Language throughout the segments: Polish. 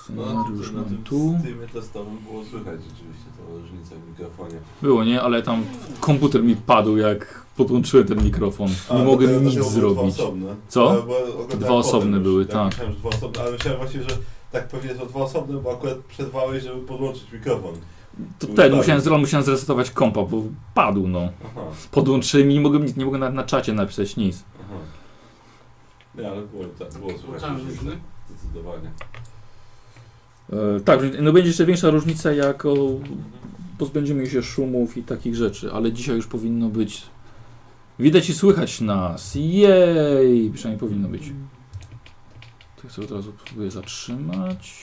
Scenariusz mam tu. W tym testowym było słychać rzeczywiście tą różnicę w mikrofonie. Było, nie? Ale tam komputer mi padł, jak podłączyłem ten mikrofon. Nie mogłem nic zrobić. Co? Dwa osobne były, tak. Myślałem, że dwa osobne, ale myślałem właśnie, że tak pewnie są dwa osobne, bo akurat przerwałeś, żeby podłączyć mikrofon. To musiałem zresetować kompa, bo padł, no. Aha. Podłączyłem i nie mogłem nawet na czacie napisać nic. Aha. Nie, ale było słychać różnicę. Zdecydowanie. Tak, no będzie jeszcze większa różnica, jak pozbędziemy się szumów i takich rzeczy, ale dzisiaj już powinno być widać i słychać nas. Jej! Przynajmniej powinno być. To chcę od razu próbuję zatrzymać.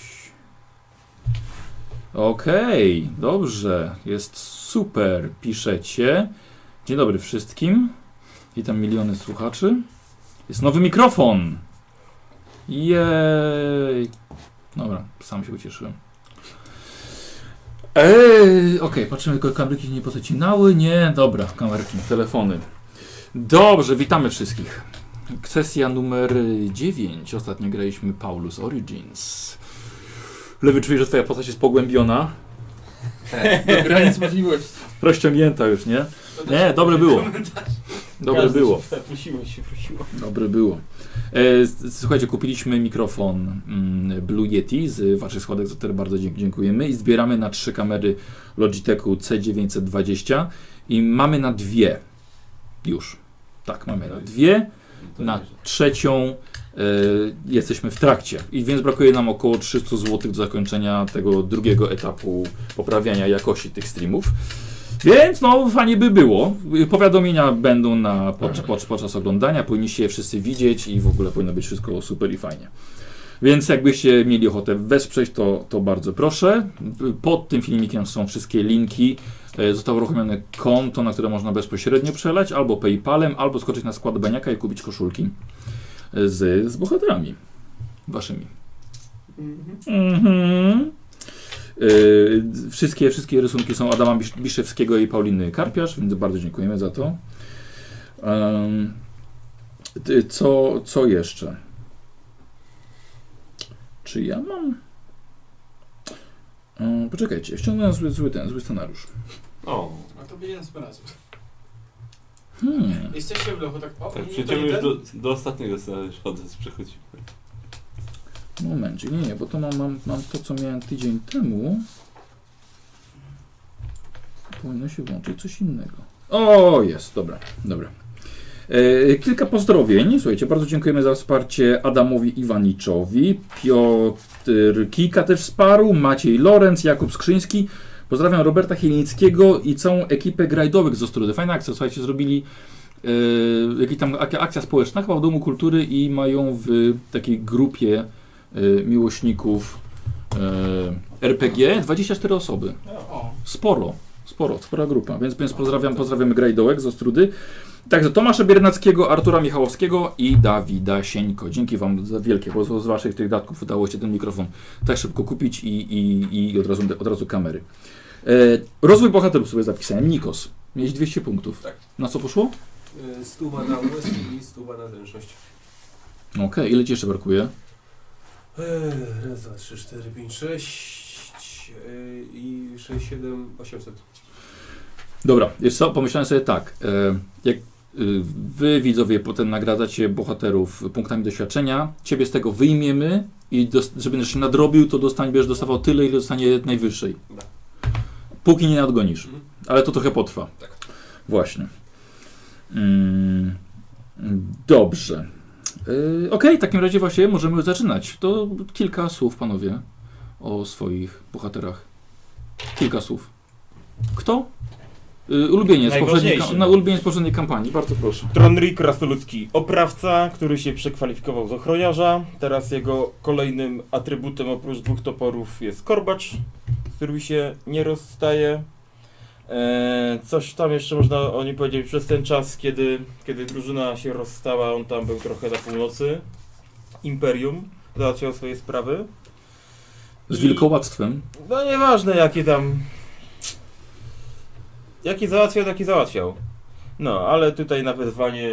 Okej, dobrze, jest super, piszecie. Dzień dobry wszystkim. Witam miliony słuchaczy. Jest nowy mikrofon. Jej! Dobra, sam się ucieszyłem. Okej, patrzymy, tylko kamerki się nie pozacinały. Nie, dobra, kamerki, telefony. Dobrze, witamy wszystkich. Sesja numer 9. Ostatnio graliśmy Paulus Origins. Lewy czuje, że twoja postać jest pogłębiona. Do granic możliwości. Rozciągnięta już, nie? Nie, dobre było. Dobre było. Prosiło. Dobre było. Słuchajcie, kupiliśmy mikrofon Blue Yeti z waszych składek, za które bardzo dziękujemy i zbieramy na 3 kamery Logitechu C920 i mamy na 2 już. Tak, mamy na 2. Na 3 jesteśmy w trakcie i więc brakuje nam około 300 zł do zakończenia tego drugiego etapu poprawiania jakości tych streamów. Więc no fajnie by było. Powiadomienia będą podczas oglądania, powinniście je wszyscy widzieć i w ogóle powinno być wszystko super i fajnie. Więc jakbyście mieli ochotę wesprzeć, to bardzo proszę. Pod tym filmikiem są wszystkie linki. Zostało uruchomione konto, na które można bezpośrednio przelać, albo PayPalem, albo skoczyć na skład Baniaka i kupić koszulki z bohaterami waszymi. Wszystkie rysunki są Adama Biszewskiego i Pauliny Karpiarz, więc bardzo dziękujemy za to. Co jeszcze? Czy ja mam? Poczekajcie, ściągnąłem zły scenariusz. O, a to będzie nas razem. Jesteście w lochu, tak? Tak, przecież już do ostatniego scenariusza przechodzimy. Momencik, nie, bo to mam to, co miałem tydzień temu. Powinno się włączyć coś innego. O, jest, dobra. Kilka pozdrowień. Słuchajcie, bardzo dziękujemy za wsparcie Adamowi Iwaniczowi. Piotr Kika też wsparł, Maciej Lorenz, Jakub Skrzyński. Pozdrawiam Roberta Chielińskiego i całą ekipę grajdowych z Ostródy. Fajna akcja, słuchajcie, zrobili jakaś tam akcja społeczna chyba w Domu Kultury i mają w takiej grupie miłośników RPG 24 osoby. Spora grupa, więc pozdrawiamy grajdołek z Ostrudy. Także Tomasza Biernackiego, Artura Michałowskiego i Dawida Sieńko. Dzięki wam za wielkie, bo z waszych tych datków udało się ten mikrofon tak szybko kupić i od razu kamery. Rozwój bohaterów sobie zapisałem. Nikos. Miałeś 200 punktów. Tak. Na co poszło? 100 na umysł i 100 na zręczność. Okej, ile ci jeszcze brakuje? Raz, 2, 3, 4, 5, 6 i 6, 7, 800. Dobra, wiesz co, pomyślałem sobie tak, jak wy widzowie potem nagradzacie bohaterów punktami doświadczenia, ciebie z tego wyjmiemy i żeby się nadrobił, to będziesz dostawał tyle, ile dostanie najwyższej. Da. Póki nie nadgonisz, ale to trochę potrwa. Tak. Właśnie. Dobrze. Okej, w takim razie właśnie możemy zaczynać. To kilka słów, panowie, o swoich bohaterach. Kilka słów. Kto? Ulubieniec poprzedniej kampanii, bardzo proszę. Tronry Krasnoludzki, oprawca, który się przekwalifikował z ochroniarza. Teraz jego kolejnym atrybutem oprócz 2 toporów jest korbacz, z którym się nie rozstaje. Coś tam jeszcze można o nim powiedzieć. Przez ten czas, kiedy drużyna się rozstała, on tam był trochę na północy. Imperium, załatwiał swoje sprawy. Z wilkołactwem. No nieważne jakie tam... Jaki załatwiał, taki załatwiał. No, ale tutaj na wezwanie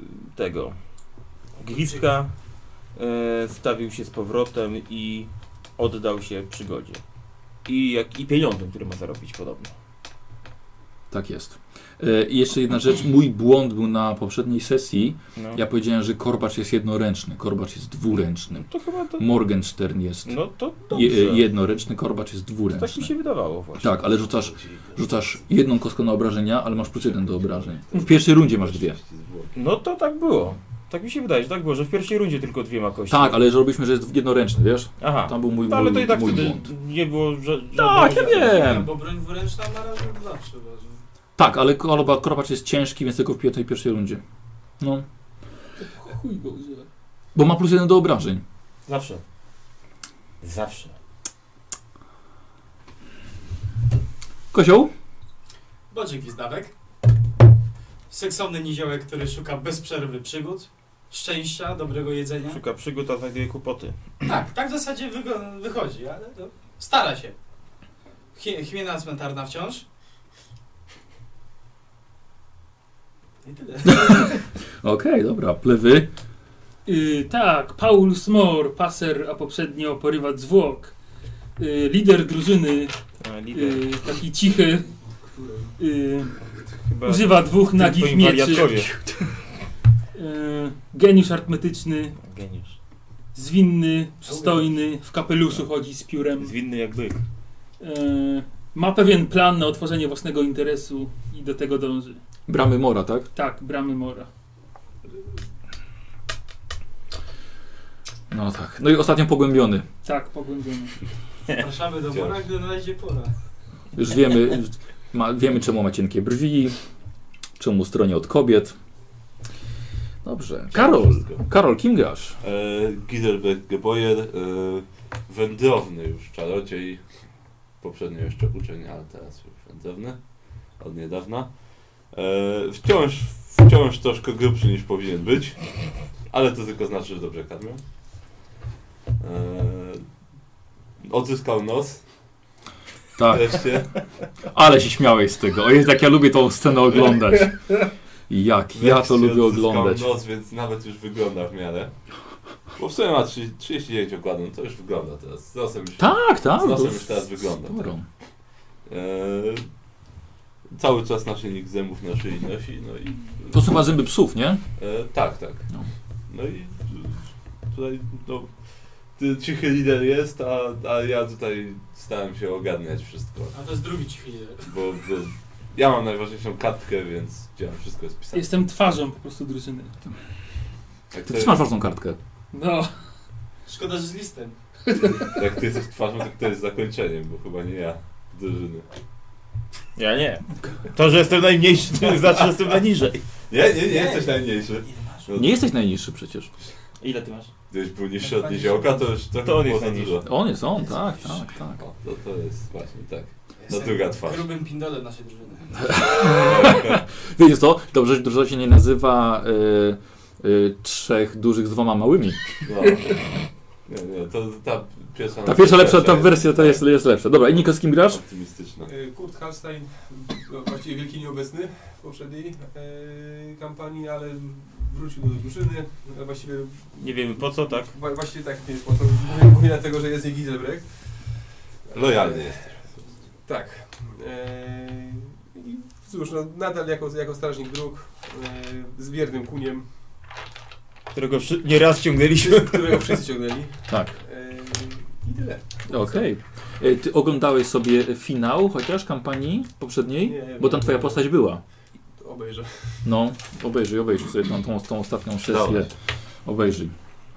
tego Gwizdka stawił się z powrotem i oddał się przygodzie. I pieniądzom, które ma zarobić podobno. Tak jest. I jeszcze jedna rzecz, mój błąd był na poprzedniej sesji. No. Ja powiedziałem, że korbacz jest jednoręczny, korbacz jest dwuręczny. To chyba to... Morgenstern jest No to dobrze. jednoręczny, korbacz jest Tak mi dwuręczny. się wydawało właśnie. Tak, ale rzucasz jedną kostką na obrażenia, ale masz plus 1 do obrażeń. W pierwszej rundzie masz 2. No to tak było. Tak mi się wydaje, że tak było, że w pierwszej rundzie tylko 2 kości. Tak, ale zrobiliśmy, że jest jednoręczny, wiesz? Aha. Tam był mój, No, ale to i tak mój wtedy błąd. nie było Tak, ja wiem. Bo broń dwuręczna ma razy 2 przeważnie. Tak, ale korbacz jest ciężki, więc tylko w tej pierwszej rundzie. No, Chuj go używa. bo ma plus 1 do obrażeń. Zawsze. Zawsze. Kozioł? Boży gwizdawek. Seksowny niziołek, który szuka bez przerwy przygód, szczęścia, dobrego jedzenia. Szuka przygód, a znajduje kłopoty. Tak w zasadzie wychodzi, ale to stara się. Chmielna cmentarna wciąż. I tyle. Okej, dobra, plewy. Tak, Paul Smor, paser, a poprzednio porywacz zwłok. Lider drużyny, A, lider. taki cichy, Chyba używa 2 nagich twoim mieczy. wariatkowie. Geniusz arytmetyczny, Geniusz. zwinny, przystojny, w kapeluszu chodzi z piórem. Zwinny jak byk. Ma pewien plan na otworzenie własnego interesu i do tego dąży. Bramy Mora, tak? Tak, bramy Mora. No tak. No i ostatnio pogłębiony. Tak, pogłębiony. Zapraszamy do Mora, gdy znajdzie pora. Już wiemy, wiemy czemu ma cienkie brwi, czemu stronie od kobiet. Dobrze. Karol, kim grasz? Giselbrecht Geboyer, wędrowny już czarodziej. Poprzednio jeszcze uczeń, ale teraz już wędrowny. Od niedawna. Wciąż troszkę grubszy niż powinien być, ale to tylko znaczy, że dobrze karmią. Odzyskał nos. Tak, Wreszcie. ale się śmiałeś z tego. O Jezu, jak ja lubię tą scenę oglądać. Jak ja to lubię oglądać. Nos, więc nawet już wygląda w miarę. Bo w sumie ma 39 okładów, no to już wygląda teraz. Z nosem już, Tak. z nosem to już teraz wygląda. sporo. Cały czas naszyjnik zębów na szyi nosi, no i... To są chyba zęby psów, nie? Tak. No. No i tutaj no, cichy lider jest, a ja tutaj starałem się ogarniać wszystko. A to jest drugi cichy lider. Bo ja mam najważniejszą kartkę, więc gdzie wszystko jest pisane. Jestem twarzą po prostu drużyny. Jak Ty też masz ważną kartkę. No, Szkoda, że z listem. Jak ty jesteś twarzą, to kto jest zakończeniem, bo chyba nie ja drużyny. Ja nie. To, że jestem najmniejszy, to nie znaczy, że jestem najniżej. Nie jesteś najmniejszy. No, Nie jesteś najniższy przecież. Ile ty masz? Gdybyś był niższy od niziołka, to już trochę To on jest było za najniższy. dużo. On jest, tak. O, to jest właśnie tak. Jestem druga twarz. grubym pindolem naszej drużyny. Wiecie co? Dobrze, że drużyna się nie nazywa 3 dużych z 2 małymi. No. Nie, to ta pierwsza... Ta pierwsza lepsza, ta wersja to jest lepsza. Dobra, i Niko, z kim grasz? Optymistyczna. Kurt Hallstein, właściwie wielki nieobecny w poprzedniej kampanii, ale wrócił do drużyny. Właściwie, Nie wiemy po co, tak? właściwie tak, nie wiem po co. Mówię dlatego, że jest nie Giselbrecht. Lojalny jest. Tak. I cóż, no, nadal jako strażnik dróg, z wiernym kuniem, Którego nieraz ciągnęliśmy. którego wszyscy ciągnęli. Tak. I tyle. Okej. Ty oglądałeś sobie finał chociaż kampanii poprzedniej? Nie, Bo tam twoja postać była. Obejrzę. No, obejrzyj sobie tą ostatnią sesję. Obejrzyj.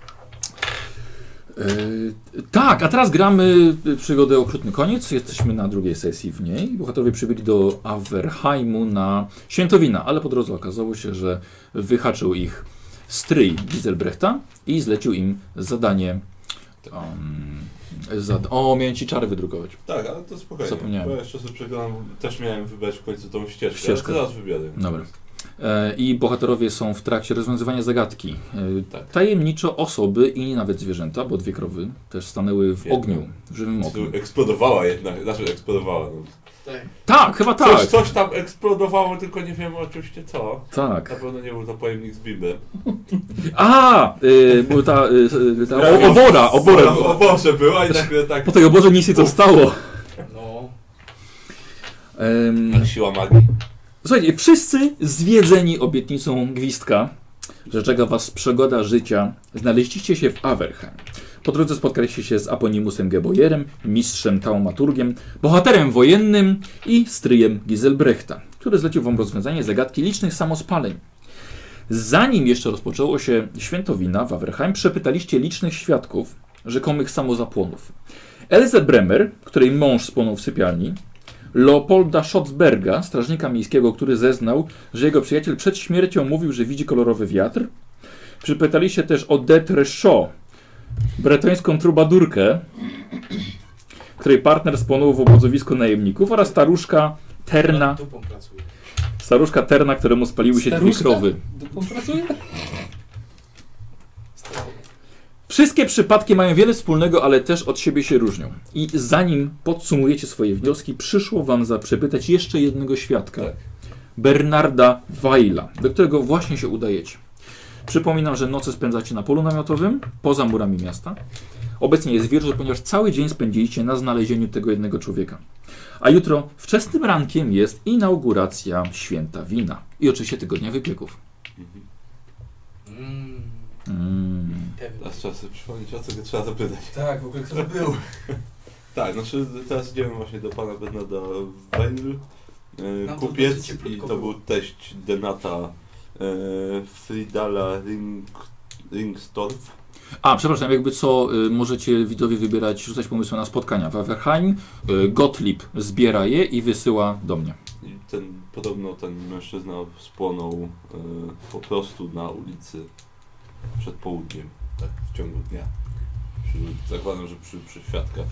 Tak, a teraz gramy przygodę Okrutny Koniec. Jesteśmy na drugiej sesji w niej. Bohaterowie przybyli do Averheimu na Świętowina, ale po drodze okazało się, że wyhaczył ich stryj Giselbrechta i zlecił im zadanie. Miałem ci czary wydrukować. Tak, ale to spokojnie. Zapomniałem. Bo jeszcze sobie przeglądam, też miałem wybrać w końcu tą ścieżkę. Ścieżkę. Ale teraz wybiorę. Dobra. I bohaterowie są w trakcie rozwiązywania zagadki. Tak. Tajemniczo osoby i nawet zwierzęta, bo 2 krowy też stanęły w Jedna. ogniu, w żywym ogniu. Eksplodowała jednak, znaczy eksplodowała. No. Tak. Tak, chyba tak. Coś tam eksplodowało, tylko nie wiemy oczywiście co. Na Tak. pewno nie był to pojemnik z Biby. Była ta obora. W oborze była i nagle tak... Po tej oborze nic nie zostało. No. Siła magii. Słuchajcie, wszyscy zwiedzeni obietnicą Gwizdka, że czeka was przygoda życia, znaleźliście się w Averheim. Po drodze spotkaliście się z Aponimusem Gebojerem, mistrzem taumaturgiem, bohaterem wojennym i stryjem Giselbrechta, który zlecił wam rozwiązanie zagadki licznych samospaleń. Zanim jeszcze rozpoczęło się święto wina w Averheim, przepytaliście licznych świadków rzekomych samozapłonów. Elze Bremer, której mąż spłonął w sypialni, Leopolda Szotzberga, strażnika miejskiego, który zeznał, że jego przyjaciel przed śmiercią mówił, że widzi kolorowy wiatr. Przypytaliście też o Detre Shaw, bretońską trubadurkę, której partner spłonął w obozowisku najemników, oraz staruszka Terna, Dupą pracuje. któremu spaliły się 2 krowy. Dupą pracuje? Wszystkie przypadki mają wiele wspólnego, ale też od siebie się różnią. I zanim podsumujecie swoje wnioski, przyszło wam przepytać jeszcze jednego świadka. Tak. Bernarda Weila, do którego właśnie się udajecie. Przypominam, że noce spędzacie na polu namiotowym, poza murami miasta. Obecnie jest wieczór, ponieważ cały dzień spędziliście na znalezieniu tego jednego człowieka. A jutro wczesnym rankiem jest inauguracja święta wina. I oczywiście tygodnia wypieków. Teraz trzeba sobie przypomnieć, o co go trzeba zapytać. Tak, w ogóle kto to był? Tak, znaczy teraz idziemy właśnie do pana Bernarda Weil, Nam to kupiec, dosyć i krótko to było. był teść Denata Friedala Ringstorff. A, przepraszam, jakby co, możecie widzowie wybierać, rzucać pomysły na spotkania w Averheim. Gottlieb zbiera je i wysyła do mnie. I podobno ten mężczyzna spłonął po prostu na ulicy przed południem, tak w ciągu dnia. Zakładam, że przy świadkach.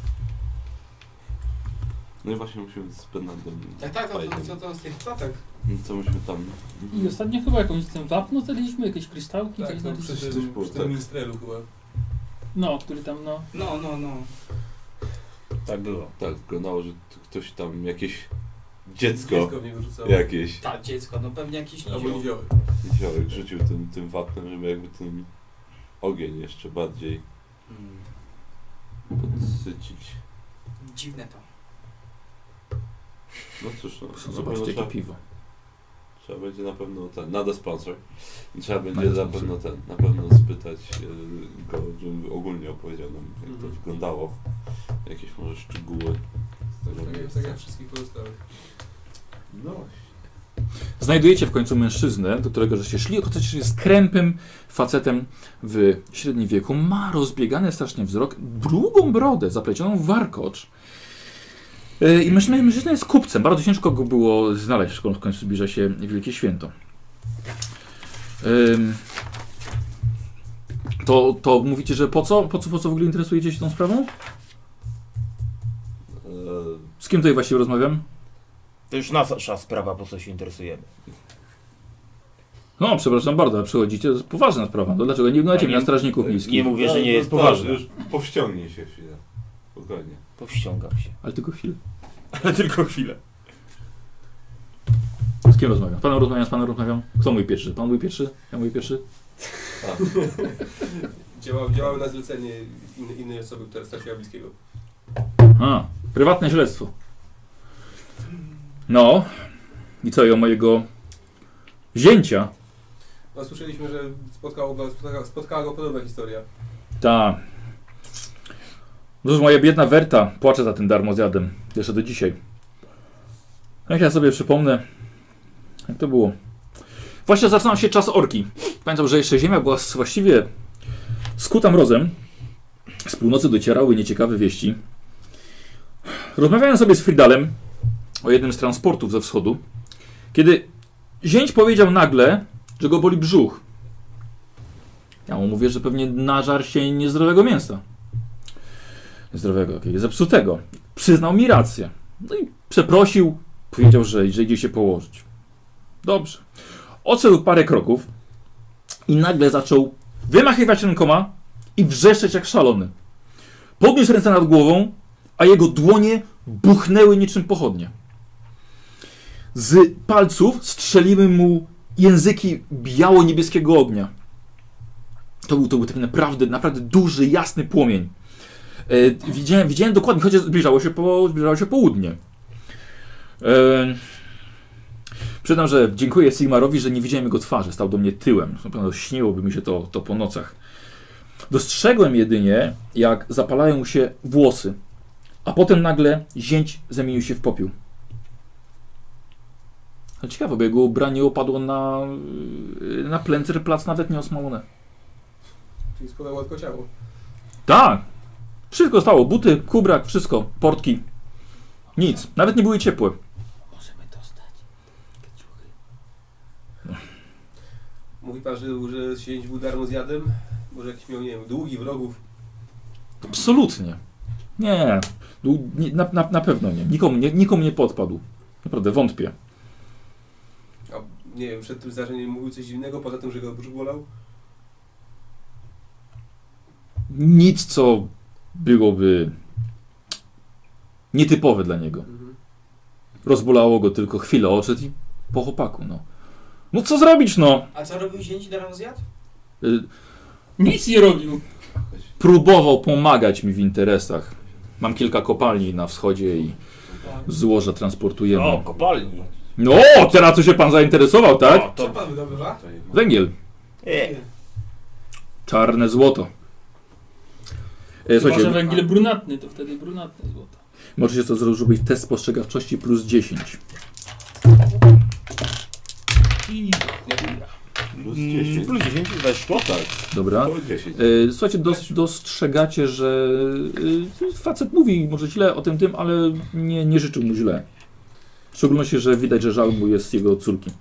No i właśnie musimy z Bernardem. Tak, Weilem. to z tych klatek. Co myśmy tam... I ostatnio chyba jakąś ten wapno znaleźliśmy, jakieś kryształki, Tak, coś no, znaleźliśmy. przy Coś było, tym tak. ministrelu chyba. No, który tam, no. No. Tak było. Tak, wyglądało, że ktoś tam jakieś dziecko Dziecko w niego rzucało. jakieś Tak, dziecko, no pewnie jakiś Albo nizioł. niziołek. niziołek rzucił tym wapnem, żeby jakby ten ogień jeszcze bardziej podsycić. Dziwne to. No cóż, no, na pewno Zobaczcie, jakie piwo. trzeba będzie na pewno not a sponsor. I trzeba będzie Not a na pewno spytać go, żeby ogólnie opowiedział nam, jak to wyglądało. Jakieś może szczegóły z tego Tak miejsca. jak wszystkich pozostałych. No. Znajdujecie w końcu mężczyznę, do którego żeście szli. Okazało się, że jest krępym facetem w średnim wieku. Ma rozbiegany strasznie wzrok, długą brodę zaplecioną w warkocz. I mężczyzna jest kupcem. Bardzo ciężko go było znaleźć, skoro w końcu zbliża się Wielkie Święto. To mówicie, że po co w ogóle interesujecie się tą sprawą? Z kim tutaj właściwie rozmawiam? To już nasza sprawa, po co się interesujemy. No, przepraszam bardzo, ale przychodzicie, to jest poważna sprawa. To dlaczego nie wyglądacie mnie na strażników miejskich? Nie mówię, że nie jest No, poważne. Już powściągnij się chwilę. Spokojnie. Powściągam się. Ale tylko chwilę. Ale tylko chwilę. Z kim rozmawiam? Z panem rozmawiam? Kto mój pierwszy? Pan mój pierwszy? Ja mój pierwszy? Działały na zlecenie innej osoby, która straciła bliskiego. A, prywatne śledztwo. No. I co, i o mojego zięcia? No, słyszeliśmy, że spotkała go podobna historia. Ta. Cóż, moja biedna Werta płacze za tym darmozjadem. Jeszcze do dzisiaj. Jak ja sobie przypomnę, jak to było. Właśnie zaczynał się czas orki. Pamiętam, że jeszcze ziemia była właściwie skuta mrozem. Z północy docierały nieciekawe wieści. Rozmawiałem sobie z Friedalem o jednym z transportów ze wschodu, kiedy zięć powiedział nagle, że go boli brzuch. Ja mu mówię, że pewnie nażarł się niezdrowego mięsa. Niezdrowego, jakiegoś zepsutego. Przyznał mi rację. No i przeprosił, powiedział, że idzie się położyć. Dobrze. Odszedł parę kroków i nagle zaczął wymachywać rękoma i wrzeszczeć jak szalony. Podniósł ręce nad głową, a jego dłonie buchnęły niczym pochodnie. Z palców strzeliły mu języki biało-niebieskiego ognia. To był taki naprawdę duży, jasny płomień. Widziałem dokładnie, chociaż zbliżało się południe. Przyznam, że dziękuję Sigmarowi, że nie widziałem jego twarzy. Stał do mnie tyłem. Na pewno śniłoby mi się to po nocach. Dostrzegłem jedynie, jak zapalają mu się włosy, a potem nagle zięć zamienił się w popiół. No ciekawe, bo jego ubranie opadło na Plencerplac, nawet nie osmalone. Czyli spadało tylko ciało. Tak! Wszystko stało. Buty, kubrak, wszystko. Portki. Nic. Nawet nie były ciepłe. Możemy dostać. Mówi pan, że sieć był darmozjadem? Może jakiś miał, nie wiem, długi wrogów? Absolutnie. Nie. Na pewno nie. Nikomu nie podpadł. Naprawdę, wątpię. A nie wiem, przed tym zdarzeniem mówił coś dziwnego, poza tym, że go brzuch bolał? Nic, co byłoby nietypowe dla niego. Rozbolało go tylko chwilę, odszedł i po chłopaku, no. No co zrobić, no? A co robił zięć darmozjad? Nic nie robił. Próbował pomagać mi w interesach. Mam kilka kopalni na wschodzie i złoża transportujemy. O, kopalni. No, teraz co się pan zainteresował, tak? O, Co to... pan wydobywa? To jego- Węgiel. Czarne złoto. Chyba, że Słuchajcie, węgiel brunatny, to wtedy brunatne złoto. możecie to zrobić test spostrzegawczości plus 10. I... Plus 10. Plus 10 weszło. Tak, Dobra. to 10. Słuchajcie, dostrzegacie, że facet mówi może źle o tym, ale nie życzył mu źle. W szczególności, że widać, że żal mu jest jego córki.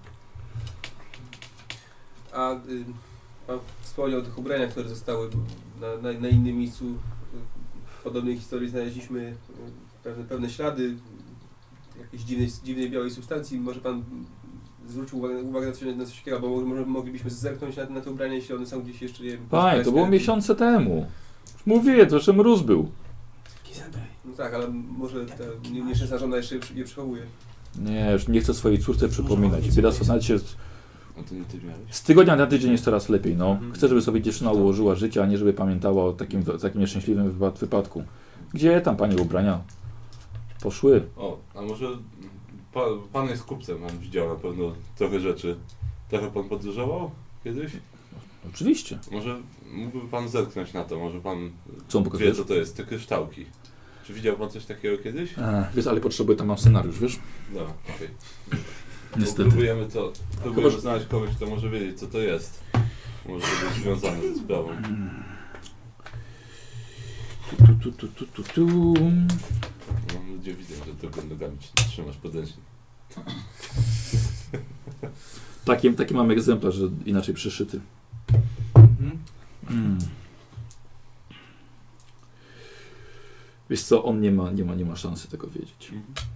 A pan wspomniał o tych ubraniach, które zostały na innym miejscu. W podobnej historii znaleźliśmy pewne ślady jakiejś dziwnej białej substancji. Może pan zwrócił uwagę na coś takiego, bo może moglibyśmy zerknąć na te ubrania, jeśli one są gdzieś jeszcze, nie wiem... Panie, to było miesiące temu. Już mówię, to jeszcze mróz był. No tak, ale może ta nieszczęsna żona jeszcze je przechowuje. Nie, już nie chcę swojej córce przypominać. Biedactwo, nawet się A to nie ty miałeś? z tygodnia na tydzień jest coraz lepiej, no. Chcę, żeby sobie dziewczyna ułożyła życie, a nie żeby pamiętała o takim nieszczęśliwym wypadku. Gdzie tam pani ubrania poszły? O, a może pan jest kupcem, pan widział na pewno trochę rzeczy. Trochę pan podróżował kiedyś? Oczywiście. Może mógłby pan zerknąć na to, może pan Co on wie pokazuje? co to jest, te kryształki. Czy widział pan coś takiego kiedyś? Wiesz, ale potrzebuję, tam mam scenariusz, wiesz? No, okej. Niestety. Próbujemy Chyba, że- znaleźć kogoś, kto może wiedzieć co to jest. Może być związane ze sprawą. Mam nadzieję, widzę, że tylko nogami trzymasz podręcznik. Taki mam egzemplarz, że inaczej przyszyty. Wiesz co, on nie ma szansy tego wiedzieć.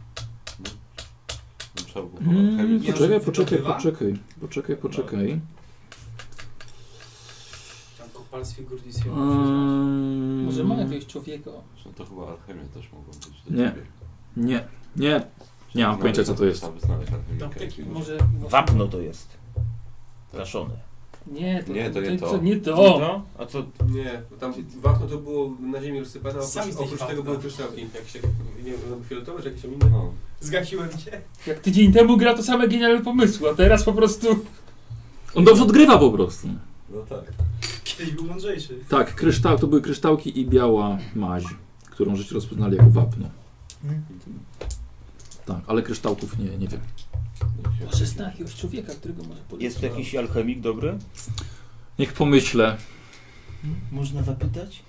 Trzeba było chemię. Poczekaj. Tam kopal z figurnictwem. Może ma jakiegoś człowieka. No to chyba alchemia też mogą być. Nie. Nie mam pojęcia, co to jest. Trzeba by znaleźć alchemikę. Apteki, Może... Wapno to jest. Kaszone. Nie, Nie, to nie to. Nie to. A co? Nie, bo tam wapno to było na ziemi rozsypane, a Sami oprócz jesteście tego wapno. były kryształki. Jakieś, nie wiem, one były fioletowe czy jakieś tam inne? No. Zgasiłem cię. Jak tydzień temu gra to same genialne pomysły, a teraz po prostu... On dobrze odgrywa po prostu. No tak. Kiedyś był mądrzejszy. Tak, to były kryształki i biała maź, którą żeście rozpoznali jako wapno. Tak, ale kryształków nie wiem. Może zna jakiegoś człowieka, którego może polecić. Jest tu jakiś alchemik dobry? Niech pomyślę. Można zapytać?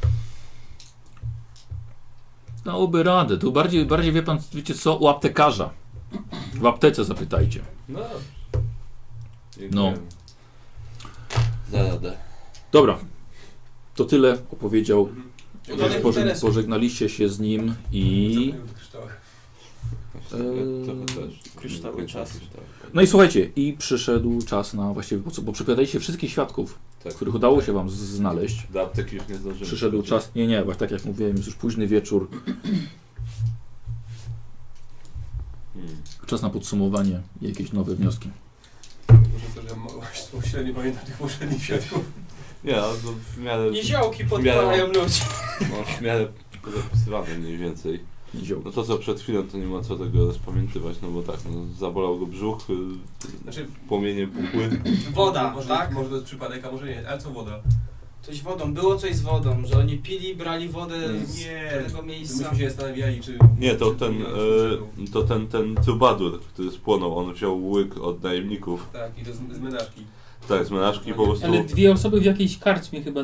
Dałoby radę. Tu bardziej wie pan, wiecie co, u aptekarza. W aptece zapytajcie. No. No. Da radę. Dobra. To tyle opowiedział. Udanych interesów. Pożegnaliście się z nim i Trochę też. Kryształy czasu. No i słuchajcie, i przyszedł czas na właściwie, bo przepowiadaliście wszystkich świadków, Tak. których udało się wam znaleźć. Do apteki już nie zdążymy. Przyszedł czas, nie, bo tak jak mówiłem, jest już późny wieczór, czas na podsumowanie i jakieś nowe wnioski. Może to, że średnio pamiętam tych poprzednich świadków. Nie, ale to w miarę... Niziołki podpalają ludzi. No, w miarę zapisywane mniej więcej. Nizioł. No to co przed chwilą, to nie ma co tego rozpamiętywać, no bo tak, no, zabolał go brzuch, Znaczy, płomienie buchły. Woda, może, tak? Może to jest przypadek, a może nie. Ale co woda? Coś z wodą, było coś z wodą, że oni pili, brali wodę z Nie, tego miejsca. myśmy się zastanawiali, czy... Nie, to czy ten trubadur, który spłonął, on wziął łyk od najemników. Tak, i to z menażki. Tak, z menażki po prostu... Ale dwie osoby w jakiejś karczmie chyba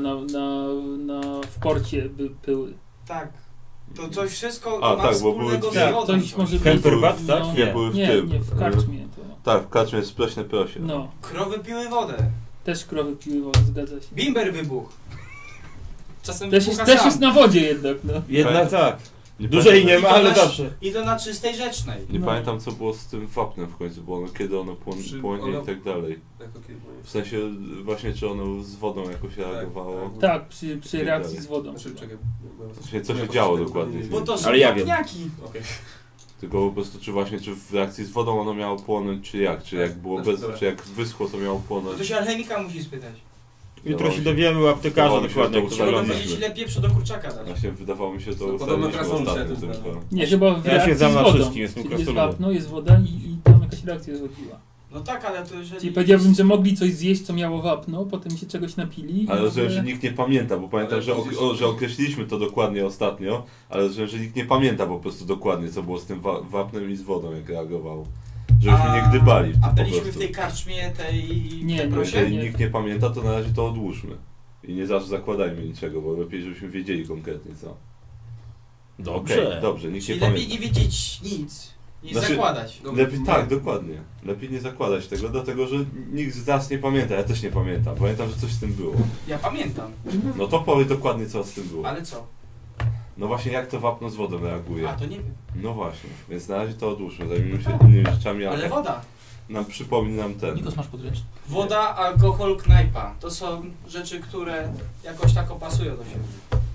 w porcie były. Tak. To coś wszystko A, ma tak, bo wspólnego były- z Tak, wodą. coś może być. Kemperbat, tak? No, Nie, były w nie, tym. nie, w karczmie to. Tak, w kaczmie spleśne prosie. No, Krowy piły wodę. też krowy piły wodę, zgadza się. Bimber wybuchł. Czasem Też wybucha jest sam. na wodzie jednak, no. Jednak tak. Nie Dużej pamiętam- nie ma, ale zawsze. I to na czystej rzecznej. Nie No. pamiętam co było z tym wapnem w końcu, bo kiedy ono płonie i tak dalej. Tak, okej, bo- W sensie właśnie czy ono z wodą jakoś reagowało. Tak, przy reakcji z wodą. Znaczy, czekaj. Właśnie co się działo dokładnie. Bo to są Ale ja wiem. wapniaki. Okej. Tylko po prostu czy właśnie czy w reakcji z wodą ono miało płonąć, czy jak? Czy jak było Znaczy, bez, dobra. czy jak wyschło to miało To płonąć? się alchemika musi spytać. Jutro się dowiemy u aptekarza Wydawało mi się, dokładnie, że jak to to Mogą wygląda. wygląda. mieć źle pieprzu do kurczaka dać. Właśnie wydawało mi się to No, podobno ustaliliśmy krasnolud ostatnio się to tylko. Nie, chyba w Ja się reakcji znam z na wodą. wszystkim, jestem Czyli jest krasnoludem. wapno, jest woda i tam jakaś reakcja zrobiła. No tak, ale to jeżeli... Czyli powiedziałbym, że mogli coś zjeść, co miało wapno, potem się czegoś napili. Ale i rozumiem, że nagle- nikt nie pamięta, bo pamiętam, Ale że, widzisz- że określiliśmy to dokładnie ostatnio, ale rozumiem, że nikt nie pamięta po prostu dokładnie, co było z tym wapnem i z wodą, jak reagowało. Żebyśmy nie gdybali A po byliśmy prostu. w tej karczmie, tej Nie, tej nie. prosie? Jeżeli Nie. nikt nie pamięta, to na razie to odłóżmy. I nie zakładajmy niczego, bo lepiej, żebyśmy wiedzieli konkretnie co. Dobrze. Okej, dobrze, nikt nie Czyli lepiej pamięta. nie wiedzieć nic, niż Znaczy- zakładać. No, Lepiej, tak, dokładnie. Lepiej nie zakładać tego, dlatego że nikt z nas nie pamięta, ja też nie pamiętam. Pamiętam, że coś z tym było. Ja pamiętam, No to powie dokładnie co z tym było. ale co? No właśnie jak to wapno z wodą A reaguje. to nie wiem. No właśnie, więc na razie to odłóżmy, zajmijmy się innymi rzeczami, Ale ale woda. nam przypomni nam ten. Nikos, masz podręcznik? Woda, alkohol, knajpa. To są rzeczy, które jakoś tak opasują do siebie.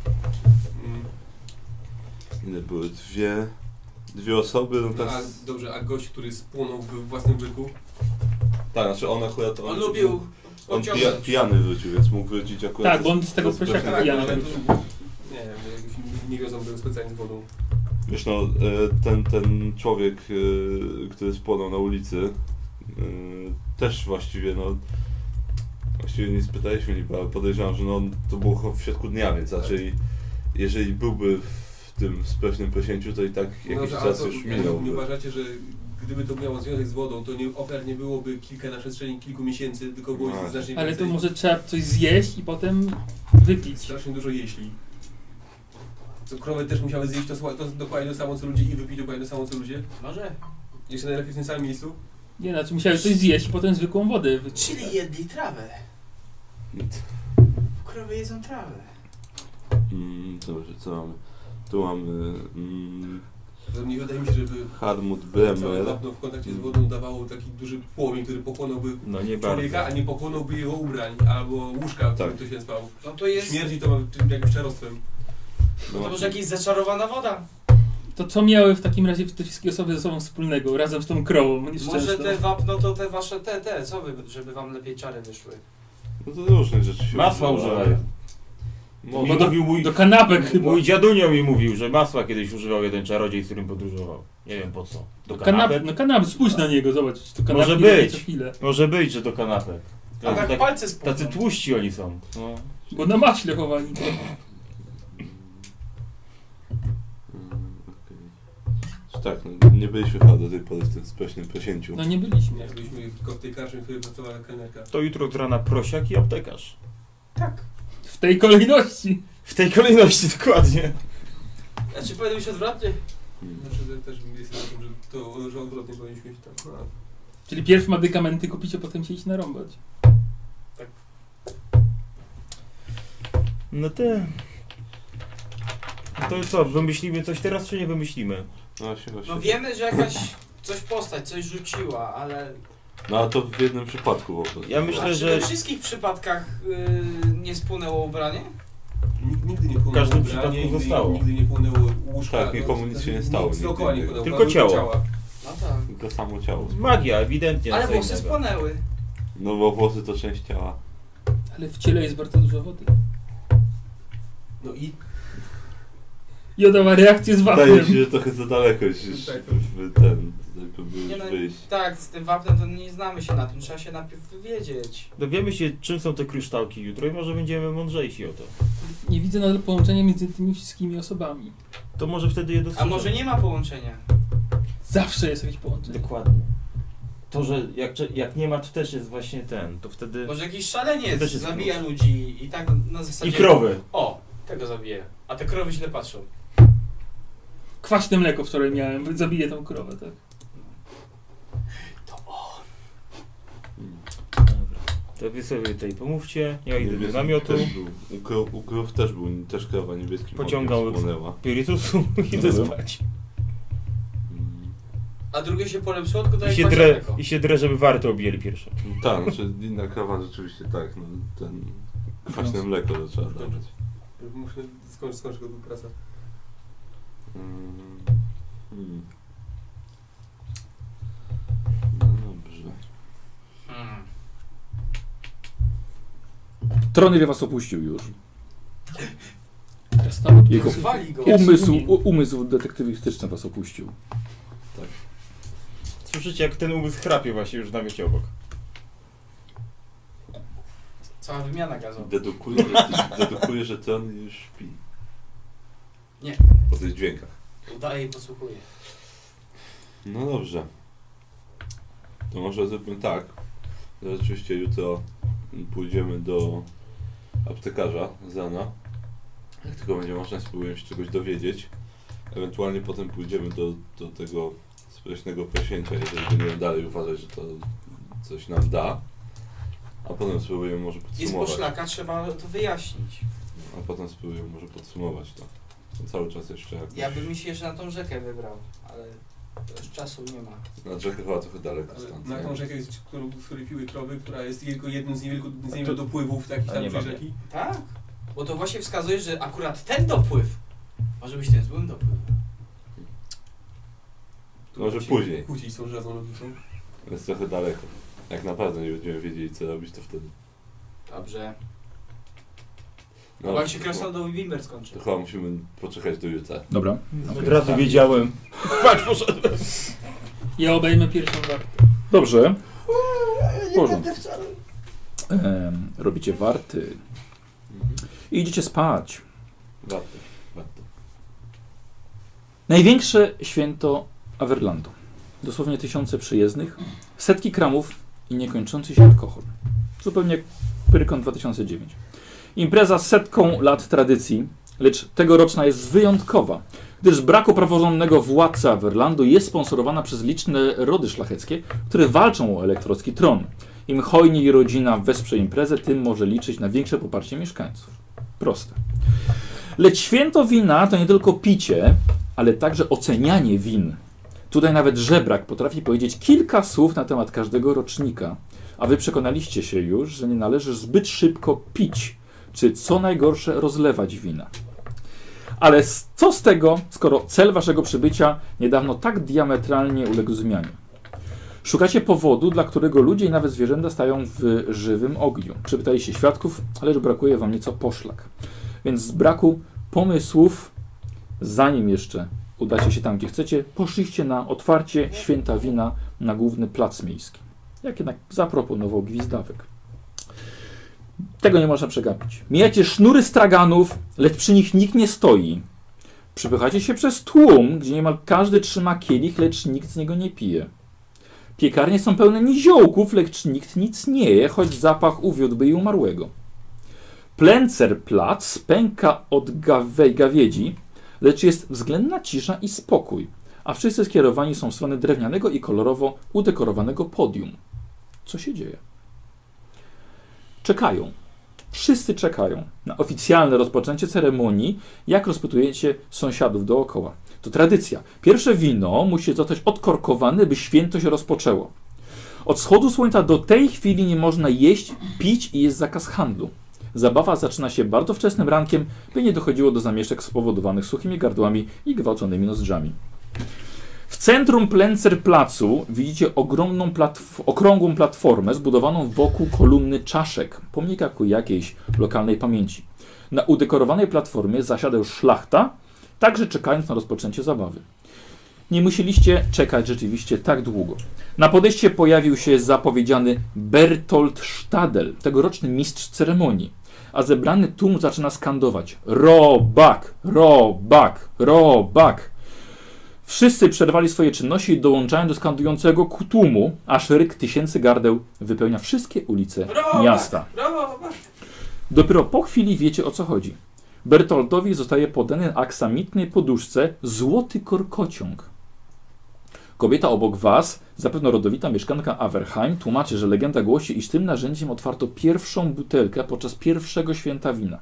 Ile były? Dwie osoby, no No, teraz... a, dobrze, a gość, który spłonął w własnym byku? Tak, znaczy on akurat... On lubił On pociągnąć. pijany wrócił, więc mógł wrócić akurat... Tak, bo on z tego prosiaka bezpośrednio- pijany ale wrócił. to, nie wiem, nie wiozą był specjalnie z wodą. Wiesz no, ten człowiek, który spłonął na ulicy, też właściwie, no... Właściwie nie spytaliśmy niby, ale podejrzewam, że no, to było w środku dnia, więc raczej jeżeli byłby w tym spleśnym prosięciu, to i tak jakiś Dobrze, ale czas to już nie minąłby. uważacie, że gdyby to miało związek z wodą, to ofiar nie byłoby kilka na przestrzeni kilku miesięcy, tylko było No. znacznie Ale to więcej? może trzeba coś zjeść i potem wypić. Strasznie dużo jeśli. Co, krowy też musiały zjeść to dokładnie to samo co ludzie i wypić dokładnie to samo co ludzie? Może. Jeszcze najlepiej w tym samym miejscu? Nie, znaczy musiałeś coś zjeść i potem zwykłą wodę wypić. Czyli jedli trawę. Krowy jedzą trawę. Dobrze, co mamy? Tu mamy To nie wydaje mi się, żeby Harmut całe Bremer. wapno w kontakcie z wodą dawało taki duży płomień, który pochłonąłby No nie człowieka, a bardzo. nie pochłonąłby jego ubrań albo łóżka, w którym Tak. ktoś się spał. No to jest... Śmierdzi to czymś jakimś czarostwem. No to może jakaś zaczarowana woda. To co miały w takim razie te wszystkie osoby ze sobą wspólnego, razem z tą krową nieszczęsną? Może te wapno to te wasze co wy, żeby wam lepiej czary wyszły. No to różne rzeczy się Masła używa. używają. Może Bo Mówił mój, do kanapek chyba. mój dziadunio mi mówił, że masła kiedyś używał jeden czarodziej, z którym podróżował. Nie wiem po co. Do kanapek? No kanapy, spójrz na niego, zobacz. To kanapki Może robi być. co chwilę. Może być, że do kanapek. A tak Tak, palce spłocą. tacy tłuści oni są. No. Bo na maśle chowani. okej. Tak, no, nie byliśmy chyba do tej pory w tym spleśnym prosięciu. No nie byliśmy. Jak byliśmy tylko w tej karczmie, w której pracowała kelnerka. To jutro od rana prosiak i aptekarz. Tak. W tej kolejności. W tej kolejności dokładnie. Znaczy powinno być odwrotnie. Znaczy, że też jestem na tym, że odwrotnie powinniśmy iść tam. No. Czyli pierw medykamenty kupić, a potem się iść narąbać. No te. No to co, wymyślimy coś teraz, czy nie wymyślimy? No wiemy, że jakaś coś postać, coś rzuciła, ale... No a to w jednym przypadku po prostu. Ja myślę, Czy że we wszystkich przypadkach nie spłynęło ubranie? Nigdy nie płynęło W każdym ubranie, przypadku zostało. Nigdy nie płynęło łóżka. Tak, nikomu nic się nie stało, Nic nigdy dookoła nie nie. płynęło. Tylko były ciało. No tak. Tylko samo ciało. magia, ewidentnie. Ale co włosy innego. spłonęły. No bo włosy to część ciała. Ale w ciele jest bardzo dużo wody. No i Jodowa reakcja z Wydaje wapnem. się, że trochę za daleko się Tak. Nie no, wyjść. tak, z tym wapnem to nie znamy się na tym, trzeba się najpierw wywiedzieć. Dowiemy się, czym są te kryształki jutro i może będziemy mądrzejsi o to. Nie widzę nadal połączenia między tymi wszystkimi osobami. To może wtedy je A dostrzeżemy. może nie ma połączenia? Zawsze jest jakieś połączenie. Dokładnie. To, że jak nie ma, to też jest właśnie ten, to wtedy... Może jakiś To szaleniec też jest zabija plus. ludzi i tak na zasadzie... I krowy. O, tego zabije. A te krowy źle patrzą. Kwaśne mleko wczoraj miałem, zabiję tą krowę, tak. Dobra. To wy sobie tutaj pomówcie, ja idę do namiotu, U krów też był, też krowa niebieskim Pociągał ogniem spłonęła. spirytusu i idę Dobra. spać. A drugie się polepszyło, tylko to I jest się drę, żeby warto objęli pierwsze. Tak, znaczy inna krowa rzeczywiście tak, no ten kwaśne mleko to trzeba dawać. muszę skończyć go pracę. No dobrze. Tronywie was opuścił już. Krasnolud Jego Chwali go. umysł detektywistyczny was opuścił. Słyszycie, jak ten umysł chrapie właśnie już w namiocie obok. Cała wymiana gazowa. Dedukuję, że Tron już śpi. Nie. Po tych dźwiękach. Udaje i posłuchuje. No dobrze. To może zróbmy tak, że rzeczywiście jutro pójdziemy do aptekarza z rana. Jak tylko będzie można, spróbujemy się czegoś dowiedzieć. Ewentualnie potem pójdziemy do tego sprośnego prosięcia, jeżeli będziemy dalej uważać, że to coś nam da. A potem spróbujemy może I z podsumować. poszlaka trzeba to wyjaśnić. A potem spróbujemy może podsumować to. To cały czas jeszcze jakoś... Ja bym się jeszcze na tą rzekę wybrał, ale już czasu nie ma. Na rzekę chyba trochę daleko Ale stąd. na nie? tą rzekę, z której piły krowy, która jest tylko jednym z niewielu dopływów takich A tam nie tej ma. rzeki. Tak? Bo to właśnie wskazuje, że akurat ten dopływ może być tym złym dopływem. Może Się później. Kłócić z tą żelazną logicą. Jest trochę daleko. Jak naprawdę nie będziemy wiedzieli, co robić, to wtedy... Dobrze. No, No, jak się krasnoludowy bimber skończy. to chyba musimy poczekać do jutra. Dobra. Od razu wiedziałem. Patrz, poszedłem. Ja obejmę pierwszą wartę. Dobrze. W porządku. Robicie warty i idziecie spać. Warto. Największe święto Averlandu. Dosłownie tysiące przyjezdnych, setki kramów i niekończący się alkohol. Zupełnie jak Pyrkon 2009. Impreza z setką lat tradycji, lecz tegoroczna jest wyjątkowa, gdyż brak praworządnego władcy Averlandu jest sponsorowana przez liczne rody szlacheckie, które walczą o elektorski tron. Im hojniej rodzina wesprze imprezę, tym może liczyć na większe poparcie mieszkańców. Proste. Lecz święto wina to nie tylko picie, ale także ocenianie win. Tutaj nawet żebrak potrafi powiedzieć kilka słów na temat każdego rocznika, a wy przekonaliście się już, że nie należy zbyt szybko pić, czy co najgorsze rozlewać wina. Ale co z tego, skoro cel waszego przybycia niedawno tak diametralnie uległ zmianie? Szukacie powodu, dla którego ludzie i nawet zwierzęta stają w żywym ogniu. Przypytaliście świadków, lecz brakuje wam nieco poszlak. Więc z braku pomysłów, zanim jeszcze udacie się tam, gdzie chcecie, poszliście na otwarcie święta wina na główny plac miejski. Jak jednak zaproponował Gwizdawek. Tego nie można przegapić. Mijacie sznury straganów, lecz przy nich nikt nie stoi. Przypychacie się przez tłum, gdzie niemal każdy trzyma kielich, lecz nikt z niego nie pije. Piekarnie są pełne niziołków, lecz nikt nic nie je, choć zapach uwiódłby i umarłego. Plencerplatz pęka od gawiedzi, lecz jest względna cisza i spokój, a wszyscy skierowani są w stronę drewnianego i kolorowo udekorowanego podium. Co się dzieje? Czekają. Wszyscy czekają na oficjalne rozpoczęcie ceremonii, jak rozpytujecie sąsiadów dookoła. To tradycja. Pierwsze wino musi zostać odkorkowane, by święto się rozpoczęło. Od wschodu słońca do tej chwili nie można jeść, pić i jest zakaz handlu. Zabawa zaczyna się bardzo wczesnym rankiem, by nie dochodziło do zamieszek spowodowanych suchymi gardłami i gwałconymi nozdrzami. W centrum Plenzer-Placu widzicie ogromną okrągłą platformę zbudowaną wokół kolumny czaszek, pomnika ku jakiejś lokalnej pamięci. Na udekorowanej platformie zasiada już szlachta, także czekając na rozpoczęcie zabawy. Nie musieliście czekać rzeczywiście tak długo. Na podejście pojawił się zapowiedziany Bertolt Stadel, tegoroczny mistrz ceremonii, a zebrany tłum zaczyna skandować: Robak, robak, robak. Wszyscy przerwali swoje czynności i dołączają do skandującego tłumu, aż ryk tysięcy gardeł wypełnia wszystkie ulice miasta. Dopiero po chwili wiecie, o co chodzi. Bertoltowi zostaje podany na aksamitnej poduszce złoty korkociąg. Kobieta obok was, zapewne rodowita mieszkanka Averheim, tłumaczy, że legenda głosi, iż tym narzędziem otwarto pierwszą butelkę podczas pierwszego święta wina.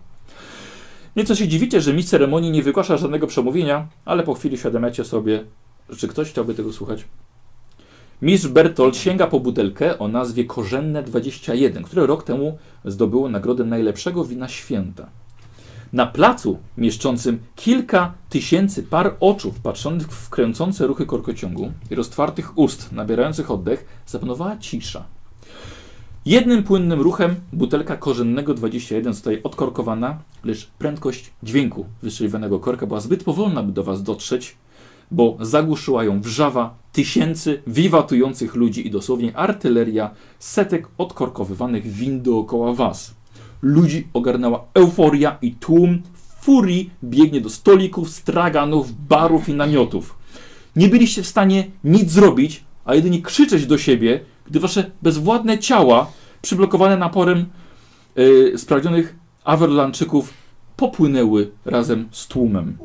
Nieco się dziwicie, że mistrz ceremonii nie wygłasza żadnego przemówienia, ale po chwili uświadamiacie sobie, że ktoś chciałby tego słuchać. Mistrz Bertolt sięga po butelkę o nazwie Korzenne 21, które rok temu zdobyło nagrodę najlepszego wina święta. Na placu mieszczącym kilka tysięcy par oczu patrzących w kręcące ruchy korkociągu i roztwartych ust nabierających oddech zapanowała cisza. Jednym płynnym ruchem butelka Korzennego 21 zostaje odkorkowana, lecz prędkość dźwięku wystrzeliwanego korka była zbyt powolna, by do was dotrzeć, bo zagłuszyła ją wrzawa tysięcy wiwatujących ludzi i dosłownie artyleria setek odkorkowywanych win dookoła was. Ludzi ogarnęła euforia i tłum w furii biegnie do stolików, straganów, barów i namiotów. Nie byliście w stanie nic zrobić, a jedynie krzyczeć do siebie, gdy wasze bezwładne ciała, przyblokowane naporem spragnionych Averlandczyków, popłynęły razem z tłumem.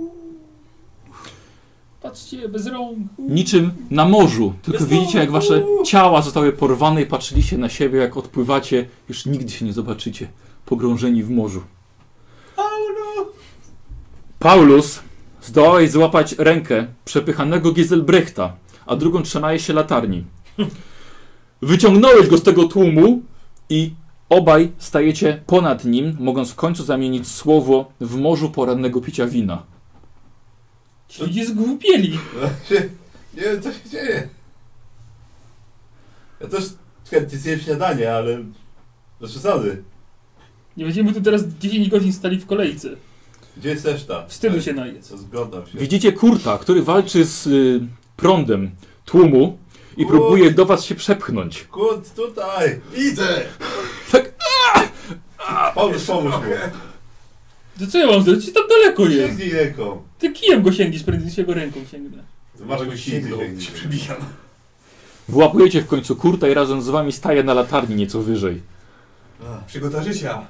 Patrzcie, bez rąk. Niczym na morzu, tylko widzicie, jak wasze ciała zostały porwane i patrzyliście na siebie, jak odpływacie, już nigdy się nie zobaczycie, pogrążeni w morzu. Paulus zdołałeś złapać rękę przepychanego Giselbrechta, a drugą trzymałeś się latarni. Wyciągnąłeś go z tego tłumu i obaj stajecie ponad nim, mogąc w końcu zamienić słowo w morzu porannego picia wina. Ci ludzie zgłupieli. Nie wiem, co się dzieje. Ja też chętnie zjem śniadanie, ale bez przesady. Nie będziemy tu teraz 10 godzin stali w kolejce. Gdzie jest reszta? Wstydu się najedz. Zglądam się. Widzicie Kurta, który walczy z prądem tłumu i próbuje do was się przepchnąć. Kurt, tutaj! Widzę! Tak. Pomóż mu. To co ja mam zrobić? Tam daleko jest. Sięgnij ręką. Ty kijem go sięgniesz, prędzej się go ręką sięgnę. Masz go sięgnął. Się przebijam. Włapujecie w końcu Kurta i razem z wami staje na latarni nieco wyżej. Przygoda życia.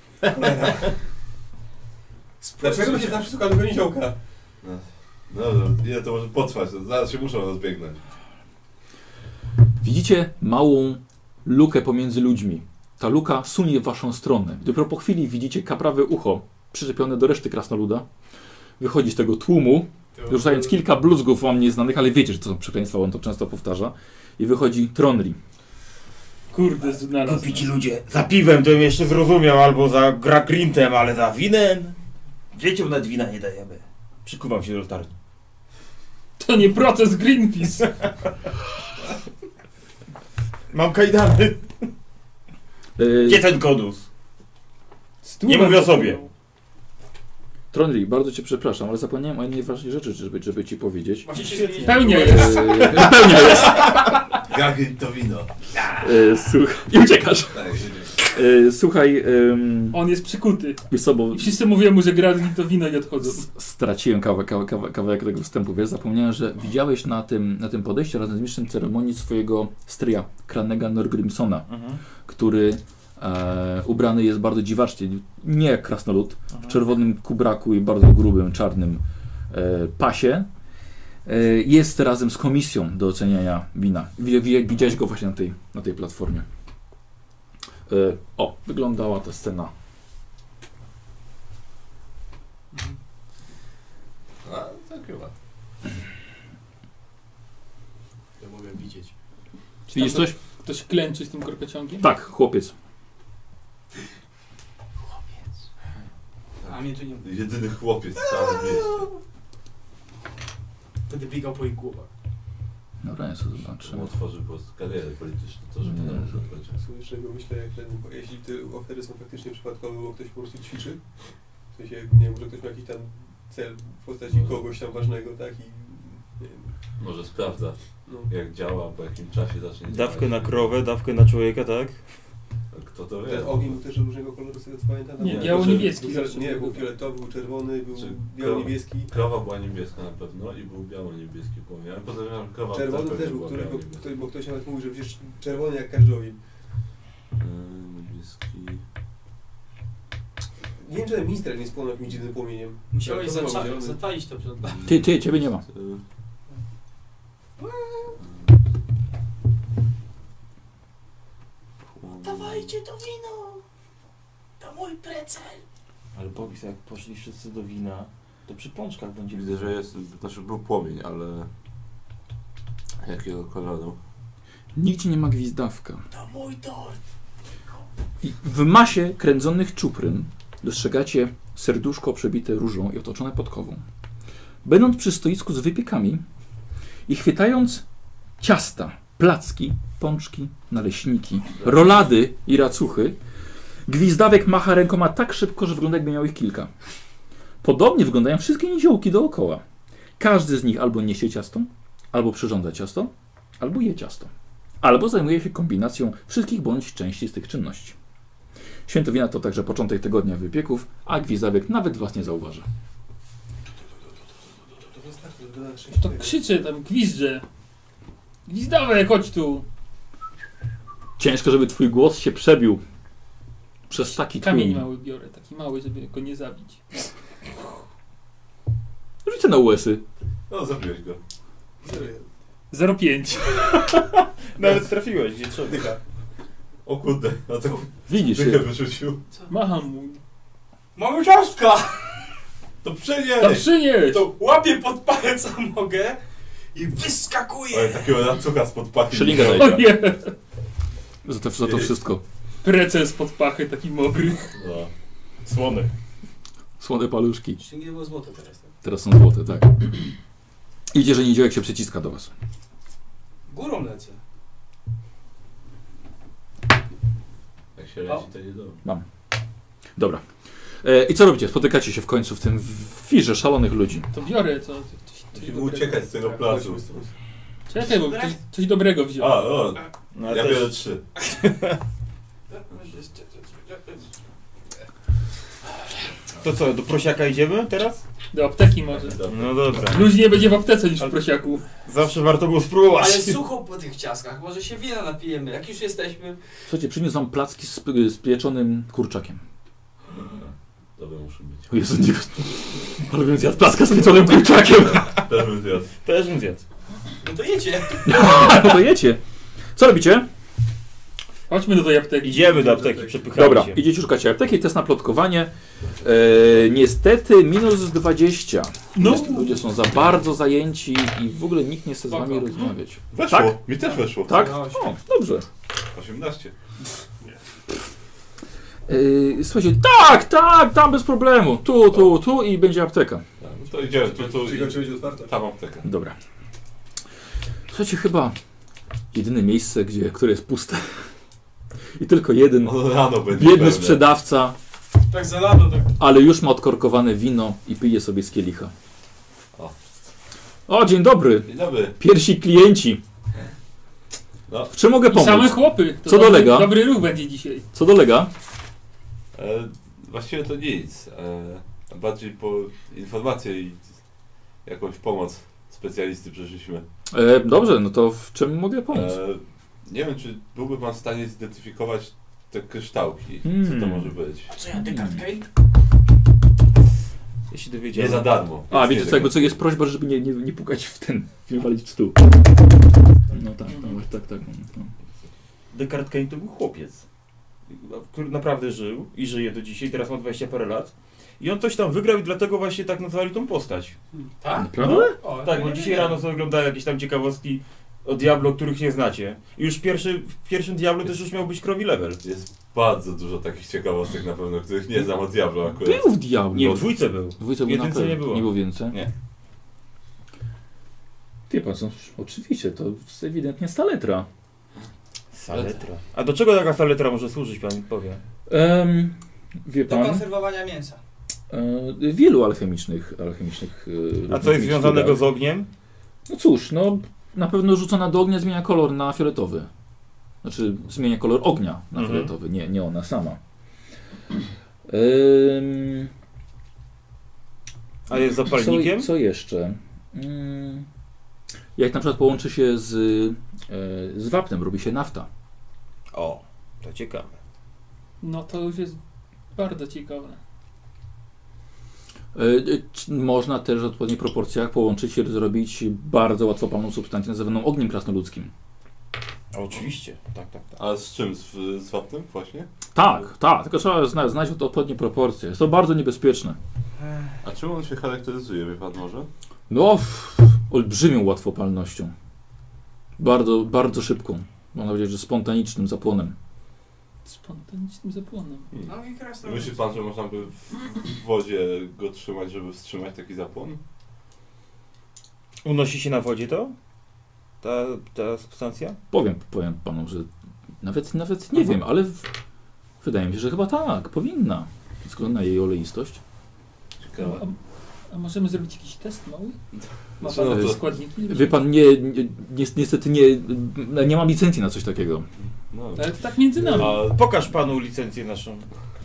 Dlaczego my się zawsze szukamy tego niziołka? No, ile to może potrwać? Zaraz się muszą rozbiegnąć. Widzicie małą lukę pomiędzy ludźmi. Ta luka sunie w waszą stronę. Dopiero po chwili widzicie kaprawe ucho przyczepione do reszty krasnoluda. Wychodzi z tego tłumu, rzucając kilka bluzgów wam nieznanych, ale wiecie, że to są przekleństwa, on to często powtarza. I wychodzi Tronri. Kurde, znalazł. Kupi ci ludzie za piwem, to bym jeszcze zrozumiał, albo za grakrintem, ale za winem? Dzieciom nawet wina nie dajemy. Przykuwam się do latarni. To nie proces Greenpeace. Mam kajdany. Gdzie ten kodus? Nie mówię o sobie. Tronri, bardzo cię przepraszam, ale zapomniałem o jednej ważnej rzeczy, żeby ci powiedzieć. Właśnie się zmienić. Pełnia jest. Pełnia jest. Gagin to wino. Słuchaj, i uciekasz. Słuchaj, On jest przykuty. wiesz co, bo I wszyscy mówią mu, że gra to wino i odchodzą. straciłem kawałek tego wstępu, wiesz, zapomniałem, że widziałeś na tym podejściu razem z mistrzem ceremonii swojego stryja, Kranega Norgrimsona, który ubrany jest bardzo dziwacznie, nie jak krasnolud, w czerwonym kubraku i bardzo grubym, czarnym pasie. Jest razem z komisją do oceniania wina. Widziałeś go właśnie na tej platformie. Wyglądała ta scena. A, tak chyba. widzieć. Widzisz coś? Ktoś klęczy z tym korkociągiem? Tak, chłopiec. A mnie tu nie ma. Jedyny chłopiec w całym mieście. Wtedy biegał po ich głowach. Dobra, ja sobie zobaczę. Czemu otworzy po prostu karierę polityczną, to żeby Nie. nam zabrać. Słuchaj, myślę, jak ten, bo jeśli te oferty są faktycznie przypadkowe, bo ktoś po prostu ćwiczy, w sensie, nie wiem, może ktoś ma jakiś tam cel w postaci kogoś tam ważnego, tak, i nie wiem, Może sprawdza, no. jak działa, po jakim czasie zacznie Dawkę działać. na krowę, dawkę na człowieka, tak? Kto to wie? Ten ogień był też różnego koloru, z tego co pamiętam. Tam Nie, był- biało-niebieski był- zawsze Nie, był. był fioletowy, był czerwony, był Czy biało-niebieski. Krowa była niebieska na pewno i był biało-niebieski płomień. Ja podejrzewam, że krowa Czerwony pewnie też był, była który, biało-niebieska. bo ktoś nawet mówił, że przecież czerwony jak każdy ogień. Niebieski... Nie wiem, czy ten minister nie spłonął jakimś dziwnym płomieniem. Musiałeś To był zielony. zataić to przed nami. Ty, ciebie nie ma. Dawajcie to wino! To mój precel! Ale Bogis, jak poszli wszyscy do wina, to przy pączkach będzie... Widzę, że jest, znaczy był płomień, ale... Jakiego koloru? Nigdzie nie ma gwizdawka. To mój tort! I w masie kręconych czupryn dostrzegacie serduszko przebite różą i otoczone podkową. Będąc przy stoisku z wypiekami i chwytając ciasta, placki, pączki, naleśniki, rolady i racuchy, gwizdawek macha rękoma tak szybko, że wygląda jakby miał ich kilka. Podobnie wyglądają wszystkie niziołki dookoła. Każdy z nich albo niesie ciasto, albo przyrządza ciasto, albo je ciasto. Albo zajmuje się kombinacją wszystkich bądź części z tych czynności. Świętowina to także początek tygodnia wypieków, a gwizdawek nawet was nie zauważy. To krzyczę tam, gwizdże. Gwizdawek, chodź tu. Ciężko, żeby twój głos się przebił przez taki Kamień tłum. mały biorę, taki mały, żeby go nie zabić. Rzucę na łesy. No, zabiłeś go. 0,5. Nawet trafiłeś, gdzie trzeba. Dycha. O kurde, a to Widzisz dychę je. wyrzucił. Macham mu. Mamy ciastka! To To przynieś! przynieś! To łapię pod pachę co mogę i wyskakuję! Oj, takiego racucha spod pachy. Szylinga nie daj. O nie! Za to wszystko. Precel spod pachy, taki mokry. No. Słony. Słone paluszki. Jeszcze nie było złote teraz. Tak? Teraz są złote, tak. Idzie, że niziołek się przyciska do was. Górą lecę. Jak się leci, to nie dobrze. Dobra. I co robicie? Spotykacie się w końcu w tym wirze szalonych ludzi. To biorę, co? Musimy uciekać z tego placu. Czekaj, bo ktoś coś dobrego wziął. A, o, No, ja też- biorę 3. To co, do prosiaka idziemy teraz? Do apteki może. No dobra. Luźniej będzie w aptece niż w prosiaku. Zawsze warto było spróbować. Ale sucho po tych ciastkach, może się wina napijemy. Jak już jesteśmy... Słuchajcie, przyniósł wam placki z pieczonym kurczakiem. Dobre muszą być. O Jezu, nie... Ale bym zjadł placka z pieczonym kurczakiem. Też bym zjadł. Też bym zjadł. No to jedzie. No to jecie. Co robicie? Chodźmy do tej apteki. Idziemy do apteki, przepychamy Dobra, się. idziecie, szukacie apteki, test na plotkowanie. Niestety minus 20. No. Niestety ludzie są za bardzo zajęci i w ogóle nikt nie chce z wami Spoko. rozmawiać. Weszło. Tak? Mi też weszło. Tak? No, O, dobrze. 18. Słuchajcie, tak, tam bez problemu. Tu i będzie apteka. Tak, no to idziemy. Tu Czyli oczywiście otwarte. tam apteka. Dobra. Słuchajcie, chyba jedyne miejsce, które jest puste. I tylko jeden No rano będzie biedny pewne. sprzedawca, tak zalano, tak. ale już ma odkorkowane wino i pije sobie z kielicha. O. O, dzień dobry. Dzień dobry. Pierwsi klienci. No, W czym mogę I same pomóc? chłopy. To Co dobry, dolega? Dobry ruch będzie dzisiaj. Co dolega? właściwie to nic. Bardziej po informację i jakąś pomoc specjalisty przyszliśmy. Dobrze, no to w czym mogę pomóc? Nie wiem, czy byłby pan w stanie zidentyfikować te kryształki. Co to Hmm. może być? A co ja, Descartes Kate? Ja się Nie dowiedziałem. za darmo. A, Jest wiecie nie co, jakby co tak. jest prośba, żeby nie pukać w ten, nie walić w stół. No tak. No. Descartes Kane to był chłopiec, który naprawdę żył i żyje do dzisiaj, teraz ma 20 parę lat. I on coś tam wygrał i dlatego właśnie tak nazwali tą postać. Tak? Naprawdę? O, Tak, ja bo nie dzisiaj wiedziałem. rano sobie oglądałem jakieś tam ciekawostki o Diablo, których nie znacie. I już w pierwszym Diablo też już miał być krowi level. Jest bardzo dużo takich ciekawostek na pewno, których nie znam o Diablo akurat. Był w Diablo. Nie, w dwójce był. W dwójce W był na jedynce pewno. nie było. Nie było więcej? Nie. Wie pan co, oczywiście, to jest ewidentnie staletra. Saletra. A do czego taka saletra może służyć, pan mi powie? Wie Do pan, konserwowania mięsa. wielu alchemicznych A różnych co jest związanego miksturach. z ogniem? No cóż, no na pewno rzucona do ognia zmienia kolor na fioletowy. Znaczy zmienia kolor ognia na Mhm. fioletowy, nie ona sama. A jest zapalnikiem? Co jeszcze? Jak na przykład połączy się z wapnem, robi się nafta. O, to ciekawe. No to już jest bardzo ciekawe. Można też w odpowiednich proporcjach połączyć i zrobić bardzo łatwopalną substancję nazywaną ogniem krasnoludzkim. Oczywiście, tak. A z czym? Z wapnem właśnie? Tak, tylko trzeba znaleźć odpowiednie proporcje. Jest to bardzo niebezpieczne. A czym on się charakteryzuje, wie pan może? No, olbrzymią łatwopalnością. Bardzo, bardzo szybką. Można powiedzieć, że spontanicznym zapłonem. Spontanicznym zapłonem. No i krasno. Myśli pan, że można by w wodzie go trzymać, żeby wstrzymać taki zapłon? Unosi się na wodzie to? Ta substancja? Powiem panu, że nawet nie wiem, ale wydaje mi się, że chyba tak, powinna. Ze względu na jej oleistość. Ciekawe. A możemy zrobić jakiś test mały? Ma Znaczy, pan no to- składniki? Wie pan, niestety nie mam licencji na coś takiego. No. Ale to tak między nami. Pokaż panu licencję naszą.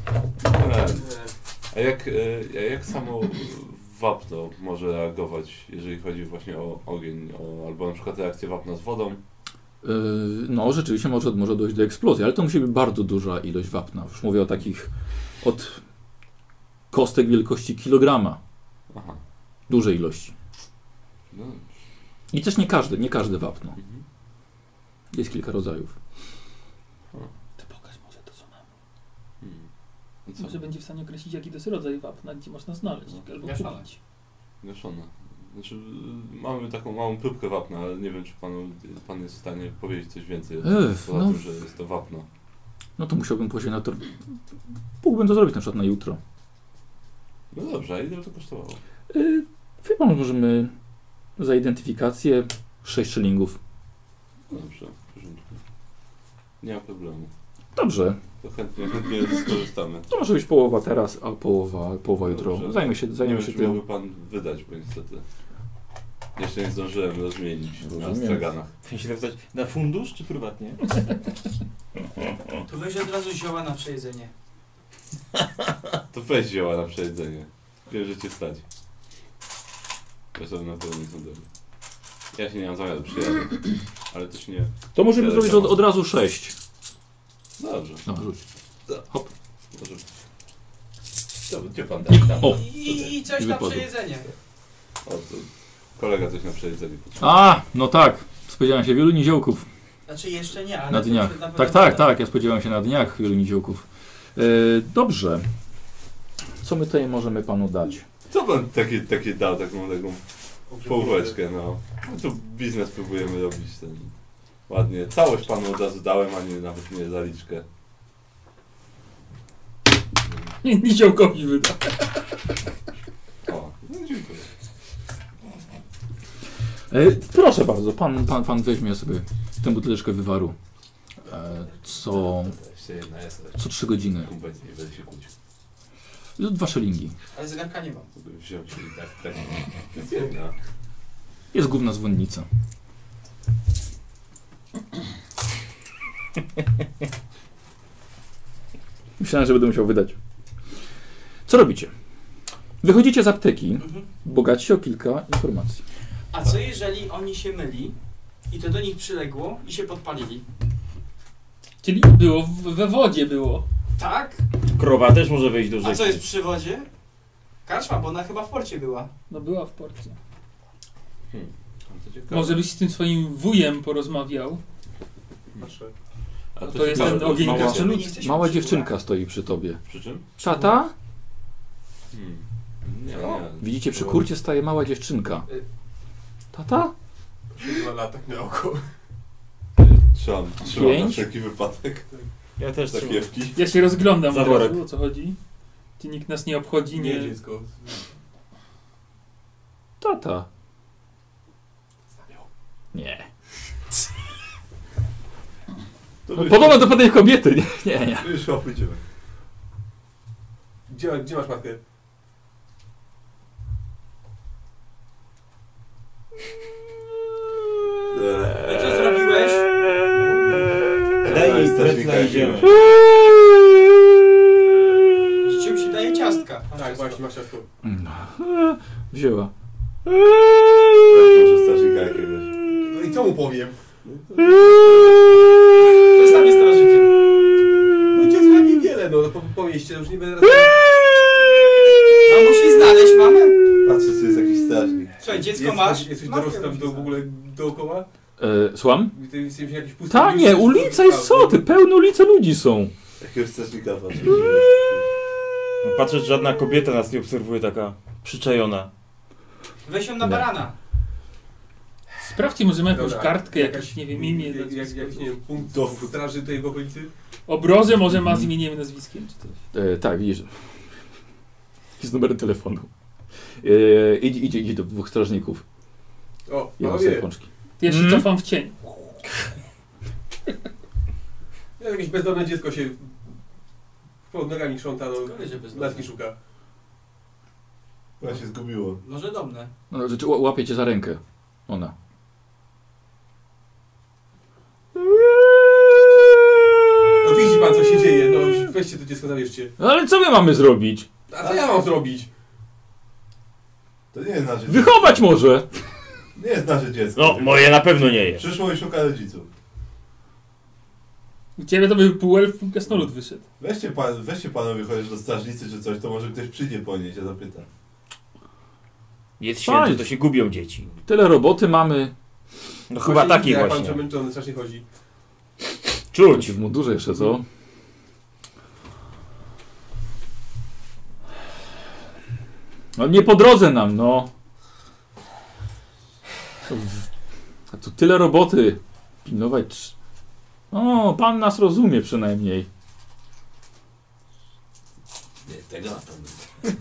A jak samo wapno może reagować, jeżeli chodzi właśnie o ogień, albo na przykład reakcję wapna z wodą? No, rzeczywiście może dojść do eksplozji, ale to musi być bardzo duża ilość wapna. Już mówię o takich od kostek wielkości kilograma. Aha. Dużej ilości. No. I też nie każde wapno. Mhm. Jest kilka rodzajów. To pokaż może to, co mamy. No co? Może będzie w stanie określić, jaki to jest rodzaj wapna, gdzie można znaleźć albo Gaszone. kupić. Gaszone. Znaczy, mamy taką małą próbkę wapna, ale nie wiem, czy pan jest w stanie powiedzieć coś więcej poza no. tym, że jest to wapno. No to musiałbym pójść na to. Mógłbym to zrobić na przykład na jutro. No dobrze, a ile to kosztowało? Wie pan, możemy za identyfikację 6 szylingów. Dobrze, w porządku. Nie ma problemu. Dobrze, To chętnie skorzystamy. to może być połowa teraz, a połowa jutro. Dobrze. Zajmę się Nie wiem, czy tym. miałby pan wydać, bo niestety jeszcze nie zdążyłem rozmienić na Rozumiem. straganach. Chcę się zapytać, na fundusz czy prywatnie? Tu weź od razu zioła na przejedzenie. To weź zioła na przejedzenie. Wiem, że cię stać. Zresztą na pewno nie są dobre. Ja się nie mam zamiaru przyjadę, ale też nie... To możemy Ja zrobić tam- od razu 6. Dobrze. No, rzuć. Hop. Dobrze. Dobra, gdzie pan O. I coś I na wypadło. przejedzenie. O, to kolega coś na przejedzenie potrzebuje. A, no tak. Spodziewałem się wielu niziołków Znaczy jeszcze nie, ale na to dniach. się na pewno Tak. przyda. Ja spodziewałem się na dniach wielu niziołków. Dobrze. Co my tutaj możemy panu dać? Co pan takie dał, taką połóweczkę, no. No tu biznes próbujemy robić ten... Ładnie. Całość panu od razu dałem, a nie nawet nie zaliczkę. Niziołkowi wyda. O, no dziękuję. Proszę bardzo, pan weźmie sobie tę buteleczkę wywaru. Jeszcze jedna jest, ale Co 3 godziny. kumpel nie będę się kłócił. 2 szylingi. Ale zegarka nie mam. Mógłbym wziąć i tak. Jest jedna. Jest główna dzwonnica. Myślałem, że będę musiał wydać. Co robicie? Wychodzicie z apteki, Mhm. bogaci o kilka informacji. A co jeżeli oni się myli i to do nich przyległo i się podpalili? Czyli było we wodzie było. Tak? Krowa też może wejść do rzeki. A co jest przy wodzie? Karczma, bo ona chyba w porcie była. No była w porcie. To ciekawe. Może byś z tym swoim wujem porozmawiał. A to jest ten ogień mała- krasnoludski. Nie jesteśmy Mała przy dziewczynka stoi przy tobie. Przy czym? Tata? Nie. Widzicie, przy kurcie staje mała dziewczynka. Tata? 7 latach na oko. Trzymam na 5? wszelki wypadek. Ja też trzymam. Takiewki. Ja się rozglądam Za od worek. razu, o co chodzi. Czy nikt nas nie obchodzi, Nie, nie... dziecko. Tata. Nie. To No, podobno do pewnej kobiety, nie. Już chyba pójdziemy. Gdzie masz matkę? I co zrobiłeś? Daj jej Zaraz stretla i idziemy. Dzieciom się daje ciastka. Tak, właśnie, masz ciastko. No. Wzięła. Może strażnika jakiegoś. No i co mu powiem? Zostanie strażnikiem. No dziecka niewiele, no po mieście, to już nie będę raz... A musi znaleźć mamę. Patrzę, czy jest jakiś strażnik. Słuchaj, dziecko masz. Jesteś matkę dorosły tam musi w ogóle dookoła? Słucham? Ty jesteś jakiś pusty... Ta nie, ulica jest co ty? Pełne ulice ludzi są. Jakiegoś strażnika patrzę. Patrzę, że żadna kobieta nas nie obserwuje taka przyczajona. Weź ją na Nie. barana. Sprawdźcie, może ma jakąś Dobra, kartkę, jakaś- jakieś, nie wiem, imię, Jak, nazwisko. nie wiem, punkt Do- straży tutaj w okolicy? Obrozę może ma z imieniem i nazwiskiem, czy coś. Tak, widzisz. Z numerem telefonu. Idzie do 2 strażników. O, I ma sobie panowie, pączki. To ja się Mm. cofam w cień. jakieś bezdomne dziecko się pod nogami krząta, no Koledzie bezdomne. matki szuka. Chyba się zgubiło. Może domne. No, rzeczy łapie cię za rękę. Ona. No widzi pan, co się dzieje, no weźcie to dziecko, zabierzcie. No ale co my mamy zrobić? A co ja mam zrobić? To nie jest nasze dziecko. Wychować może! Nie jest nasze dziecko. No, moje na pewno nie jest. Przyszło i szuka rodziców. U ciebie to by pół elf, pół krasnolud wyszedł. Weźcie panowie chociaż do strażnicy czy coś, to może ktoś przyjdzie po nie, się zapyta. Jest Fajnie. święto, to się gubią dzieci. Tyle roboty mamy. No chyba taki jak pan właśnie. przemęczony strasznie chodzi. Czuć. W mundurze jeszcze, co? No nie po drodze nam, no. A tu tyle roboty. Pilnować. O, pan nas rozumie przynajmniej. Nie, tego na pewno.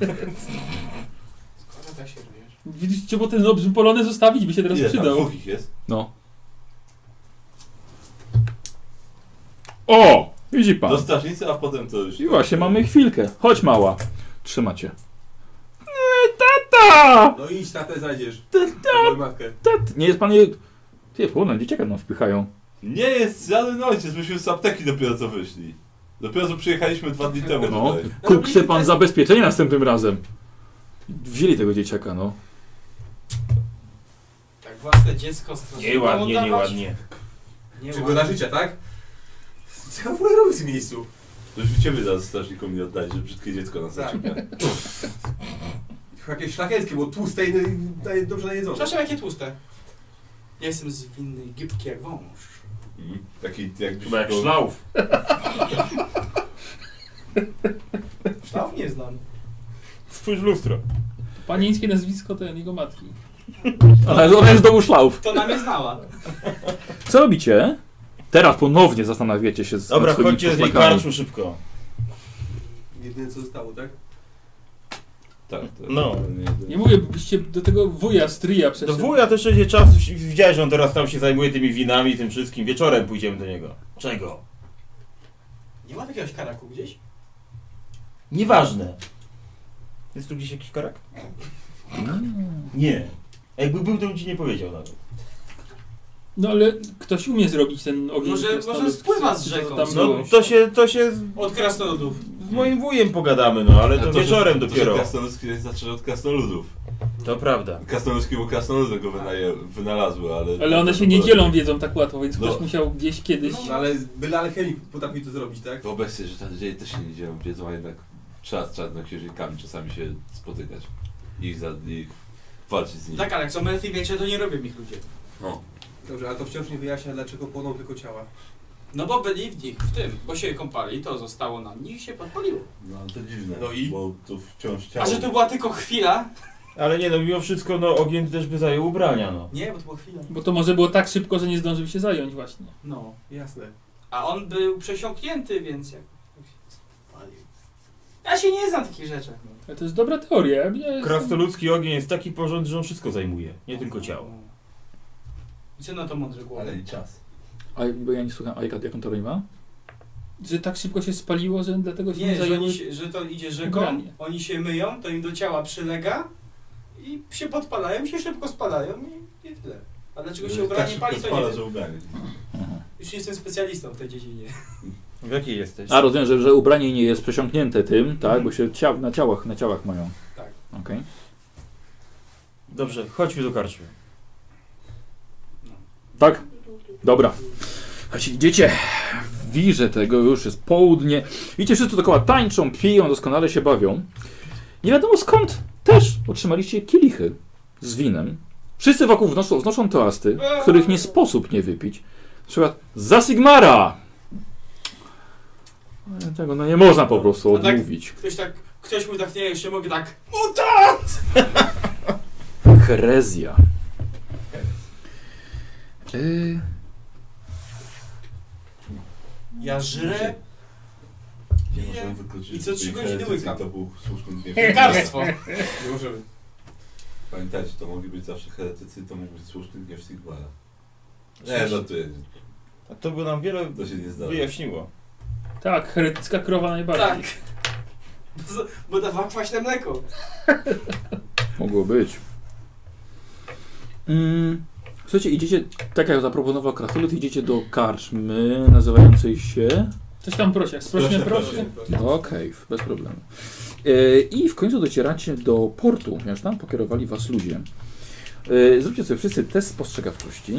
Skoro tak się robisz. Widzicie, bo ten obrzym polony zostawić by się teraz Ile tam przydał. dwóch ich jest? No. O! Widzi pan. Do strażnicy, a potem to już... I właśnie mamy chwilkę. Chodź mała. Trzymacie. Tata! No idź, tatę znajdziesz. Tata! Moją matkę. Nie jest pan jej... Ty, płona, dzieciaka nam wpychają. Nie jest żaden ojciec, myśmy z apteki dopiero co wyszli. Dopiero co przyjechaliśmy 2 dni temu No, tutaj. kup se pan zabezpieczenie następnym razem. Wzięli tego dzieciaka, no. Tak, własne dziecko strażnikom Nieładnie, oddawać? nieładnie. Przygoda życia, tak? Co ja w ogóle robię w tym miejscu? To już ciebie zaraz strażnikom nie oddać, że brzydkie dziecko nas Tak. zaczepia. Jakieś szlachetkie, bo tłuste i dobrze najedzone. Przepraszam, jakie tłuste. Ja jestem zwinny i gibki jak wąż. Taki jakbyś Chyba jak go- szlauf. Szlaf nie znam. Spójrz w lustro. Panieńskie nazwisko to jego matki. Ale ona jest z domu szlauf. To na mnie znała. Co robicie? Teraz ponownie zastanawiacie się z Dobra, swoimi chodźcie z tej poszlakami. karczmy szybko. Jedyne co zostało, tak? Tak, to No. Nie mówię, byście do tego wuja, stryja Do przeszedł. wuja też będzie czas, widziałeś, że on teraz tam się zajmuje tymi winami i tym wszystkim. Wieczorem pójdziemy do niego. Czego? Nie ma jakiegoś karaku gdzieś? Nieważne. Jest tu gdzieś jakiś karak? Nie. A jakby był, to bym ci nie powiedział nawet. No ale ktoś umie zrobić ten ogień. Może krasnolud. spływa z Co rzeką tam sobie. było? No to się Od krasnoludów. z moim wujem pogadamy, no ale to wieczorem dopiero. To, że krasnoludzki zaczyna od krasnoludów. To prawda. Krasnoludzki, bo krasnoludy go wynalazły, ale... Ale one się nie dzielą wiedzą tak łatwo, więc No. ktoś musiał gdzieś kiedyś... No ale byle alchemik potrafi to zrobić, tak? Wyobraź sobie, że ludzie też się nie dzielą wiedzą, a jednak trzeba z czarnoksiężnikami czasami się spotykać. I walczyć z nimi. Tak, ale jak są elfy większe, to nie robią ich ludzie. No. Dobrze, ale to wciąż nie wyjaśnia, dlaczego płoną tylko ciała. No bo byli w nich, w tym, bo się kąpali, to zostało na nich i się podpaliło. No to dziwne, No i? bo tu wciąż ciało... A że to była tylko chwila, Ale nie no, mimo wszystko no ogień też by zajął ubrania, no. Nie, bo to była chwila. Bo to może było tak szybko, że nie zdążył się zająć właśnie. No. Jasne. A on był przesiąknięty, więc jak się spalił. Ja się nie znam w takich rzeczach. No. Ale to jest dobra teoria. Ja jestem- Krasnoludzki ogień jest taki porządny, że on wszystko zajmuje, nie tylko ciało. I co na to mądry głowa? Ale i czas. A, bo ja nie słucham, a jaką to ma? Że tak szybko się spaliło, że dlatego się nie Nie, że, zajęły... że to idzie rzeką, ubranie. oni się myją, to im do ciała przylega i się podpalają, się szybko spalają i tyle. A dlaczego się ubranie tak pali, szybko to nie spala, wiem. że ubranie. Już jestem specjalistą w tej dziedzinie. W jakiej jesteś? A rozumiem, że ubranie nie jest przesiąknięte tym, tak? Bo się na ciałach mają. Tak. Okej. Dobrze, chodźmy do karczmy. Tak? Dobra. Chodźcie, idziecie. Widzę tego, już jest południe. Widzicie, wszyscy dookoła tańczą, piją, doskonale się bawią. Nie wiadomo skąd też otrzymaliście kielichy z winem. Wszyscy wokół wznoszą toasty, których nie sposób nie wypić. Na przykład za Sigmara! Tego no nie można po prostu A tak- odmówić. Ktoś mu tak nie, jeszcze mogę tak MUTANT! Herezja. Ja żrę Nie Nie. możemy wykluczyć. I co 3 tej godziny heretycji, łykam. To był słuszny gniew. piekarstwo. Nie możemy. Pamiętajcie, to mogli być zawsze heretycy, to mógł być słuszny gniew Sigmara. Nie, żartuję. A to by nam wiele To się nie zdarza. wyjaśniło. Tak, heretycka krowa najbardziej. Tak. Bo dawała kwaśne mleko. Mogło być. Słuchajcie, idziecie, tak jak zaproponował Krasnolud, idziecie do karczmy nazywającej się... Coś tam proszę, sprośne proszę. Okej, bez problemu. I w końcu docieracie do portu, ponieważ tam pokierowali was ludzie. Zróbcie sobie wszyscy test spostrzegawczości.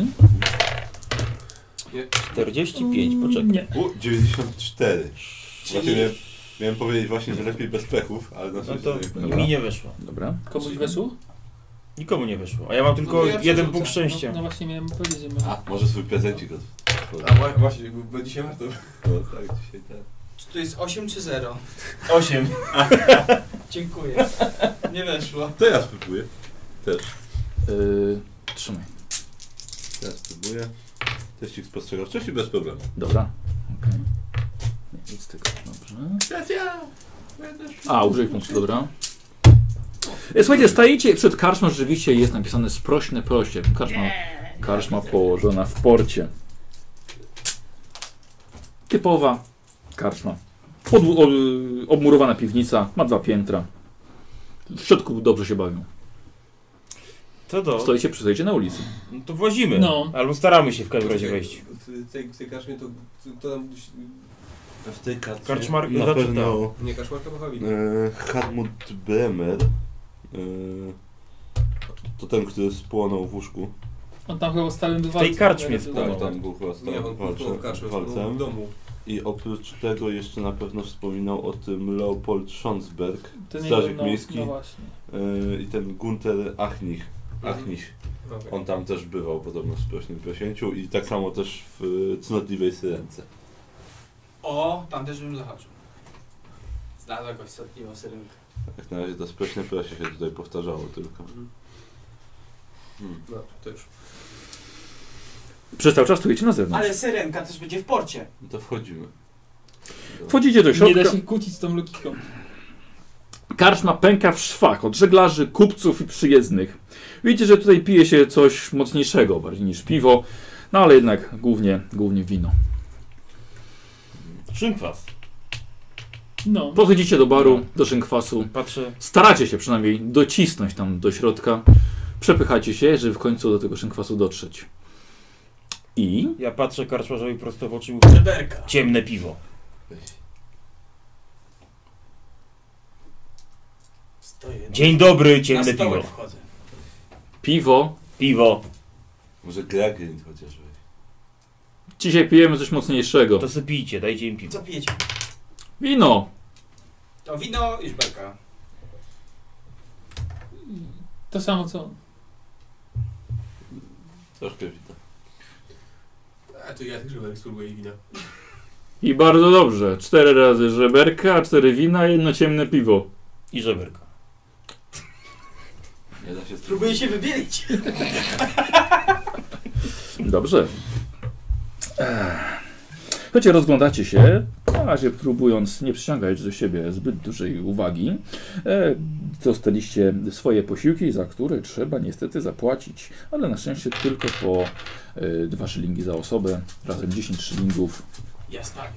45, poczekaj. Nie. 94. Właśnie Czyli miałem powiedzieć właśnie, że lepiej bez pechów, ale na No szczęście to to nie pech. Dobra. mi nie weszło. Dobra. Komuś weszło? Nikomu nie weszło. A ja mam tylko No to ja jeden przerzucę. punkt szczęścia. No właśnie miałem powiedzieć, że my... A, może swój prezencik od... A właśnie, bo dzisiaj warto. No tak, dzisiaj tak. czy to jest 8 czy 0? 8. Dziękuję. Nie weszło. To ja spróbuję. Też. Trzymaj. Ja spróbuję. Teścik spostrzegawczości bez problemu. Dobra. Okej. Nie, nic z tego. Dobrze. A, użyj punktu, dobra. Słuchajcie, stajecie przed karczmą, rzeczywiście jest napisane sprośne proście. Karczma położona w porcie. Typowa karczma. Obmurowana piwnica, ma 2 piętra. W środku dobrze się bawią. To do. Stoicie na ulicy. No to włazimy. No. Albo staramy się w każdym razie wejść. W tej karczmie to nam... W tej karcie Karczmarka na zaczytał. pewno Nie, Kaszmarka Bochawina. Hartmut Bremer. To ten, który spłonął w łóżku. On tam chyba stałym W bywalcem. tej karczmie Tak, spłonął. Tak, tam był chyba Nie, on był w karczmie, on był walcem. w domu. I oprócz tego jeszcze na pewno wspominał o tym Leopold Schonsberg, Ten strażnik jego, miejski. No właśnie. I ten Gunter Achnich. Okay. On tam też bywał podobno w Sprośnym Prosięciu i tak samo też w Cnotliwej Syrence. O, tam też bym zahaczył. Znalazł jakąś cnotliwą syrenkę. Jak na razie to Sprośne Prosie się tutaj powtarzało tylko. No, to już. Przez cały czas stoicie na zewnątrz. Ale syrenka też będzie w porcie. No to wchodzimy. Wchodzicie do Nie środka. da się kłócić z tą logiką. Karczma pęka w szwach od żeglarzy, kupców i przyjezdnych. Widzicie, że tutaj pije się coś mocniejszego, bardziej niż piwo, no ale jednak głównie wino. Szynkwas. No. Podchodzicie do baru, do szynkwasu. Patrzę. Staracie się przynajmniej docisnąć tam do środka. Przepychacie się, żeby w końcu do tego szynkwasu dotrzeć. I... Ja patrzę karczmarzowi prosto w oczy i mówię, Żeberka. ciemne piwo. Stoję. Dzień dobry, Na ciemne stołek piwo. wchodzę. Piwo. Piwo. Może Gragrind chociaż weź. Dzisiaj pijemy coś mocniejszego. To sypijcie, dajcie im piwo. Co pijecie? Wino. To wino i żeberka. To samo co on. Troszkę wita. A to ja też chyba spróbuję wina. I bardzo dobrze. 4 razy żeberka, 4 wina, 1 ciemne piwo. I żeberka. Nie da się Próbuję się wybielić. Dobrze. Choć rozglądacie się, na razie próbując nie przyciągać do siebie zbyt dużej uwagi, dostaliście swoje posiłki, za które trzeba niestety zapłacić, ale na szczęście tylko po 2 szylingi za osobę, razem 10 szylingów. Ja stawiam.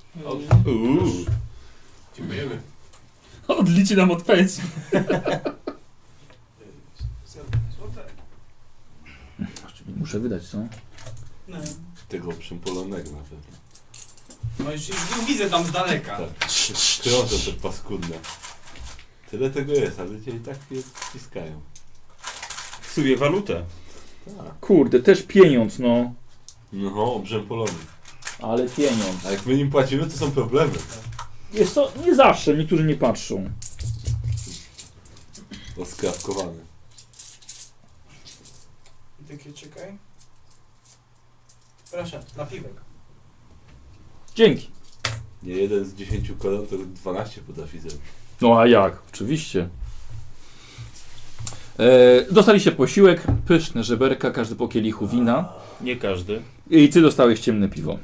Dziękujemy. Odliczy nam od pensji. Złote. Muszę wydać, co? No. Tego przympolonego na pewno. No już widzę tam z daleka. Tak. Krążą te paskudne. Tyle tego jest, ale cię i tak je wciskają. Psuje walutę. Tak. Kurde, też pieniądz, no. No, brzępolony. Ale pieniądz. A jak my nim płacimy, to są problemy. Jest to nie zawsze, niektórzy nie patrzą. Oskrawkowane. Takie czekaj. Proszę, napiwek. Dzięki. Nie jeden z 10 koron to 12 potrafi zrobić. No a jak? Oczywiście. Dostaliście posiłek, pyszne żeberka, każdy po kielichu wina. Nie każdy. I ty dostałeś ciemne piwo.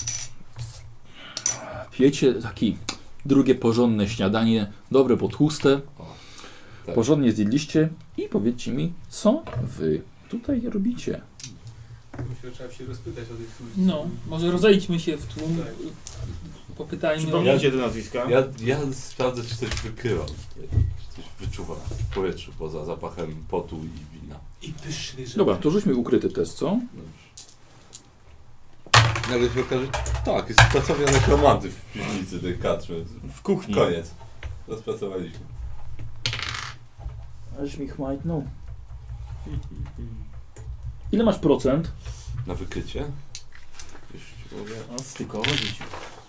Pijecie taki drugie porządne śniadanie, dobre po tłuste. Tak. Porządnie zjedliście i powiedzcie mi, co wy tutaj robicie? Myślę, że trzeba się rozpytać o tych ludzi. No, może rozejdźmy się w tłum, Tak. popytajmy. Przypomnijcie te nazwiska. Ja sprawdzę, czy coś wykrywam. Czy coś wyczuwam w powietrzu poza zapachem potu i wina. I pyszny żeber. Dobra, to rzućmy ukryty test, co? Dobrze. Nagle się okaże, tak, jest pracownia nekromanty w piwnicy tej karczmy. W kuchni. Koniec. Rozpracowaliśmy. Aż mi chmajtnął. Ile masz procent? Na wykrycie? Już ci mówię. A stykowo życiu.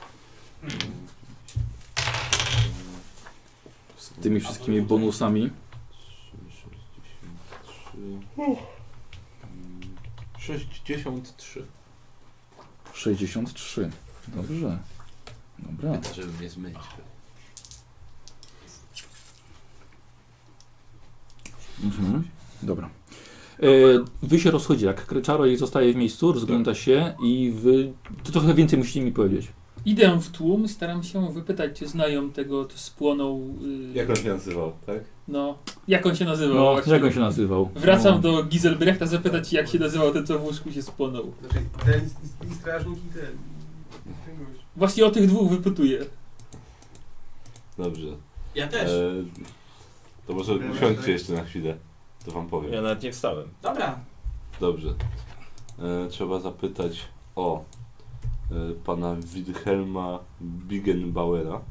Z tymi wszystkimi bonusami. 63. 63. Dobrze. Dobra. Żeby mnie zmylić. Mhm. Dobra. Wy się rozchodzi, jak Czarodziej zostaje w miejscu, rozgląda się i wy... To trochę więcej musicie mi powiedzieć. Idę w tłum, staram się wypytać, czy znają tego, kto spłonął. Jak on się nazywał, tak? No, jak on się nazywał? No, właśnie. jak on się nazywał? Wracam No. do Giselbrechta zapytać, jak się nazywał ten, co w łóżku się spłonął. Znaczy, ten i strażnik i ten. Ten gość. Właśnie o tych dwóch wypytuję. Dobrze. Ja też. To może usiądźcie jeszcze na chwilę. To wam powiem. Ja nawet nie wstałem. Dobra. Dobrze. Trzeba zapytać o pana Wilhelma Biggenbauera.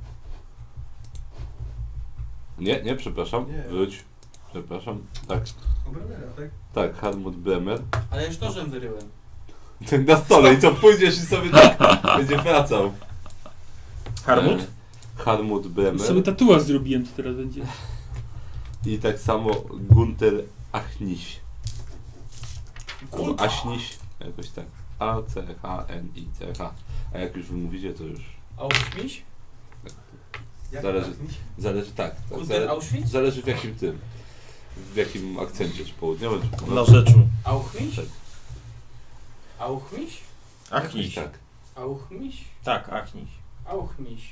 Nie, przepraszam. Nie. Wróć. Przepraszam. Tak, Obramera, tak? tak, Hartmut Bremer. Ale już nożem wyryłem. Tak na stole i co, pójdziesz i sobie tak będzie wracał. Harmut? Hartmut Już Bremer. sobie tatuaż zrobiłem, to teraz będzie. I tak samo Gunter Achniś. Albo Aśniś, jakoś tak. A-C-H-N-I-C-H. A jak już wymówicie, to już Auschwitz? Jak Zależy. pachnić? zależy, tak. Gunter Auschwitz? Zależy w jakim tym. W jakim akcencie, czy południowym, czy Na północnym. rzeczu. Auschwitz? Tak. Auschwitz? Achniś. Tak. Auschwitz? Tak, Achniś. Auschwitz.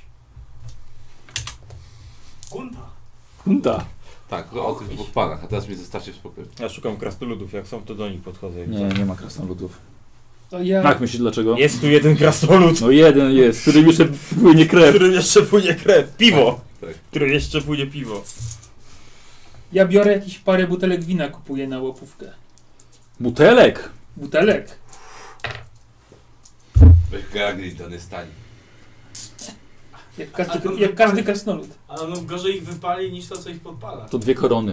Gunta. Da. Tak, to o tych dwóch panach, a teraz mnie zostawcie w spokoju. Ja szukam krasnoludów, jak są, to do nich podchodzę. Nie ma krasnoludów. To ja... Jak myślisz dlaczego? Jest tu jeden krasnolud, No jeden jest, który jeszcze płynie w krew. którym jeszcze płynie krew. Piwo! Tak. W którym jeszcze płynie piwo. Ja biorę jakieś parę butelek wina, kupuję na łapówkę. Butelek! Butelek? Weź Gagri, to nie stanie. Jak każdy krasnolud. Ale no gorzej ich wypali niż to, co ich podpala. To 2 korony.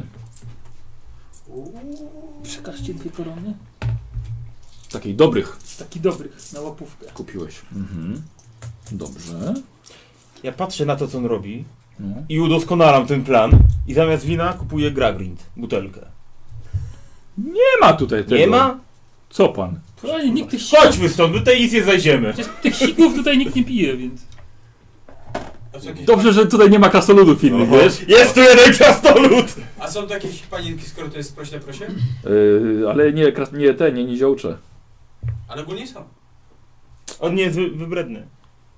Przekażcie 2 korony. Takich dobrych Taki dobrych, na łapówkę. kupiłeś. Mhm. Dobrze. Ja patrzę na to, co on robi No. i udoskonalam ten plan. I zamiast wina kupuję Gragrind, butelkę. Nie ma tutaj tego. Nie ma? Co pan? Proszę, nikt tych sików, Chodźmy stąd, my tutaj nic nie zajdziemy. przecież tych sików tutaj nikt nie pije, więc... A są jakieś Dobrze, że tutaj nie ma krasnoludów innych, Oho. wiesz? Jest tu jeden krasnolud! A są tu jakieś panienki, skoro to jest prośne prosie? Ale nie niziołcze. Ale ogólnie są. On nie jest wybredny.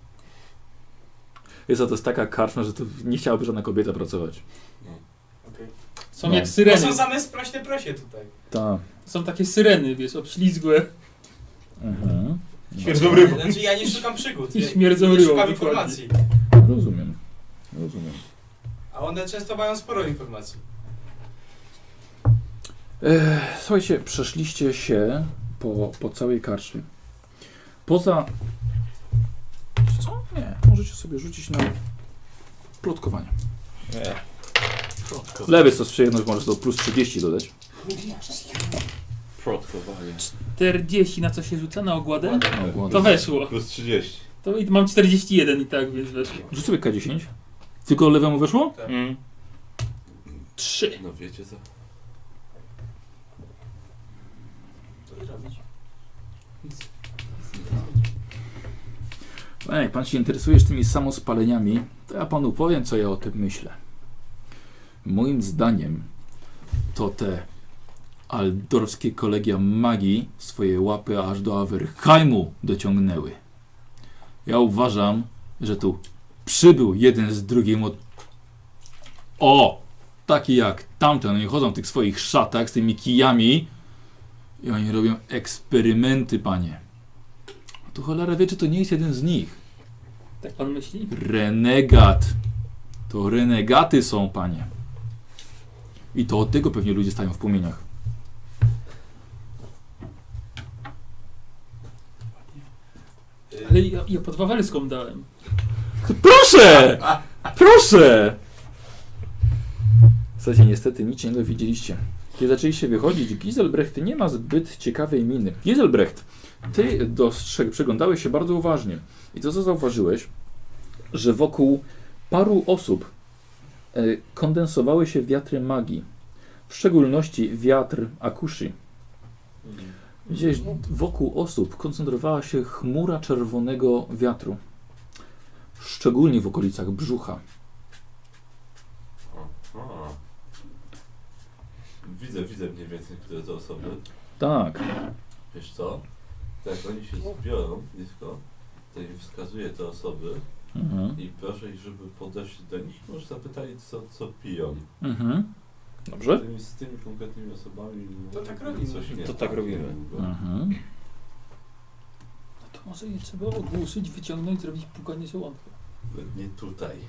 Jest to jest taka karczma, że tu nie chciałaby żadna kobieta pracować. Okej. Są No. jak Bo syreny. są same prośne prosie tutaj. Tak. Są takie syreny, wiesz, obślizgłe. Mhm. Śmierdzą rybą. Znaczy ja nie szukam przygód. I Ja śmierdzą nie rybą, szukam dokładnie. informacji. Rozumiem. A one często mają sporo informacji. Słuchajcie, przeszliście się po całej karczmie. Poza... Co? Nie. Możecie sobie rzucić na plotkowanie. Nie. Lewy to z przyjemność możesz do plus 30 dodać. Plotkowanie. 40 na co się rzuca? Na ogładę? No, głodny. To weszło. Plus 30. To mam 41 i tak, więc weszło. Rzuć sobie K10. Tylko lewemu weszło? Mm. 3. No wiecie co? Co zrobić? Jak pan się interesujesz tymi samospaleniami, to ja panu powiem, co ja o tym myślę. Moim zdaniem to te aldorskie kolegia magii swoje łapy aż do Averheimu dociągnęły. Ja uważam, że tu przybył jeden z drugim od... O! Taki jak tamten, oni chodzą w tych swoich szatach z tymi kijami i oni robią eksperymenty, panie. Tu cholera wie, czy to nie jest jeden z nich. Tak pan myśli? Renegat. To renegaty są, panie. I to od tego pewnie ludzie stają w płomieniach. Ale ja pod Wawelską dałem. Proszę! Proszę! Słuchajcie, niestety nic nie dowiedzieliście. Kiedy zaczęliście wychodzić, Giselbrecht nie ma zbyt ciekawej miny. Giselbrecht, ty przyglądałeś się bardzo uważnie. I to co zauważyłeś, że wokół paru osób kondensowały się wiatry magii. W szczególności wiatr Akushi. Gdzieś wokół osób koncentrowała się chmura czerwonego wiatru. Szczególnie w okolicach brzucha. Aha. Widzę mniej więcej, które to osoby. Tak. Wiesz co? Tak jak oni się zbiorą blisko, to im wskazuje te osoby Mhm. i proszę ich, żeby podeszli do nich, może zapytali co piją. Mhm. Dobrze? Z tymi konkretnymi osobami To tak robimy. coś nie To tak robimy. Mhm. No to może je trzeba ogłuszyć, wyciągnąć, zrobić pukanie żołądka. Nie tutaj.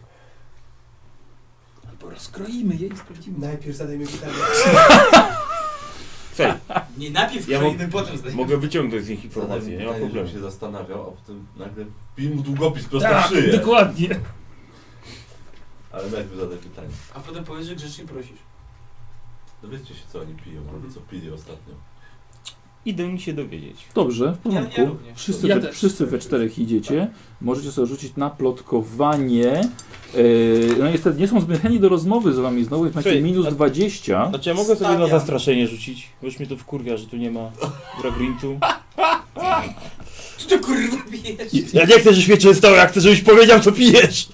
Albo rozkroimy je i sprawdzimy. Najpierw zadajmy pytanie. Słuchaj, Nie, najpierw Ja kroimy, potem zdajemy. mogę wyciągnąć z nich informacje, Zadałem nie ma pytanie, problemu. żebym się zastanawiał, a potem nagle wbij mu długopis prosto w Tak, szyję. dokładnie. Ale najpierw zadaj pytanie. A potem powiesz, że grzecznie prosisz. Dowiedzcie się co oni piją, albo co pili ostatnio. Idę mi się dowiedzieć. Dobrze, w porządku. Ja również. Wszyscy, Ja we, też. wszyscy we czterech idziecie. Możecie sobie rzucić na plotkowanie. No niestety nie są zbyt chętni do rozmowy z wami znowu. Macie Słuchaj, minus a- 20. Znaczy ja mogę sobie na Stawiam. zastraszenie rzucić, bo już mnie to wkurwia, że tu nie ma dragrintu. Co ty kurwa bijesz? Ja nie chcę, żebyś mnie czytał, ja chcę, żebyś powiedział, co pijesz.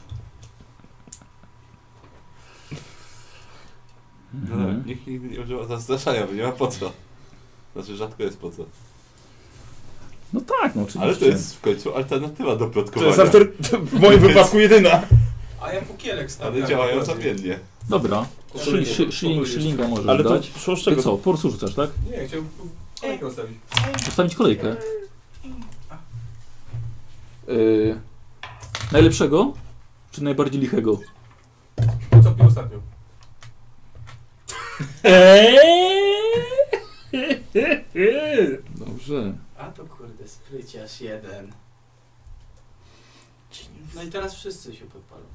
No Mhm. tak, nikt nigdy nie używa zastraszania, bo nie ma po co. Znaczy rzadko jest po co. No tak, no oczywiście. Ale to jest w końcu alternatywa do To plotkowania. jest w moim wypadku jedyna. A ja pokielek Ale stawiam. działają zamiennie. Dobra. Szylinga możesz Ale to dać. szło z Ty czego? co, po prostu rzucasz, tak? Nie, chciałbym kolejkę ustawić. Postawić kolejkę. Najlepszego? Czy najbardziej lichego? Co pił ostatnio? Dobrze. A to kurde, spryciarz jeden. No i teraz wszyscy się podpalą.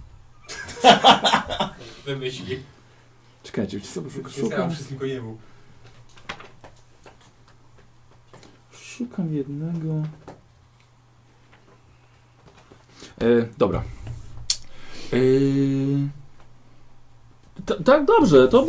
Wymyśli. Czekajcie, co Szukam szukam? wszystkim jemu. Szukam jednego. Dobra. Tak, dobrze, to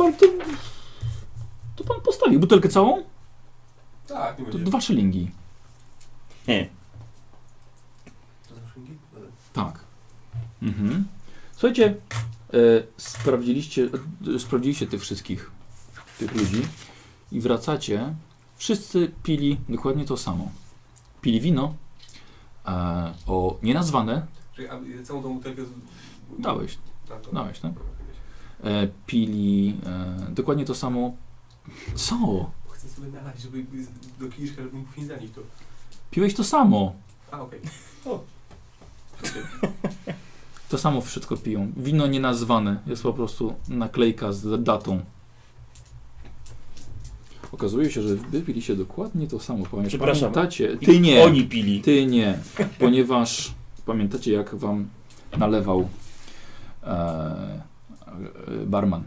pan postawi. Butelkę całą? Tak, nie To będzie. 2 szylingi. Nie. To są szynki? Dobra. Tak. Mhm. Słuchajcie, sprawdziliście tych wszystkich tych ludzi i wracacie. Wszyscy pili dokładnie to samo. Pili wino o nienazwane. Czyli całą tą butelkę... Dałeś, Tak, to... dałeś, tak? Pili dokładnie to samo. Co? Chcę sobie nalać, żeby do kieliszka, żeby później zanieść to. Piłeś to samo. A, okej. To samo wszystko piją. Wino nienazwane. Jest po prostu naklejka z datą. Okazuje się, że wy piliście dokładnie to samo. Przepraszam. Pamiętacie? Ty nie. Oni pili. Ty nie. Ponieważ pamiętacie, jak wam nalewał barman.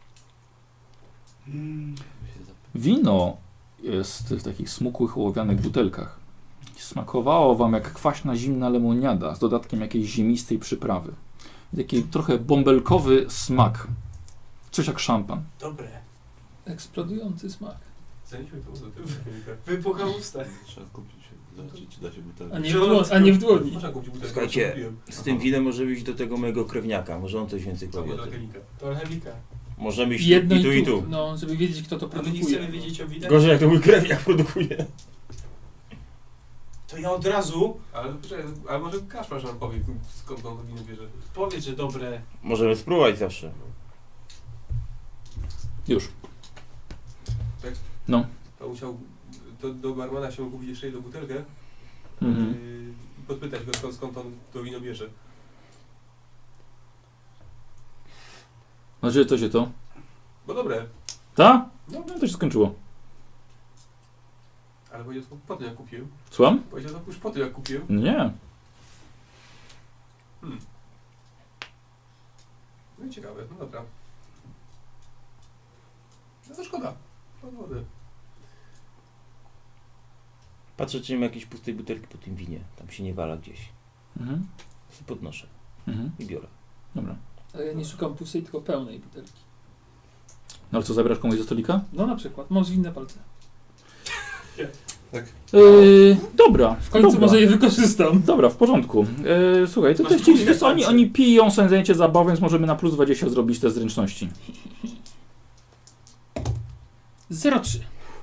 Wino jest w takich smukłych, ołowianych butelkach. Smakowało wam jak kwaśna, zimna lemoniada z dodatkiem jakiejś ziemistej przyprawy. Taki trochę bąbelkowy smak. Coś jak szampan. Dobre. Eksplodujący smak. Zanieśmy to do tyłu. Wypucha usta. Trzeba kupić, zobaczyć, czy da się butelkę. A nie w dłoni. Można kupić butelkę. Słuchajcie, kupiłem. z tym winem może iść do tego mojego krewniaka. Może on coś więcej Albo powie. do alchemika. To alchemika. Możemy iść Jedno i tu. No, żeby wiedzieć, kto to A my nie produkuje. chcemy wiedzieć o winach? Gorzej jak to mój krewniak produkuje. To ja od razu Ale poczekaj, ale może Kaszmarz nam powie, skąd on to wino bierze. powiedz, że dobre. Możemy spróbować zawsze. Już. To musiał do barmana się kupić jeszcze jedną butelkę Mhm. i podpytać go, skąd on to wino bierze. Znaczy, to się to? Bo dobre, Ta? No, to się skończyło. ale powiedział to po tym jak kupiłem. Słucham? Powiedział to już po tym jak kupiłem. Nie. No i ciekawe, no dobra. No to szkoda. Szkoda wody. Patrzę, czy nie ma jakiejś pustej butelki po tym winie. Tam się nie wala gdzieś. Mhm. Podnoszę Mhm. i biorę. Dobra. Ale ja nie szukam pustej, tylko pełnej butelki. No ale co, zabierasz komuś ze stolika? No na przykład, mam zwinne palce. Dobra. W końcu dobra. może je wykorzystam. Dobra, w porządku. Słuchaj, to Masz też zwinne wiesz co, palce. oni piją, są zajęcie zabawą, więc możemy na plus 20 zrobić test zręczności. 0,3.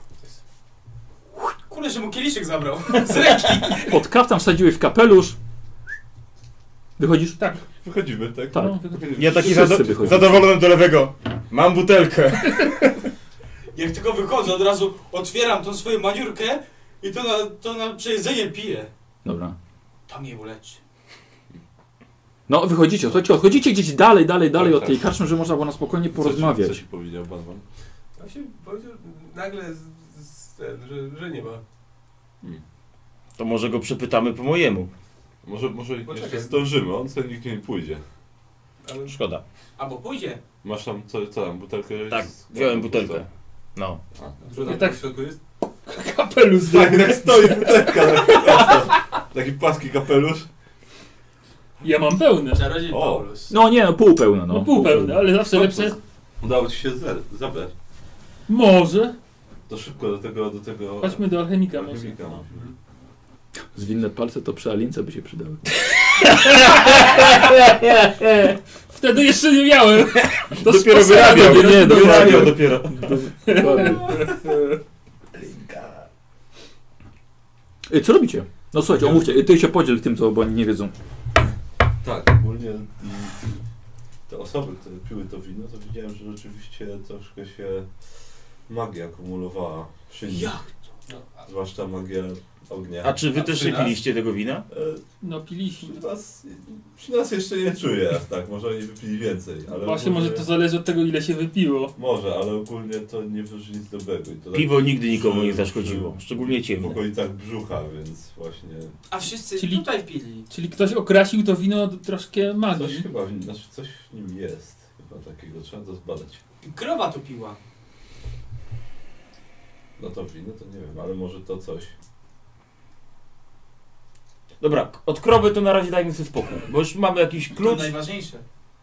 Kurde, że mu kieliszek zabrał. Z ręki. Pod kaftan wsadziłeś w kapelusz. Wychodzisz? Tak. Wychodzimy, tak? Tak. No, Ja taki Wszyscy wychodzą. zadowolony do lewego. Mam butelkę. Jak tylko wychodzę, od razu otwieram tą swoją maniurkę i to na przejedzenie piję. Dobra. To mnie uleczy. No, wychodzicie, słuchajcie, odchodzicie gdzieś dalej Tak, od tej tak. karczmy, że można było na spokojnie Co porozmawiać. ci powiedział barman? On się powiedział nagle, że nie ma. To może go przepytamy po mojemu. Może Poczekaj. jeszcze zdążymy, on sobie nigdzie nie pójdzie. Ale Szkoda. Albo pójdzie. Masz tam, co tam, butelkę? Tak, z- wziąłem butelkę. No. dużo tam tak. w środku jest. Kapelusz Tak, tak stoi butelka. Taki płaski kapelusz. Ja mam pełne. Czarodziej O. Paulus. No nie, no pół pełne, No no. pół pełne, ale zawsze lepsze. Udało ci się zabrać. Może. To szybko do tego... Chodźmy do alchemika może. alchemika. No. Zwinne palce to przy Alince by się przydały. Wtedy jeszcze nie miałem. To Dopiero z wyrabiał. posady, Nie, dopiero Wyrabiał dopiero. Dokładnie. Co robicie? No słuchajcie, omówcie, ty się podziel tym, co, bo oni nie wiedzą. Tak, ogólnie te osoby, które piły to wino, to widziałem, że rzeczywiście troszkę się magia kumulowała przy nich. Jak? Zwłaszcza magia ognia. A czy wy też nie piliście tego wina? E, No piliśmy. przy nas jeszcze nie czuję aż tak, może oni wypili więcej, ale Właśnie ogólnie, może to zależy od tego, ile się wypiło. Może, ale ogólnie to nie wróży nic dobrego. I to Piwo tak nigdy nikomu nie przy- zaszkodziło. Szczególnie W ciemne. okolicach brzucha, więc właśnie A wszyscy Czyli- tutaj pili. Czyli ktoś okrasił to wino troszkę coś magii. chyba, znaczy coś w nim jest, chyba takiego, trzeba to zbadać. Krowa to piła. No to wino to nie wiem, ale może to coś. Dobra, od krowy to na razie dajmy sobie spokój. Bo już mamy jakiś To klucz, najważniejsze.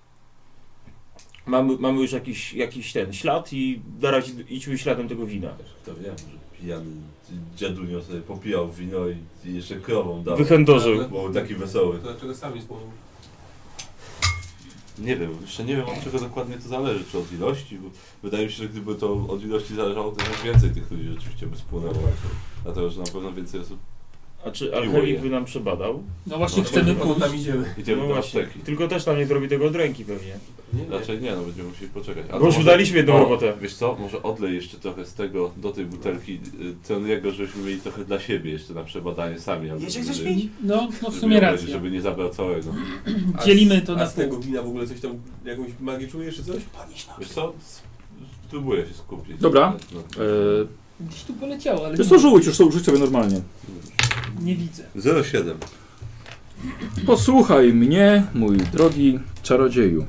mamy już jakiś ten ślad i na razie idźmy śladem tego wina. Kto wie, że pijany dziadunio sobie popijał wino i jeszcze krową dał, Wychędożył. bo był taki wesoły. To dlaczego sam nie wspomniał? Nie wiem, jeszcze nie wiem od czego dokładnie to zależy, czy od ilości, bo wydaje mi się, że gdyby to od ilości zależało, to już więcej tych ludzi rzeczywiście by spłynęło. Dlatego, że na pewno więcej osób A czy alchemik by nam przebadał? No właśnie No, chcemy No pójść. tam idziemy. idziemy No do właśnie. apteki. Tylko też nam nie zrobi tego od ręki pewnie. Nie, Raczej nie, no będziemy musieli poczekać. A Bo to już może- wydaliśmy jedną o, robotę. Wiesz co, może odlej jeszcze trochę z tego do tej butelki Troniego, żebyśmy mieli trochę dla siebie jeszcze na przebadanie sami. albo Jeszcze chcesz żeby- pić? No w żeby sumie obleć, racja. Żeby nie zabrał całego. Dzielimy to A na z tego pół. wina w ogóle coś tam, jakąś magię czujesz czy coś? Wiesz co, spróbuję się skupić. Dobra. No. Gdzieś tu poleciało, ale Wiesz co, rzuć sobie normalnie. nie widzę. 0,7. Posłuchaj mnie, mój drogi czarodzieju.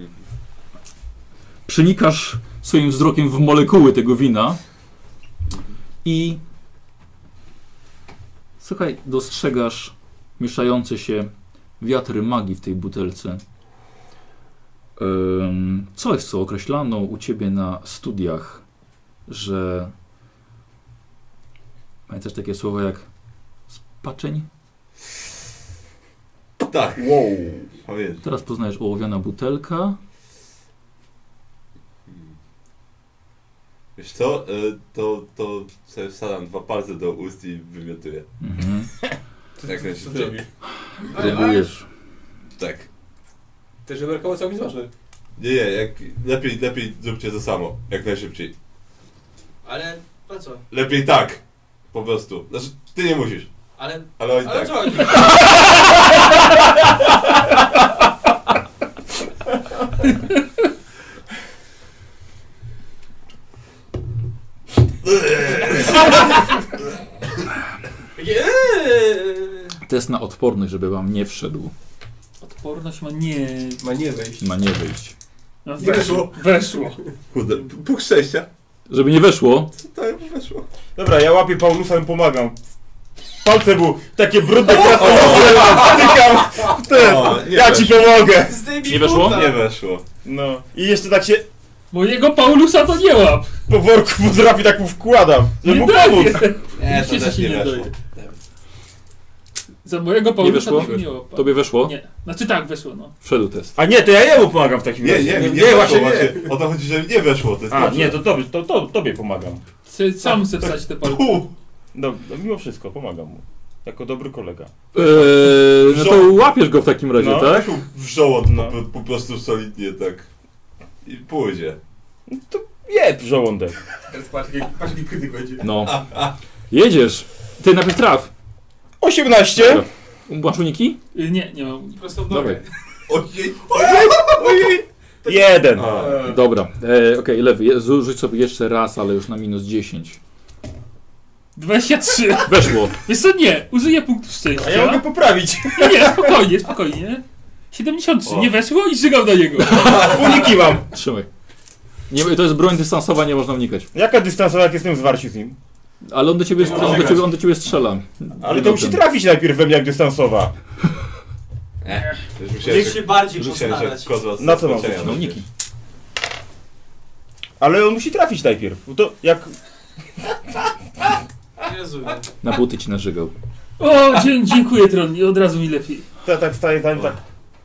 Przenikasz swoim wzrokiem w molekuły tego wina i słuchaj, dostrzegasz mieszające się wiatry magii w tej butelce. Coś, co określano u ciebie na studiach, że pamiętasz takie słowo jak spaczeń? Tak. Wow. Pamiętam. Teraz poznajesz ołowiana butelka. Wiesz co, to sobie wsadzam 2 palce do ust i wymiotuję. Mhm. Jak Co ty najszybciej. robisz? Próbujesz. Tak. Też żeberkowo całkiem smaczne. Nie, lepiej zróbcie to samo, jak najszybciej. Ale po co? Lepiej tak, po prostu. Znaczy, ty nie musisz, Ale ale oni ale tak. co chodzi? Takie, Test na odporność, żeby wam nie wszedł. Odporność ma nie. Ma nie wejść. Ma nie wyjść. No, Weszło. Weszło. Kurde, punkt szczęścia. Żeby nie weszło, Tak, weszło. Dobra, ja łapię Paulusa i pomagam. Palce mu takie brudne, stykam w ten. O, nie Ja ci weszło. pomogę. zdejmij Nie weszło? buta. Nie weszło. No. I jeszcze tak się Mojego Paulusa to nie łap. po worku potrafi tak mu wkładam, żeby Nie mu pomóc. daję. Nie, to Cieszę też się, nie nie weszło. daje. Za mojego Paulusa weszło? to nie łap. tobie weszło? Nie. Znaczy tak, weszło no. Wszedł test. A nie, to ja jemu pomagam w takim Nie, razie. nie nie, właśnie nie. O to chodzi, że nie weszło, to jest A, dobrze. nie, to tobie pomagam. Sam chcę wstać te palce. No, mimo wszystko, pomagam mu. Jako dobry kolega. No to łapiesz go w takim razie, No. tak? W żołąd No. po prostu solidnie tak. I pójdzie. Jeb żołądek. Teraz patrz jaki krytyk będzie. No. Jedziesz. Ty najpierw traf. 18. Masz uniki? Nie mam. Prosto w Dawaj. nogę. Ojej! Ojej. 1. A, Dobra. Okej, lewy. Rzuć sobie jeszcze raz, ale już na minus 10. 23. Weszło. Wiesz co, nie. Użyję punktu A ja mogę szczęścia. poprawić. Nie, spokojnie. 73. O. Nie weszło i żygał na niego. Uniki mam. Trzymaj. Nie, to jest broń dystansowa, nie można wnikać. Jaka dystansowa, jak jestem w zwarciu z nim? Ale on do ciebie strzela. Ale to musi trafić najpierw we mnie jak dystansowa. już myślałem, Niech się bardziej rzuciłem, że postarać. kozła z Na co mam zaskoczenia No, będzie. uniki. Ale on musi trafić najpierw. Bo to jak... Nie rozumiem. Na buty ci narzygał. O, dziękuję Tron. Od razu mi lepiej. Tak staję tam, tak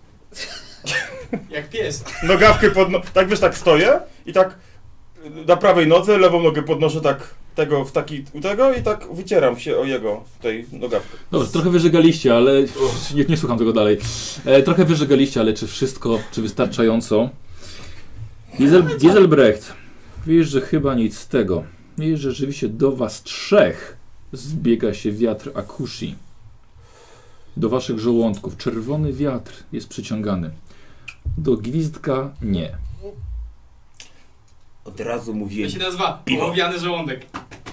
Jak pies. nogawkę tak wiesz, tak stoję i tak na prawej nodze, lewą nogę podnoszę tak tego w taki u tego i tak wycieram się o jego tej nogawkę. Dobrze, trochę wyżegaliście, ale nie słucham tego dalej. Trochę wyżegaliście, ale czy wszystko, czy wystarczająco? Dieselbrecht, widzisz, że chyba nic z tego. Widzisz, że rzeczywiście do was trzech zbiega się wiatr Akushi. Do waszych żołądków. Czerwony wiatr jest przyciągany. Do gwizdka nie. Od razu To mówiłem. się nazywa Piwo. ołowiany żołądek.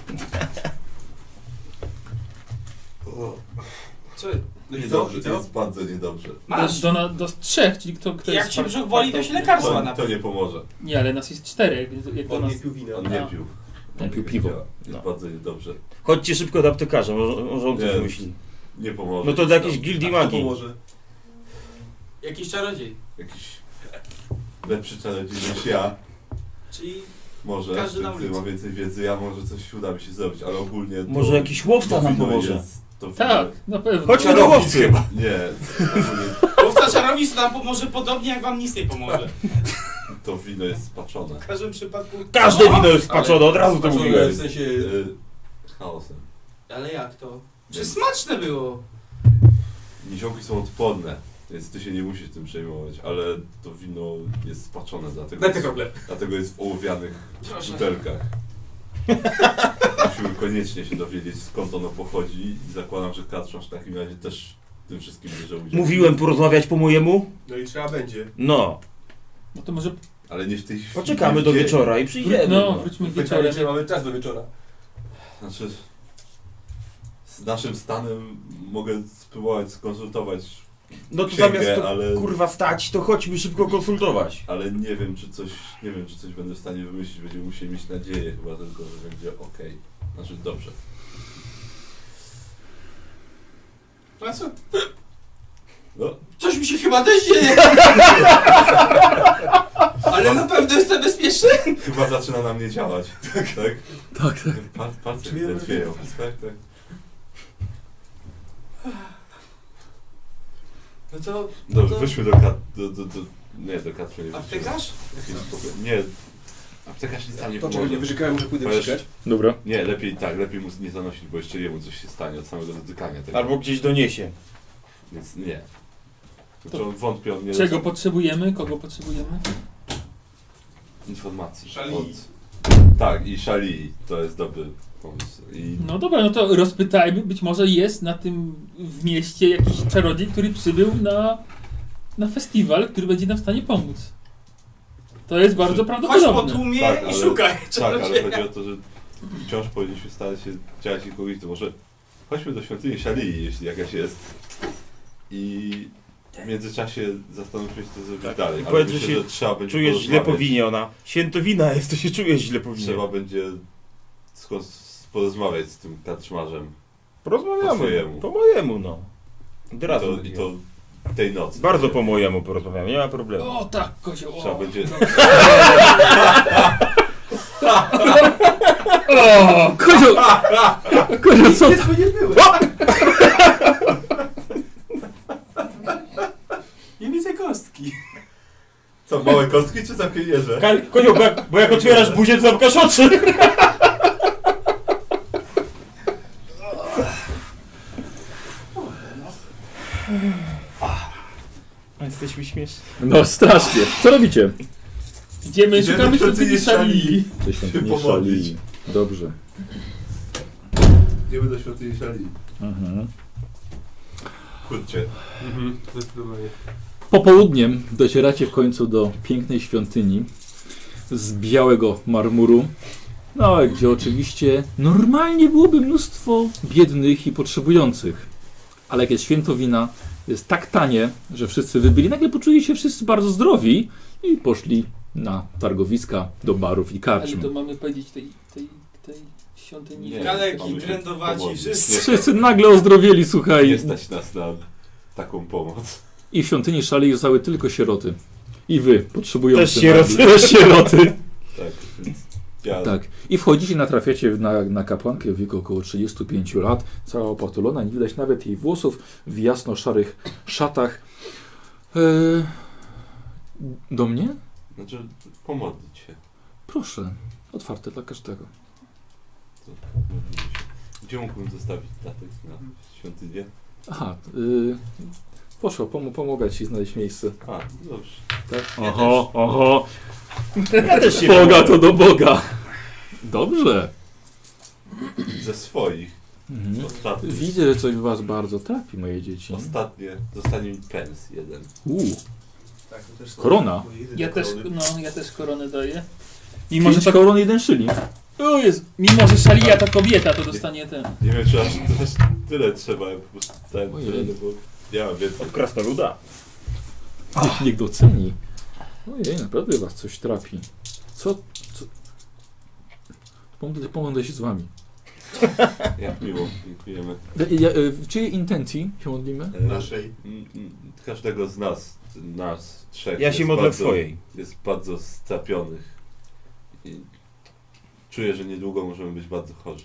Co? No i co? Niedobrze, I to co? jest bardzo niedobrze. Masz. Do trzech, czyli kto Jak jest cię brzuch boli, to się lekarstwa To napisz. nie pomoże. Nie, ale nas jest 4. Jak do On nas... nie pił wina. On No. nie pił. On pił piwo. Jest No. bardzo niedobrze. Chodźcie szybko do aptekarza, może on coś Nie. wymyśli. Nie pomoże. No to do jakiejś gildii A kto magii. pomoże? Jakiś czarodziej. Jakiś lepszy czarodziej niż ja. Czyli Może, Każdy na który ma ulicy. więcej wiedzy, ja może coś uda mi się zrobić, ale ogólnie to, Może jakiś łowca to nam wino pomoże. jest- to wino- Tak, na pewno. Chodźmy do łowcy. Nie, ogólnie łowca To czarownictwo nam pomoże podobnie, jak wam nic nie pomoże. To wino jest spaczone. W każdym przypadku... Każde wino jest spaczone, od razu to Spaczone mówiłem. w sensie... Chaosem. Ale jak to? Czy smaczne było? Niziołki są odporne, więc ty się nie musisz tym przejmować, ale to wino jest spaczone, Daj te krople. dlatego jest w ołowianych Proszę. butelkach. Musimy koniecznie się dowiedzieć, skąd ono pochodzi i zakładam, że Katrząż w takim razie też w tym wszystkim bierze udział. Mówiłem porozmawiać po mojemu? No i trzeba będzie. No. No to może Ale nie w tej chwili. Poczekamy do wieczora i przyjdziemy. no, wróćmy Pytanie, wieczorem. czy mamy czas do wieczora. Znaczy, z naszym stanem mogę spróbować skonsultować No to księgę, zamiast to, ale... kurwa stać, to chodźmy szybko konsultować. Ale nie wiem, czy coś będę w stanie wymyślić. Będziemy musieli mieć nadzieję chyba tylko, że będzie okej. Znaczy dobrze. A co? No, Coś mi się chyba też dzieje! Ale na pewno jestem bezpieczny! chyba zaczyna na mnie działać. Tak? Tak, tak. Palce Czujemy drętwieją. palce. Tak. No to... Dobrze, to... wyszły do nie, do Katry nie Aptekarz? wyszły. Nie, aptekarz nic tam nie To czego pomoże. nie wyrzekałem, że pójdę Powiesz- wyrzekać. Dobra. Nie, lepiej mu nie zanosić, bo jeszcze jemu coś się stanie od samego dotykania tego. Albo gdzieś doniesie. Więc nie. Znaczy on wątpi, on nie Czego potrzebujemy? Kogo potrzebujemy? informacji. Szalii. Tak, i szali to jest dobry pomysł. I No dobra, no to rozpytajmy. Być może jest na tym w mieście jakiś czarodziej, który przybył na festiwal, który będzie nam w stanie pomóc. To jest bardzo Chodź po prawdopodobne. tłumie Tak, i ale- szukaj tak, ale czarodzieja. chodzi o to, że wciąż powinniśmy starać się działać inkognito. Może chodźmy do świątyni Szalii, jeśli jakaś jest. I w międzyczasie zastanówmy się, co zrobić Tak. dalej. I Ale powiedz, że myślę, się że trzeba będzie Czujesz źle po porozmawiać. winie, ona. Świętowina jest, to się czujesz źle po winie. Trzeba będzie porozmawiać z tym karczmarzem. Po Porozmawiamy. twojemu. Po mojemu, no. Od razu. I to tej nocy. Bardzo po mojemu porozmawiamy, nie ma problemu. O tak, kozioł. Trzeba O, będzie... o, Kozioł! Kozioł, co to? nie byłem. Nie widzę kostki. Co, małe kostki czy całkiem jeże? Kozioł, bo jak otwierasz buzię, to zamykasz oczy. Jesteśmy śmieszni. No strasznie. Co robicie? Idziemy, Idziemy szukamy do świątyni świątyni Szali. Do świątyni pomodlić. Szali. Dobrze. Idziemy do świątyni Szali. Mhm. Kurczę. Zdecydowanie. Popołudniem docieracie w końcu do pięknej świątyni z białego marmuru, no gdzie oczywiście normalnie byłoby mnóstwo biednych i potrzebujących, ale jak jest święto wina, jest tak tanie, że wszyscy wybyli, nagle poczuli się wszyscy bardzo zdrowi i poszli na targowiska, do barów i Ale karczm. to mamy powiedzieć tej świątyni. Nie. Kaleki, mamy się trędowaci, pomodlić. wszyscy. Wszyscy nagle ozdrowieli, słuchaj. Nie stać nas na taką pomoc. I w świątyni Szali zostały tylko sieroty. I wy, potrzebujący. Też sieroty. Też sieroty. Tak, więc ja Tak. I wchodzicie, natrafiacie na kapłankę w wieku około 35 lat, cała opatulona, nie widać nawet jej włosów, w jasno-szarych szatach. Do mnie? Znaczy, pomodlić się. Proszę, otwarte dla każdego. To modlimy się. Gdzie mógłbym zostawić datek na świątynię? Aha, poszło, pomogę ci znaleźć miejsce. A, dobrze. Tak? Oho. Ja też się Boga to do Boga. Dobrze. Ze swoich. Mhm. Ostatnie. Widzę, że coś was bardzo trapi, moje dzieci. Ostatnie. Zostanie mi pens jeden. Tak, to też Korona. Ja też koronę daję. Mimo, że 5 to... koron, 1 szyling. O jest, mimo, że Szalia to kobieta, to dostanie ten. Nie wiem, czy aż tyle trzeba. Ja po prostu dałem Ojej. tyle, no bo ja mam więcej. Od krasnoluda. Niech doceni. Ojej, naprawdę was coś trapi. Co? Pomogę się z wami. Jak miło. Dziękujemy. W czyjej intencji się modlimy? Naszej. Każdego z nas trzech. Ja jest się modlę w bardzo- swojej. Jest bardzo strapionych. I czuję, że niedługo możemy być bardzo chorzy.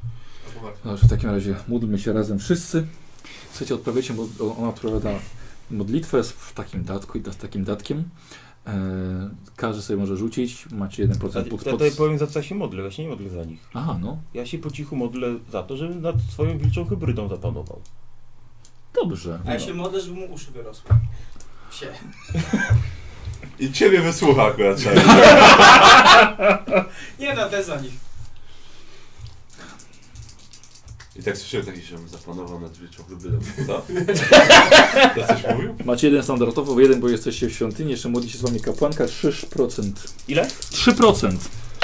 Dobrze, w takim razie módlmy się razem wszyscy. Słuchajcie, odpowiecie, bo ona odpowiada modlitwę w takim datku i z takim datkiem. Każdy sobie może rzucić, macie 1% punkt. Ja tutaj powiem, za co ja się modlę, ja się nie modlę za nich. Aha, no. Ja się po cichu modlę za to, żeby nad swoją wilczą hybrydą zapanował. Dobrze. A ja się modlę, żeby mu uszy wyrosły. Psie. I ciebie wysłucha akurat. Nie no, te za nich. I tak słyszałem taki, że on zapanował nad wilczą hybrydą. Co? To coś mówił? Macie jeden standardowo, jeden, bo jesteście w świątyni, jeszcze modli się z wami kapłanka, 3%. Ile? 3%.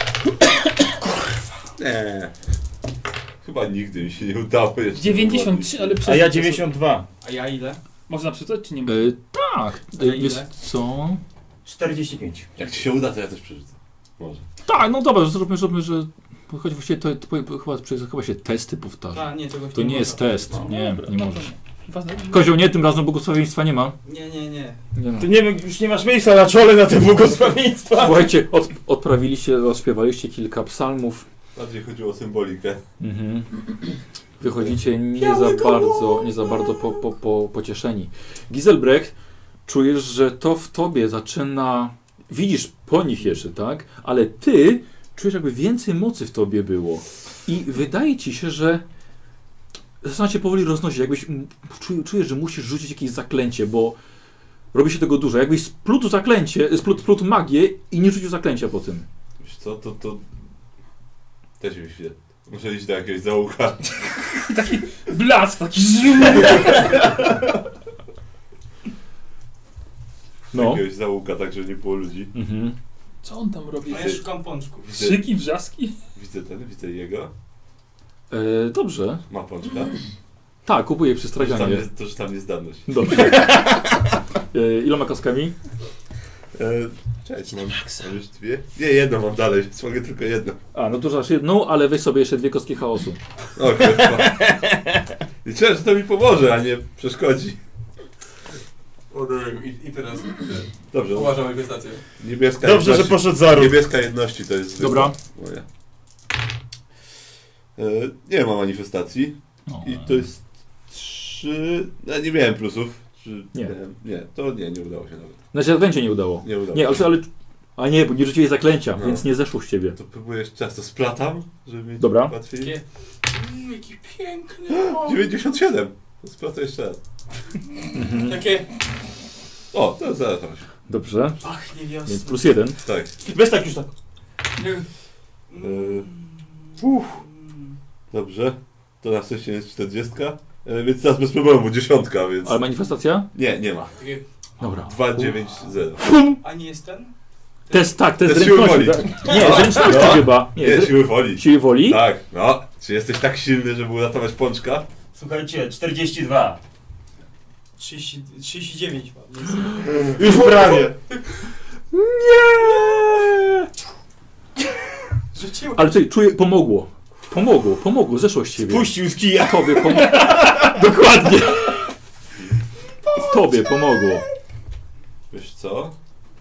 Nie. Chyba nigdy mi się nie udało jeszcze. 93, ale przez... A ja 92. A ja ile? Można przeczytać, czy nie? Tak. Ale Wiesz ile? co? 45. Jak ci się uda, to ja też przeczytam. Może. Tak, no dobra, zróbmy, że... Choć właściwie chyba się testy powtarza. A, nie, tego To nie jest test. No, nie, dobra, nie no możesz. Ważne. Kozioł, nie, tym razem błogosławieństwa nie ma. Nie. Nie ma. Ty nie wiem, już nie masz miejsca na czole na te błogosławieństwa. Słuchajcie, odprawiliście, odśpiewaliście kilka psalmów. Bardziej chodziło o symbolikę. Mhm. Wychodzicie nie za bardzo pocieszeni. Giselbrecht, czujesz, że to w tobie zaczyna... Widzisz po nich jeszcze, tak? Ale ty czujesz, jakby więcej mocy w tobie było. I wydaje ci się, że zaczyna cię powoli roznosić. Jakbyś czujesz, że musisz rzucić jakieś zaklęcie, bo robi się tego dużo. Jakbyś splótł zaklęcie, splótł magię i nie rzucił zaklęcia po tym. Wiesz co, to... Dajcie mi chwilę. Muszę iść do jakiegoś załuka. Taki blask, taki No. Jakiegoś załuka, tak żeby nie było ludzi. Mhm. Co on tam robi? A ja szukam pączków. Krzyki, wrzaski? Widzę jego. Dobrze. Ma pączka. Tak, kupuję przy straganie. To, że tam jest dawność. Dobrze. Iloma kostkami? Cześć, mam już dwie? Nie, jedną mam dalej. Mogę tylko jedną. A, no to aż jedną, ale weź sobie jeszcze 2 kostki chaosu. Okej. Liczyłem, że to mi pomoże, a nie przeszkodzi. I teraz Dobrze. uważam manifestację. Niebieska Dobrze, że jedności. poszedł za róg. Niebieska jedności to jest zwykła. Dobra. Moja. Nie ma manifestacji. No. I to jest 3... Ja nie miałem plusów. Nie. Nie udało się nawet. Znaczy zaklęcie nie udało. Nie udało Nie, się. ale... A nie, bo nie rzuciłeś zaklęcia, No. więc nie zeszło z ciebie. To próbuję jeszcze często splatam, żeby mieć Dobra. łatwiej. Takie- Jaki piękny. 97! To splatę jeszcze raz. Mhm. Takie O, to zaraz. Dobrze, pachnie wiosną. więc +1. Tak. Weź tak już tak. Dobrze. To na szczęście jest 40. Więc teraz bez problemu, bo 10, więc... Ale manifestacja? Nie ma. Takie, Dobra. 2-9-0. a nie jest ten? Test Test zręczności. siły woli. Tak? Nie, zręczności chyba. Nie, siły woli. Siły woli? Tak, no. Czy jesteś tak silny, żeby uratować pączka? Słuchajcie, 42. 39 mam. Już prawie. Nie! Rzuciłem. Ale tutaj czuję, pomogło, zeszło z ciebie. Puścił z kija. Tobie pomogło. Dokładnie. Tobie pomogło. Wiesz co?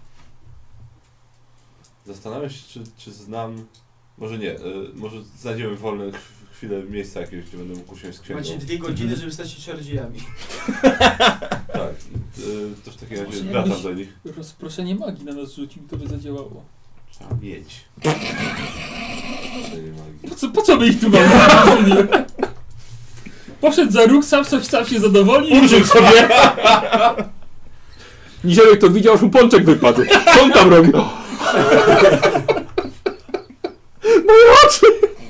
Zastanawiam się, czy znam... Może nie, może znajdziemy wolne chwilę miejsca jakiegoś, gdzie będę mógł usiąść z księgą. Macie 2 godziny, żeby stać się czarodziejami. Tak, to w takim razie Może wracam jakbyś- do nich. Rozproszenie magii na nas rzucił, to by zadziałało. Trzeba mieć. Proszenie magii. Po co my ich tu mamy? Poszedł za róg, sam się zadowoli. Użył sobie. Niziołek to widział, że mu pączek wypadł. Co on tam robił? Moje oczy!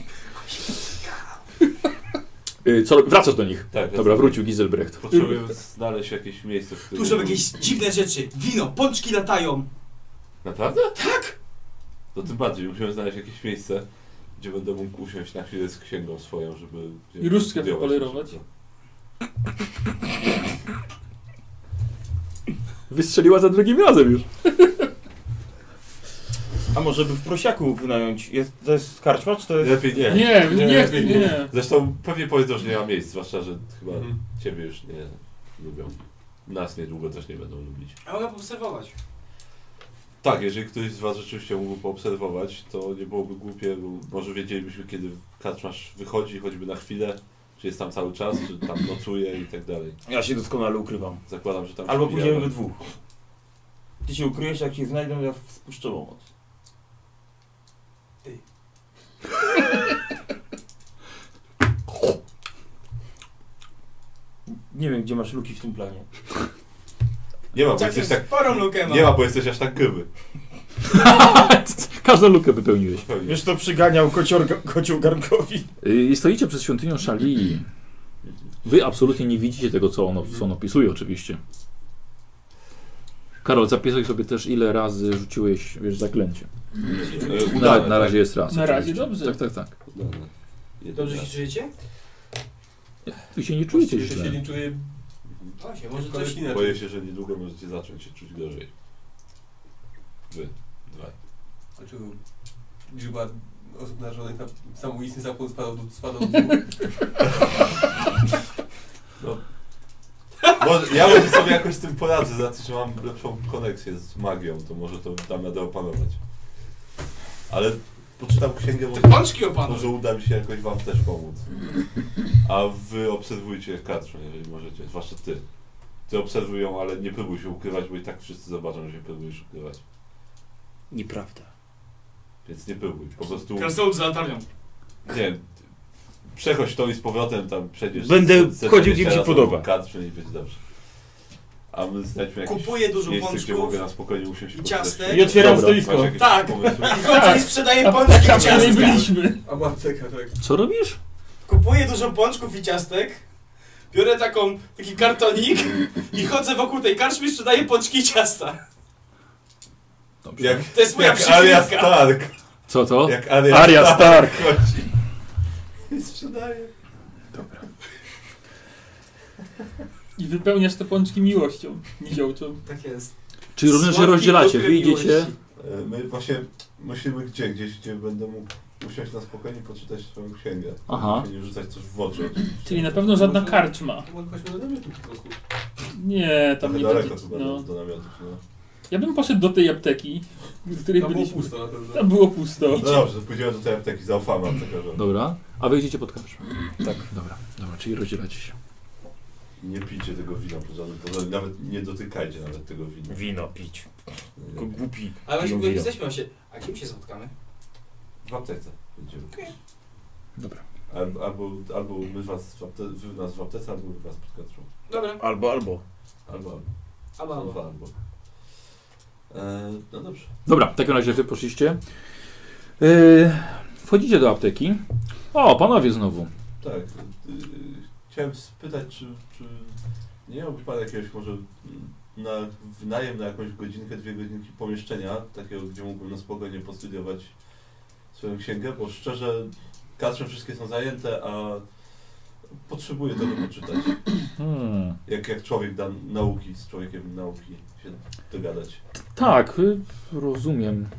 Co, wracasz do nich. Tak, Dobra, wrócił Giselbrecht. Potrzebuję znaleźć jakieś miejsce, w którym... Tu są jakieś dziwne rzeczy. Wino, pączki latają. Naprawdę? Tak! To tym bardziej, musimy znaleźć jakieś miejsce, gdzie będę mógł usiąść na chwilę z księgą swoją, żeby... I różdżkę studiować. popolerować. Wystrzeliła za drugim razem już. A może by w prosiaku wynająć? To jest karczma, czy to jest... Lepiej nie. Nie. Zresztą pewnie powiedzą, że nie ma miejsc, zwłaszcza, że chyba Mhm. ciebie już nie lubią. Nas niedługo też nie będą lubić. A mogę poobserwować. Tak, jeżeli ktoś z was rzeczywiście mógłby poobserwować, to nie byłoby głupie, bo może wiedzielibyśmy, kiedy karczmasz wychodzi, choćby na chwilę, Czy jest tam cały czas, czy tam nocuje i tak dalej. Ja się doskonale ukrywam. Zakładam, że tam Albo śpi, pójdziemy ale- we dwóch. Ty się ukryjesz, jak się znajdą, ja spuszczę moc. Ty. Nie wiem, gdzie masz luki w tym planie. Nie ma, bo Całkiem jesteś tak... sporą lukę ma. Nie ma, bo jesteś aż tak gruby. Każdą lukę wypełniłeś. Zupełnie. Wiesz, to przyganiał kocioł garnkowi. I stoicie przed świątynią Szali. Wy absolutnie nie widzicie tego, co on opisuje oczywiście. Karol, zapisuj sobie też, ile razy rzuciłeś, wiesz, zaklęcie. Udane, Na razie jest raz. Na razie oczywiście. dobrze. Tak. Udane. Dobrze się czujecie? Wy się nie czujecie Właściwie źle. się nie czuję. Właśnie, może Jakoś coś... inaczej. Boję się, że niedługo możecie zacząć się czuć gorzej. Wy. Dwaj. Dlaczego liczba osób narażonych na samoistny zapłon spadał do dwóch? Może, ja może sobie jakoś z tym poradzę, za to, że mam lepszą koneksję z magią, to może to dam radę opanować. Ale poczytam księgę, Pączki opanuj. może uda mi się jakoś wam też pomóc. A wy obserwujcie karczmę, jeżeli możecie, zwłaszcza ty. Ty obserwuj ją, ale nie próbuj się ukrywać, bo i tak wszyscy zobaczą, że się próbujesz ukrywać. Nieprawda. Więc nie próbuj, po prostu, Krasnolud z latarnią. nie wiem, przechodź tą i z powrotem tam przejdziesz. Będę ze wchodził, 20 gdzie mi się razy podoba. Karczmę i będzie dobrze. A my znajdźmy jakieś Kupuję dużo miejsce, gdzie pączków mogę na spokojnie usiąść i poczytać. ciastek. I otwieram Dobra. stoisko. Masz jakieś Tak. pomysły? I chodzę i sprzedaję pączki i Tam nie ciastka. byliśmy. A apteka, tak. Co robisz? Kupuję dużo pączków i ciastek. Biorę taki kartonik i chodzę wokół tej karczmy i sprzedaję pączki i ciasta. Dobrze. Jak, To jest moja jak Arya przykrywka. Stark. Co to? Jak Arya, Arya Stark. chodzi. I sprzedaje. I wypełniasz te pączki miłością, niziołczą. Tak jest. Czyli również, że Słodki rozdzielacie, ukryt wyjdziecie. miłości. My właśnie myślimy gdzieś, gdzie będę mógł usiąść na spokojnie, poczytać swoją księgę. Aha. Się nie rzucać coś w oczy. Czyli na pewno żadna karczma. Może chodźmy do namiotu po prostu. Nie, tam Trochę nie daleko będzie. chyba No. do namiotów, no. Ja bym poszedł do tej apteki, w której Tam było byliśmy. pusto na pewno. Tam było pusto. No dobrze, to pójdziemy do tej apteki, zaufamy aptekarzom. Dobra. A wy idziecie pod karczmę. Tak. Dobra, czyli rozdzielacie się. Nie pijcie tego wina pod żadnym pozorem, nawet nie dotykajcie nawet tego wina. Wino pić. Tylko głupi. Ale właśnie, piją bo wino. jesteśmy właśnie... A kim się spotkamy? W aptece będziemy. Dobra. Albo my wy nas w aptece, albo wy was pod karczmą. Dobra. Albo. Albo. Albo. No dobrze. Dobra, w takim razie wy poszliście. Wchodzicie do apteki. O, panowie znowu. Tak. Chciałem spytać, czy nie miałby pan jakiegoś może na wynajem na jakąś godzinkę, 2 godzinki pomieszczenia, takiego, gdzie mógłbym na spokojnie postudiować swoją księgę, bo szczerze karczmy wszystkie są zajęte, a potrzebuję tego poczytać. Jak człowiek da nauki, z człowiekiem nauki się dogadać. Tak, rozumiem.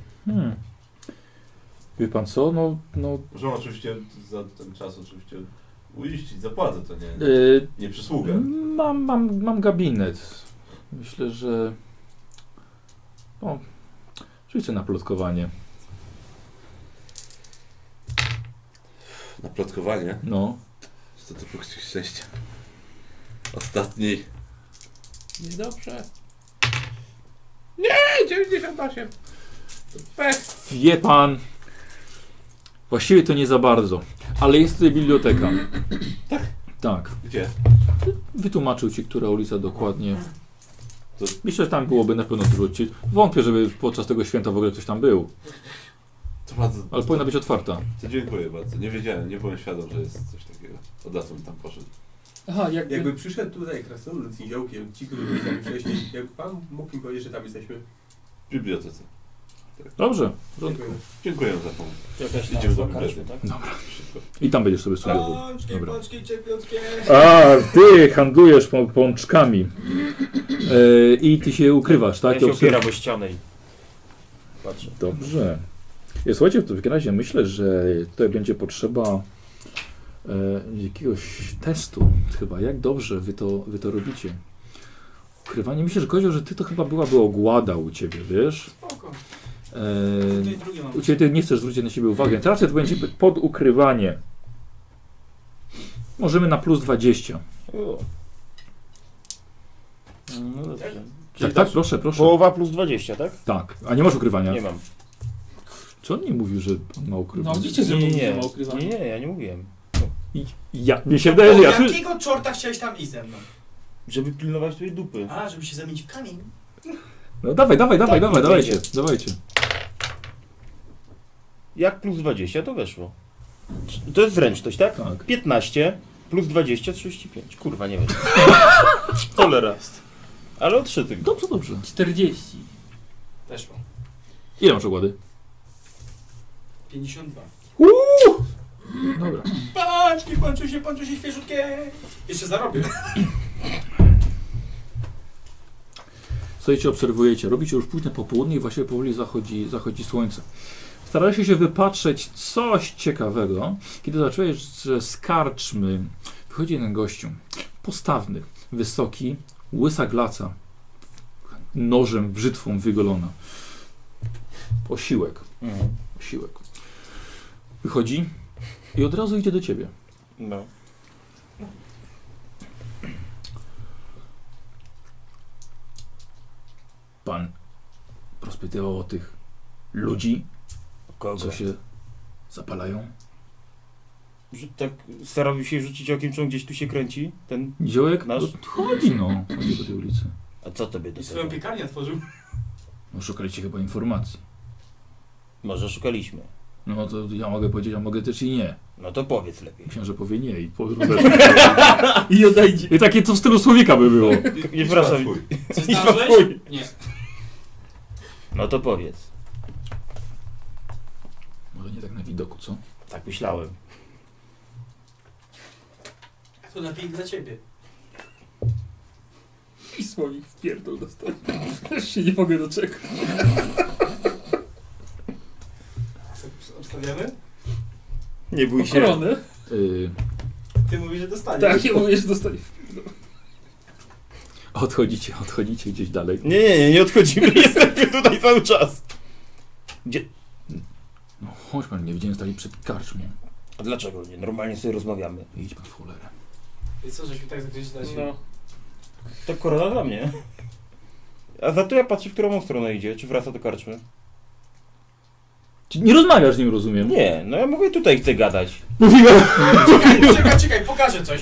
Wie pan co? No Możemy oczywiście za ten czas uiścić, zapłacę to, nie przysługę. mam gabinet. Myślę, że rzućcie na plotkowanie. Na plotkowanie? No. Co to punkt szczęścia? Ostatni. Niedobrze. 98. Wie pan, właściwie to nie za bardzo, ale jest tutaj biblioteka. Tak. Gdzie? Wytłumaczył ci, która ulica dokładnie. To- Myślę, że tam byłoby na pewno dużo. Wątpię, żeby podczas tego święta w ogóle ktoś tam był, To bardzo. ale powinna być otwarta. To dziękuję bardzo. Nie wiedziałem, nie byłem świadom, że jest coś takiego. Od razu bym tam poszedł. Aha, Jakby przyszedł tutaj krasnolud z niziołkiem, ci, którzy byli tam wcześniej, jakby pan mógł mi powiedzieć, że tam jesteśmy. W bibliotece. Dobrze, w porządku. Dziękuję. Dziękuję za pomoc. Jakaś Idziemy do nazwa karczmy, biblioteki. tak? Szybko. I tam będziesz sobie studiował. Pączki, Dobra. pączki, cierpiątkie. A, ty handlujesz pączkami. I ty się ukrywasz, tak? Ja się Ty opiera o ścianę i patrzę. Dobrze. Słuchajcie, w takim razie myślę, że tutaj będzie potrzeba jakiegoś testu chyba. Jak dobrze wy to robicie? Ukrywanie. Myślę, że Kozioł, że ty to chyba byłaby ogłada u ciebie, wiesz? Spoko. Tutaj drugie mam. U ciebie ty nie chcesz zwrócić na siebie uwagi. To raczej to będzie pod ukrywanie. Możemy na plus 20. O. No dobrze. Tak, tak, proszę, proszę. Połowa plus 20, tak? Tak, a nie masz ukrywania? Nie mam. Czy on nie mówił, że on ma ukrywanie? No widzicie, że Nie, mówi, nie, że ma ukrywanie. nie, ja nie mówiłem. Mi się wydaje, że ja... Jakiego czorta chciałeś tam iść ze mną? Żeby pilnować twojej dupy. A, żeby się zamienić w kamień? No dawaj, Tak, dawajcie, idzie. dawajcie. Jak plus 20 to weszło. To jest zręczność, tak? Tak. 15 plus 20, 35. Kurwa, nie wiem. Cholera. Ale o 3 tylko. Dobrze, dobrze. 40. Weszło. Ile masz ogłady? 52. Dobra. Paczki, kończą się świeżutkie. Jeszcze zarobię. Stoicie, obserwujecie. Robicie już późne popołudnie i właściwie powoli zachodzi słońce. Staraliście się wypatrzeć coś ciekawego, kiedy zacząłeś, że z karczmy wychodzi jeden gościu. Postawny, wysoki, łysa glaca. Nożem, brzytwą wygolona. Osiłek. Osiłek. Wychodzi i od razu idzie do ciebie. No. Pan rozpytywał o tych ludzi, Kogo? co się zapalają. Że tak staramy się rzucić okiem, czy on gdzieś tu się kręci? Ten... Niziołek? Nasz? No, chodzi chodzi po tej ulicy. A co tobie do I swoją tego? piekarnię otworzył. No szukaliście chyba informacji. Może szukaliśmy. No to ja mogę powiedzieć, a mogę też i nie. No to powiedz lepiej. Myślałem, że powie nie i I odejdzie. I takie to w stylu słowika by było. Nie wracam. Czy Nie znalazłeś? papuj. Nie. No to powiedz. Może nie tak na widoku, co? Tak myślałem. A to lepiej dla ciebie. I słowik w pierdol dostał. Już się nie mogę doczekać. Obstawiamy? Nie bój O koronę? Ty mówisz, że dostaniesz. Tak, ja mówię, że dostanie. Odchodzicie gdzieś dalej. Nie odchodzimy. Jesteśmy tutaj cały czas. Gdzie? No chodź pan, nie widziałem stali przed karczmą. A dlaczego nie? Normalnie sobie rozmawiamy. Idź pan w cholerę. I co, żeśmy tak zakryć na siebie? No. To korona dla mnie. A za to ja patrzę, w którą on stronę idzie. Czy wraca do karczmy? Czy nie rozmawiasz z nim, rozumiem? Nie, no ja mówię, tutaj chcę gadać. Mówiłem! Czekaj, pokażę coś.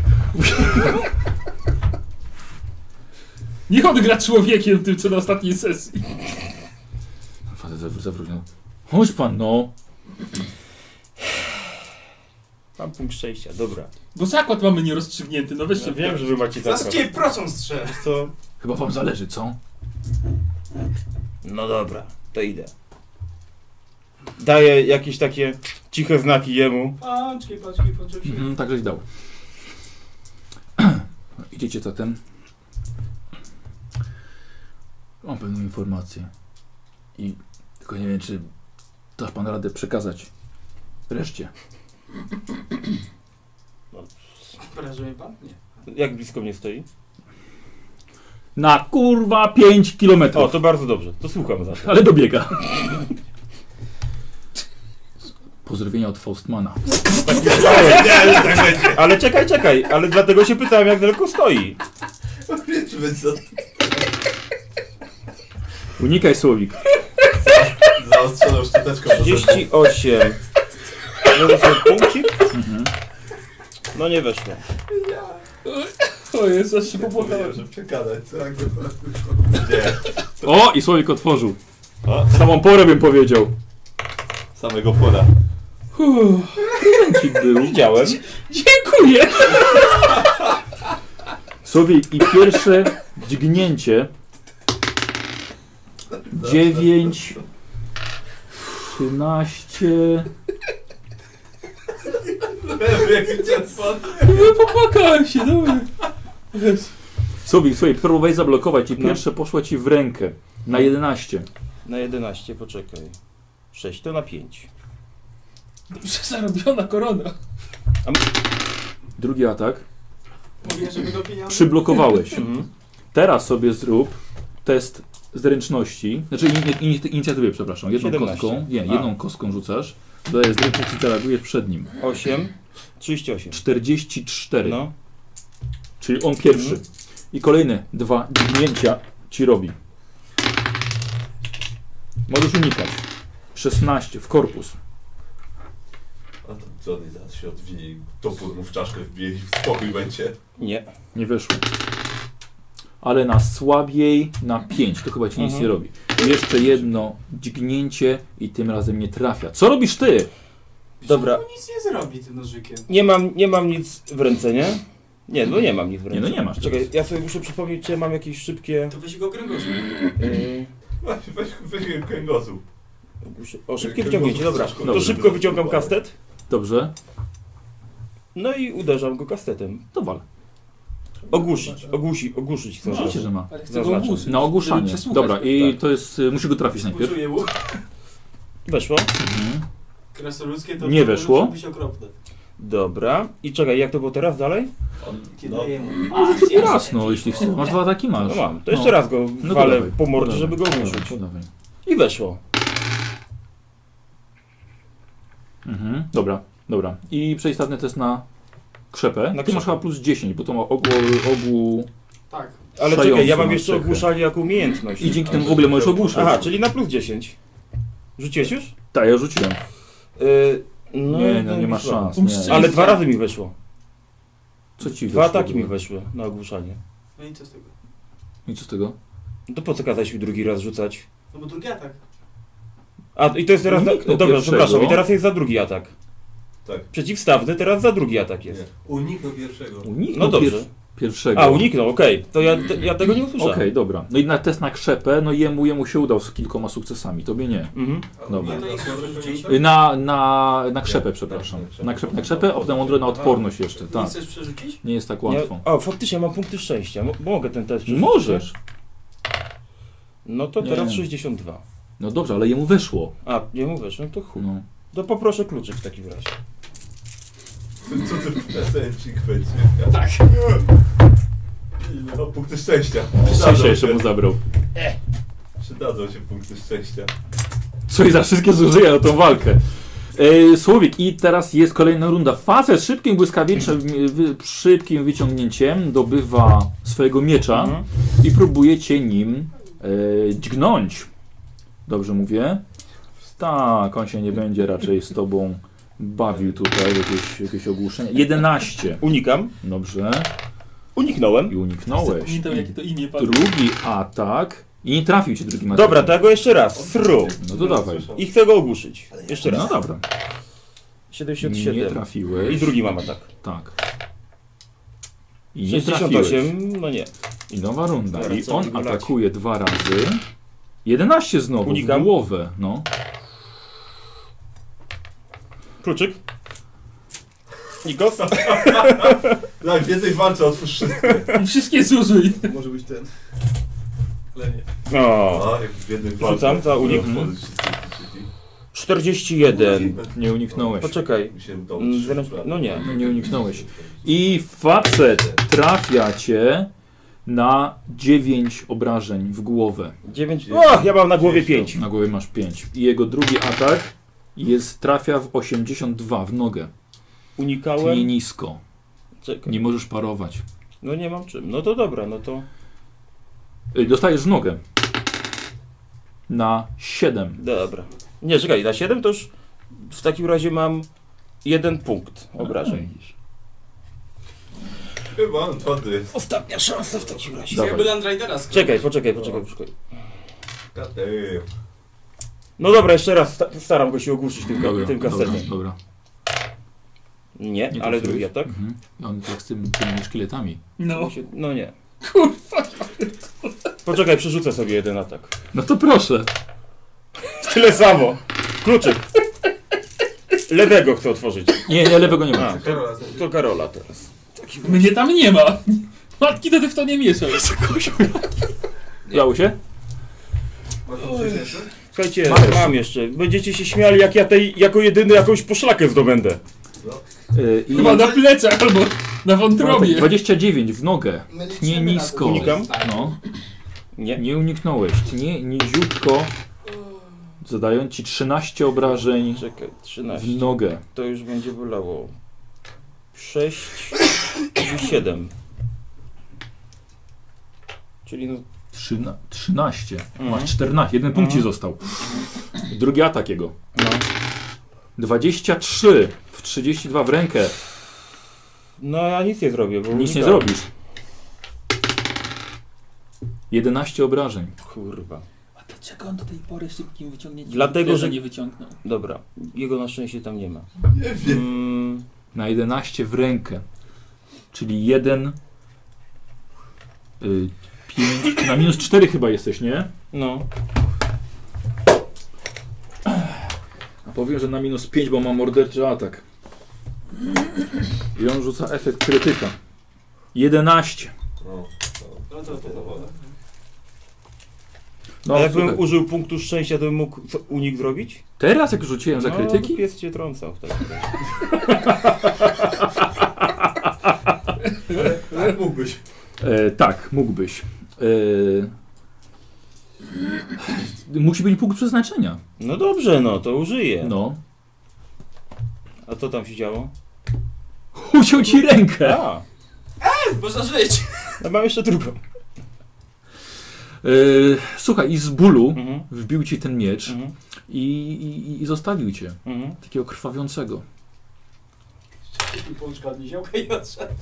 Niech on gra człowiekiem tym, co na ostatniej sesji. Facet zawrócił. Chodź pan, no. Mam punkt szczęścia, dobra. Bo zakład mamy nierozstrzygnięty, no weźcie. Ja wiem, że wy macie Zaraz zakład. cię procą strzelę. Co? Chyba wam zależy, co? No dobra, to idę. Daję jakieś takie ciche znaki jemu. Paczki, patrzą się. Tak żeś dał. Idziecie zatem. Mam pewną informację. I tylko nie wiem, czy dasz pan radę przekazać reszcie. Obrażuje pan? Nie. Jak blisko mnie stoi? Na kurwa 5 kilometrów. O, to bardzo dobrze. To słucham za to. Ale dobiega. Pozdrowienia od Faustmana. Ale czekaj, ale dlatego się pytałem, jak daleko stoi. Czy będzie Unikaj słowik. zaostrzoną szczyteczką do zębów. 38. No to sobie punkcik? No nie weszło. O Jezu, aż się Powiedziałem, popłakałem. że przekazać, co? Nie. O, i słowik otworzył. O, Samą porę bym powiedział. samego pora. Ci był. Widziałem. Dziękuję! Słowik i pierwsze dźgnięcie. 9, 13. No popłakałem się, dobra. Jezu. Słowik, słuchaj, próbowałeś zablokować i No. pierwsze poszło ci w rękę. Na 11. Na 11, poczekaj. 6 to na 5. Zarobiona korona. Drugi atak. Mówię, że będą pieniądze. Przyblokowałeś. Teraz sobie zrób test zręczności. Znaczy inicjatywy, przepraszam. Jedną 17. kostką. Nie, A. jedną kostką rzucasz. Dajesz dwie punkty, zareagujesz przed nim. 8, 38. 44. No. Czyli on pierwszy. I kolejne 2 dźgnięcia ci robi. Możesz unikać. 16 w korpus. A to Johnny zaraz się odwinie i topór mu w czaszkę wbije i spokój będzie. Nie. Nie wyszło. Ale na słabiej na 5. To chyba ci nic nie robi. I jeszcze jedno dźgnięcie i tym razem nie trafia. Co robisz ty? Dobra. No nic nie zrobi tym nożykiem. Nie mam nic w ręce, nie? Nie, no nie mam nic w ręce. Nie, no nie masz. Czekaj, ja sobie muszę przypomnieć, czy ja mam jakieś szybkie... To weź go kręgosłup. Weź kręgosłup. O, szybkie wyciągnięcie, dobra. To Dobrze. szybko wyciągam kastet. Dobrze. No i uderzam go kastetem. To wal. Ogłuszyć chcę. Oczywiście, że ma. Ale chcę go Zaznaczam. ogłuszyć. Na ogłuszanie. żeby przesłuchać Dobra, go. i tak. to jest... Musi go trafić najpierw. Uczuję mu. Weszło. Mhm. Krasnoludzkie to Nie weszło. muszą być okropne. Dobra. I czekaj, jak to było teraz dalej? No, I raz, no, jeśli chcesz. Masz 2 ataki, masz. No mam. To jeszcze raz go No to walę dawaj. po mordzie, Dawaj. żeby go ogłuszyć. Dawaj, dawaj. I weszło. Mhm. Dobra. I przeciwstawny test na krzepę. Na Ty krzepę. masz chyba plus 10, bo to ma ogół... Tak. Ale Szający czekaj, ja mam ma jeszcze cechę. ogłuszanie jako umiejętność. I dzięki temu w ogóle możesz ogłuszać. Aha, czyli na plus 10. Rzuciłeś już? Tak, ja rzuciłem. No, Nie ma szans. Punkt Nie. szczęścia. Ale 2 razy mi weszło. Co ci 2 weszło? ataki mi weszły na ogłuszanie. No i co z tego? I co z tego? To po co kazałeś mi drugi raz rzucać? No bo drugi atak. A, i to jest teraz... Uniknął Dobra, pierwszego. przepraszam, i teraz jest za drugi atak. Tak. Przeciwstawny, teraz za drugi atak jest. Nie. Uniknął pierwszego. Uniknął No dobrze. pierwszego. A, uniknął, okej. To ja tego nie Okej, usłyszałem. dobra. No i na test na krzepę, no jemu się udał z kilkoma sukcesami, tobie nie. Mhm. Dobra. Nie, to nie chcę przerzucić. Na krzepę, przepraszam. Na krzepę, a potem mądre na odporność jeszcze, Nie tak. chcesz przerzucić? Nie jest tak Ja, łatwo. o, faktycznie mam punkty szczęścia. Mogę ten test przerzucić? Możesz. No to Nie. teraz 62. No dobrze, ale jemu weszło. A, nie mówisz, no to chuj. No. To poproszę kluczyk w takim razie. Co ty prezencik będzie? Tak. No, punkty szczęścia. Szczęście jeszcze mu zabrał. Przydadzą się punkty szczęścia. Coś za wszystkie zużyję na tą walkę. Słowik, i teraz jest kolejna runda. Facet szybkim błyskawicznym, szybkim wyciągnięciem dobywa swojego miecza Mhm. i próbuje cię nim dźgnąć. Dobrze mówię? Tak, on się nie będzie raczej z tobą bawił tutaj, jakieś ogłuszenie. 11. Unikam. Dobrze. Uniknąłem. I uniknąłeś. Pamiętam, jakie to imię padło. Drugi atak. I nie trafił cię drugim atakiem. Dobra, to ja go jeszcze raz. Thru. No to dawaj. I chcę go ogłuszyć. Jeszcze No raz. dobra. 77. Nie trafiłeś. I drugi mam atak. Tak. I nie trafiłeś. 68, no nie. I nowa runda. Dobra, I co on mi go leci? atakuje 2 razy. 11 znowu Unikam. w głowę. No. Kluczyk. Nikos? Tak, w jednej walce otwórz wszystkie. Wszystkie zużyj. Może być ten. Ale nie. O. A, jak w jednej walce. Rzucam za unik. otworzyć wszystkie kluczyki. 41. Nie uniknąłeś. Poczekaj. Mi się udało Mm, trzy wręcz- sprawy. no nie. Nie uniknąłeś. I facet trafia cię na 9 obrażeń w głowę. 9. O, ja mam na głowie 5. Na głowie masz 5. I jego drugi atak trafia w 82 w nogę. Tnie Unikałem. nisko. Czekaj. Nie możesz parować. No nie mam czym. No to dobra, no to. Dostajesz w nogę. Na 7. Dobra. Nie, czekaj, na 7 to już w takim razie mam 1 punkt obrażeń. Chyba on twardy jest. Ostatnia szansa w takim razie. Dawaj. Jakby Land Raidera sklepał. Czekaj, poczekaj. Katy. No dobra, jeszcze raz staram go się ogłuszyć tym kasetem. Dobra. Nie, Nie ale trafiłeś? drugi atak. Mhm. I on tak z tymi szkieletami. No. No nie. Kurwa. Poczekaj, przerzucę sobie jeden atak. No to proszę. Tyle samo. Kluczyk. Lewego chcę otworzyć. Nie, lewego nie ma. A, Karola. to Karola teraz. Mnie tam nie ma. Matki to ty w to nie mieszaj. Udało się? Ma to przyjęcie? Słuchajcie, Masz. mam jeszcze. Będziecie się śmiali, jak ja tej jako jedyny jakąś poszlakę zdobędę. I Chyba na plecach albo na wątrobie. 29 w nogę. My Tnie liczymy na to, nisko. że Unikam? jest tak. No, Nie. nie uniknąłeś. Tnie niziutko Zadają ci 13 obrażeń Czekaj, w 13. nogę. To już będzie bolało. 6 i 7. Czyli no, 13. Mhm. Masz 14. Jeden punkt ci Mhm. został. Drugi atak jego. no. 23 w 32 w rękę. No ja nic nie zrobię, bo Nic nie unikałem. zrobisz. 11 obrażeń. Kurwa. A dlaczego on do tej pory szybkim wyciągnięciem Dlatego, Flerza że- nie wyciągnął? Dobra, jego na szczęście tam nie ma. Nie wiem. Na 11 w rękę. Czyli 1, 5, na minus 4 chyba jesteś, nie? No. A powiem, że na minus 5, bo ma morderczy atak. I on rzuca efekt krytyka. 11. No, No to zawoda. No, A jakbym słuchaj, użył punktu szczęścia, to bym mógł unik zrobić? teraz jak rzuciłem za No, krytyki? pies cię trącał wtedy. Ale mógłbyś. Tak, mógłbyś. Musi być punkt przeznaczenia. No dobrze, no to użyję. No. A co tam się działo? Uciął ci rękę. A, można żyć. ja mam jeszcze drugą. Słuchaj, i z bólu Mhm. wbił ci ten miecz Mhm. i zostawił cię. Mhm. Takiego krwawiącego. I pączka od niziołka i odszedł.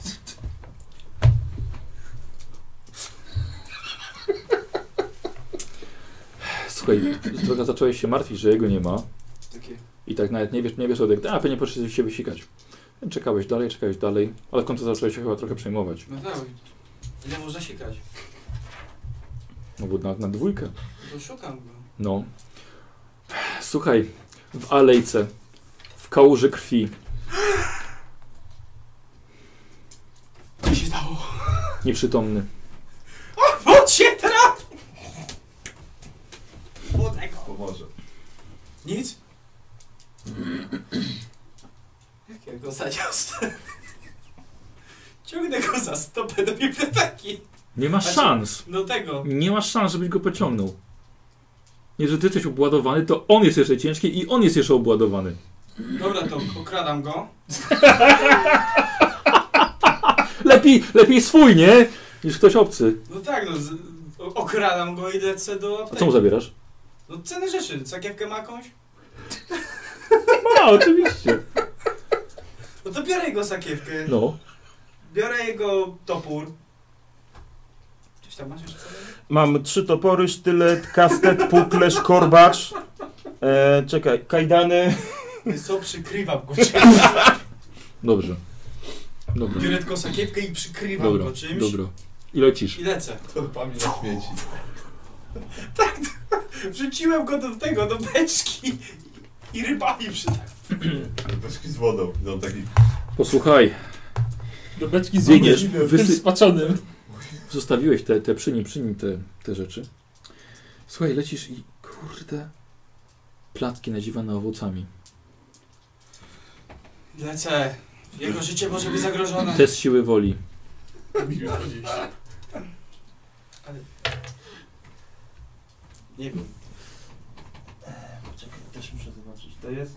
Słuchaj, trochę zacząłeś się martwić, że jego nie ma. Takie. I tak nawet nie wiesz pewnie poszedł się wysikać. Czekałeś dalej, ale w końcu zacząłeś się chyba trochę przejmować. No tak. Ile można sikać? No bo na dwójkę. To szukam go. No. Słuchaj, w alejce, w kałuży krwi, Co się stało? nieprzytomny. Wódź się teraz! Młodego. Pomoże. Nic? Jak ja go zaniosę? Ciągnę go za stopę do biblioteki. Nie masz szans. Do tego. Nie masz szans, żebyś go pociągnął. Nie, że ty jesteś obładowany, to on jest jeszcze ciężki i on jest jeszcze obładowany. Dobra, to okradam go. Lepiej swój, nie? Niż ktoś obcy. No tak, no. Okradam go i lecę do A apteki. co mu zabierasz? No cenne rzeczy. Sakiewkę ma jakąś? A, oczywiście. No to biorę jego sakiewkę. No. Biorę jego topór. Coś tam masz jeszcze? Mam 3 topory, sztylet, kastet, puklerz, korbacz. Czekaj, kajdany. Jest co? Przykrywam go. Dobrze. Dobra. Biorę tylko sakiewkę i przykrywam Dobra. go czymś. Dobra. I lecisz. I lecę. To pamięć na śmieci. Wrzuciłem go do tego, do beczki i rybami Beczki z wodą. No taki... Posłuchaj, Do beczki z biegniesz, wodą, tym spaczonym. zostawiłeś przy nim te rzeczy. Słuchaj, lecisz i kurde, placki nadziwane owocami. Lecę. Jego życie może być zagrożone. Test siły woli. Nie wiem. Czekaj, też muszę zobaczyć. To jest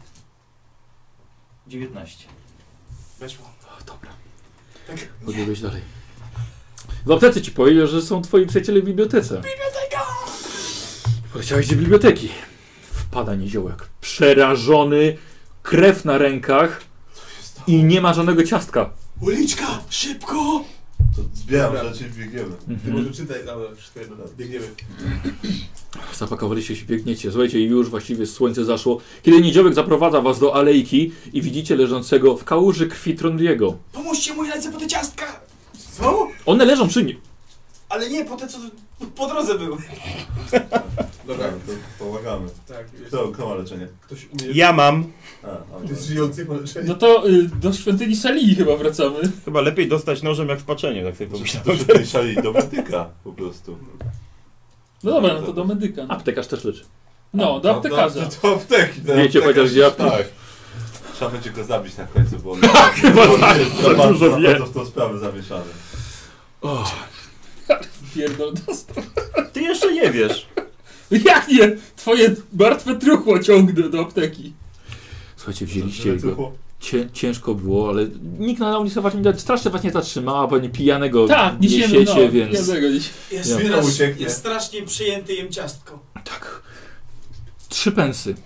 19. Weszło. O, dobra. Tak. Podbiegłeś dalej. W aptece ci powiedział, że są twoi przyjaciele w bibliotece. Biblioteka! Poleciałeś do biblioteki. Wpada niziołek. Przerażony, krew na rękach i nie ma żadnego ciastka. Uliczka! Szybko! To zbieram rzeczy i biegniemy. Ty może czytaj, dobra, wszystko jedno, biegniemy. Zapakowaliście się, biegniecie. Słuchajcie, już właściwie słońce zaszło. Kiedy niziołek zaprowadza was do alejki i widzicie leżącego w kałuży krwi Trondriego. Pomóżcie mu, ja lecę po te ciastka! Co? One leżą przy nim. Ale nie, po te co po drodze były. Dobra, to pomagamy. Tak, Kto ma leczenie? ktoś umie... Ja mam. A, Ty jest żyjący, ma leczenie. No to do świątyni Szalii chyba wracamy. Chyba lepiej dostać nożem jak w paczeniu, tak sobie pomyślałem. To szybkiej szali do medyka po prostu. No dobra, no to do medyka. No, Aptekarz też leczy. no do aptekarza. To apteki. ten Wiecie aptekarz- chociaż gdzie aptek- Tak. Trzeba będzie go zabić na końcu, bo on Chyba tak, za dużo wie. bardzo w tą sprawę zamieszany. O, Pierdol dostał. Ty jeszcze nie wiesz. Jak nie? Twoje martwe truchło ciągnę do apteki. Słuchajcie, wzięliście jego. Ciężko było, ale nikt na ulicy was nie strasznie was nie zatrzymała, bo nie pijanego Tak, niesiemy, niesiecie, więc... pijanego dziś. Jest, Ja. Ucieknie. jest strasznie przyjęty jem ciastko. Tak. 3 pensy.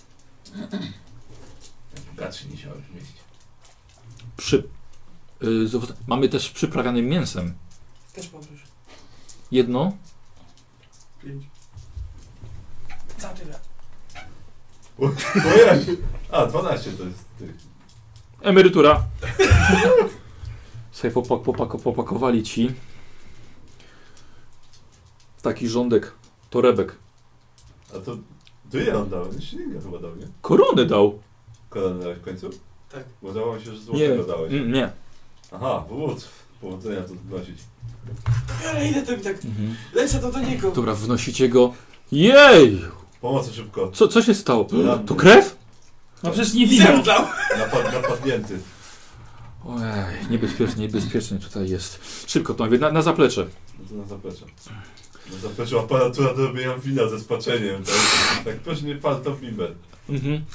Bogatszy niż miałem w mieście. Mamy też przyprawianym mięsem. Też poproszę. Jedno. 5. Za tyle. A, 12 to jest tych. Emerytura. Sobie popakowali ci taki rządek torebek. A to ja on dał, Ślinga chyba dał, nie? Koronę dał. Koronę dałeś w końcu? Tak. Bo dało mi się, że Nie, złotego dałeś. nie. Aha, powodzenia to wnosić. Ale ile to mi tak... Lecę do niego. Dobra, wnosicie go. Jej! Pomocy szybko. Co się stało? Ranny. To krew? No przecież nie I wino. zemdlał. Napadnięty. Ojej, niebezpiecznie tutaj jest. Szybko to na zaplecze. No to na zaplecze. Na zapleczu aparatura do robienia wina ze spaczeniem. Tak proszę nie pal to w bimber. Mhm.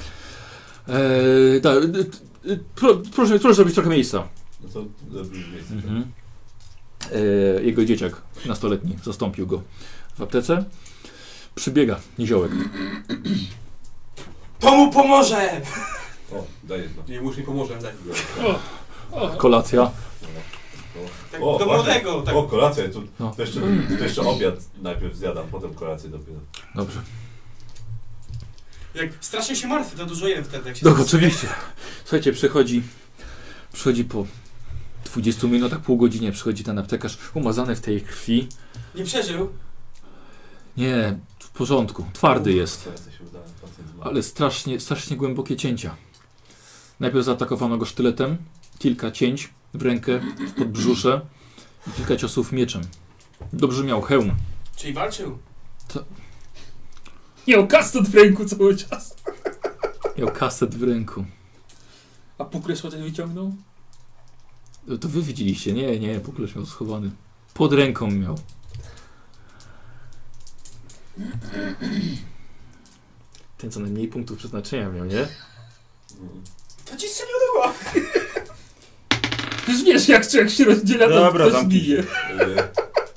Proszę zrobić trochę miejsca. No to robisz miejsce. Mhm. Jego dzieciak nastoletni zastąpił go w aptece. Przybiega niziołek. To mu pomoże! O, daj jedno. Nie, już nie pomoże, daj. Kolacja. Tak, O, do właśnie. młodego. Tak. O, kolacja. To, No. to jeszcze obiad najpierw zjadam, potem kolację dopiero. Dobrze. Jak strasznie się martwi, to dużo jem wtedy, jak się... No, oczywiście. Słuchajcie, przychodzi po 20 minutach, pół godzinie przychodzi ten aptekarz umazany w tej krwi. Nie przeżył. Nie, w porządku. Twardy jest. Kolacja się udała, pacjent zmarł. Ale strasznie głębokie cięcia. Najpierw zaatakowano go sztyletem, kilka cięć w rękę, w podbrzusze i kilka ciosów mieczem. Dobrze miał hełm. Czyli walczył. Miał kastet w ręku cały czas. Miał kaset w ręku. A puklerz chociaż wyciągnął? To wy widzieliście. Nie, puklerz miał schowany. Pod ręką miał. Ten co najmniej punktów przeznaczenia miał, nie? To ci strzelił do głowy. Przecież wiesz, jak się rozdziela, to Dobra, ktoś zamknij bije. E,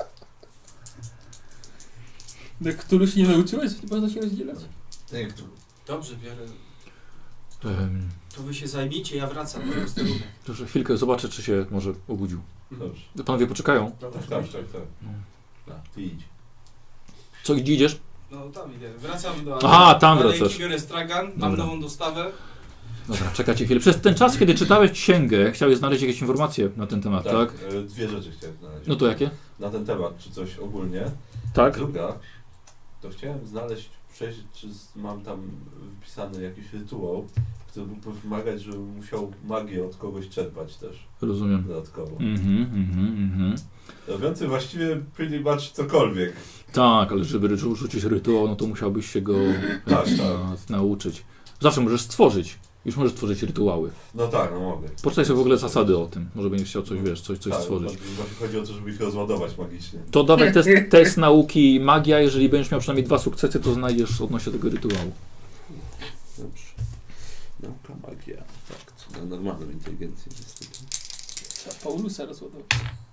No, któryś nie nauczyłeś? Nie można się rozdzielać? Jak tu? Dobrze, biorę. Ehm, To wy się zajmijcie, ja wracam do posterunek. Dobrze, chwilkę zobaczę, czy się może obudził. Dobrze. Panowie poczekają. Tak. No, ty idź. Co, gdzie idziesz? No tam idę. Wracam do Aha, tam alejki, wracasz. biorę stragan, mam Dobra. nową dostawę. Dobra, czekacie chwilę. Przez ten czas, kiedy czytałeś księgę, chciałeś znaleźć jakieś informacje na ten temat, tak? Dwie rzeczy chciałem znaleźć. No to jakie? Na ten temat, czy coś ogólnie. Tak? Druga, to chciałem znaleźć, przejrzeć, czy mam tam wpisany jakiś rytuał, który by wymagać, żebym musiał magię od kogoś czerpać też Rozumiem. dodatkowo. Mhm. Robiący właściwie pretty much cokolwiek. Tak, ale żeby rzucić rytuał, no to musiałbyś się go Tak. nauczyć. Zawsze możesz stworzyć. Już możesz tworzyć rytuały. No tak, no mogę. Poczytaj sobie w ogóle zasady o tym. Może będziesz chciał coś, wiesz, coś Tak, stworzyć. Właśnie chodzi o to, żeby ich rozładować magicznie. To dawaj test nauki magia. Jeżeli będziesz miał przynajmniej 2 sukcesy, to znajdziesz odnośnie tego rytuału. Dobrze. Nauka magia. Tak, co na normalną inteligencję niestety. Trzeba Paulusa rozładować.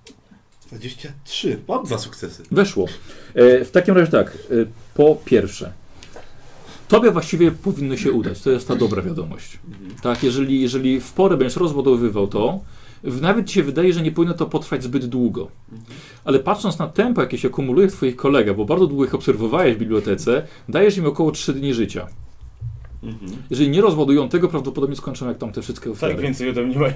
23. Mam 2 sukcesy. Weszło. W takim razie tak. Po pierwsze, tobie właściwie powinno się udać. To jest ta dobra wiadomość. Tak, jeżeli w porę będziesz rozładowywał to, nawet ci się wydaje, że nie powinno to potrwać zbyt długo. Ale patrząc na tempo, jakie się akumuluje w twoich kolegach, bo bardzo długo ich obserwowałeś w bibliotece, dajesz im około 3 dni życia. Jeżeli nie rozładują tego, prawdopodobnie skończą jak tam te wszystkie ofiary. Tak więcej ode mnie mają.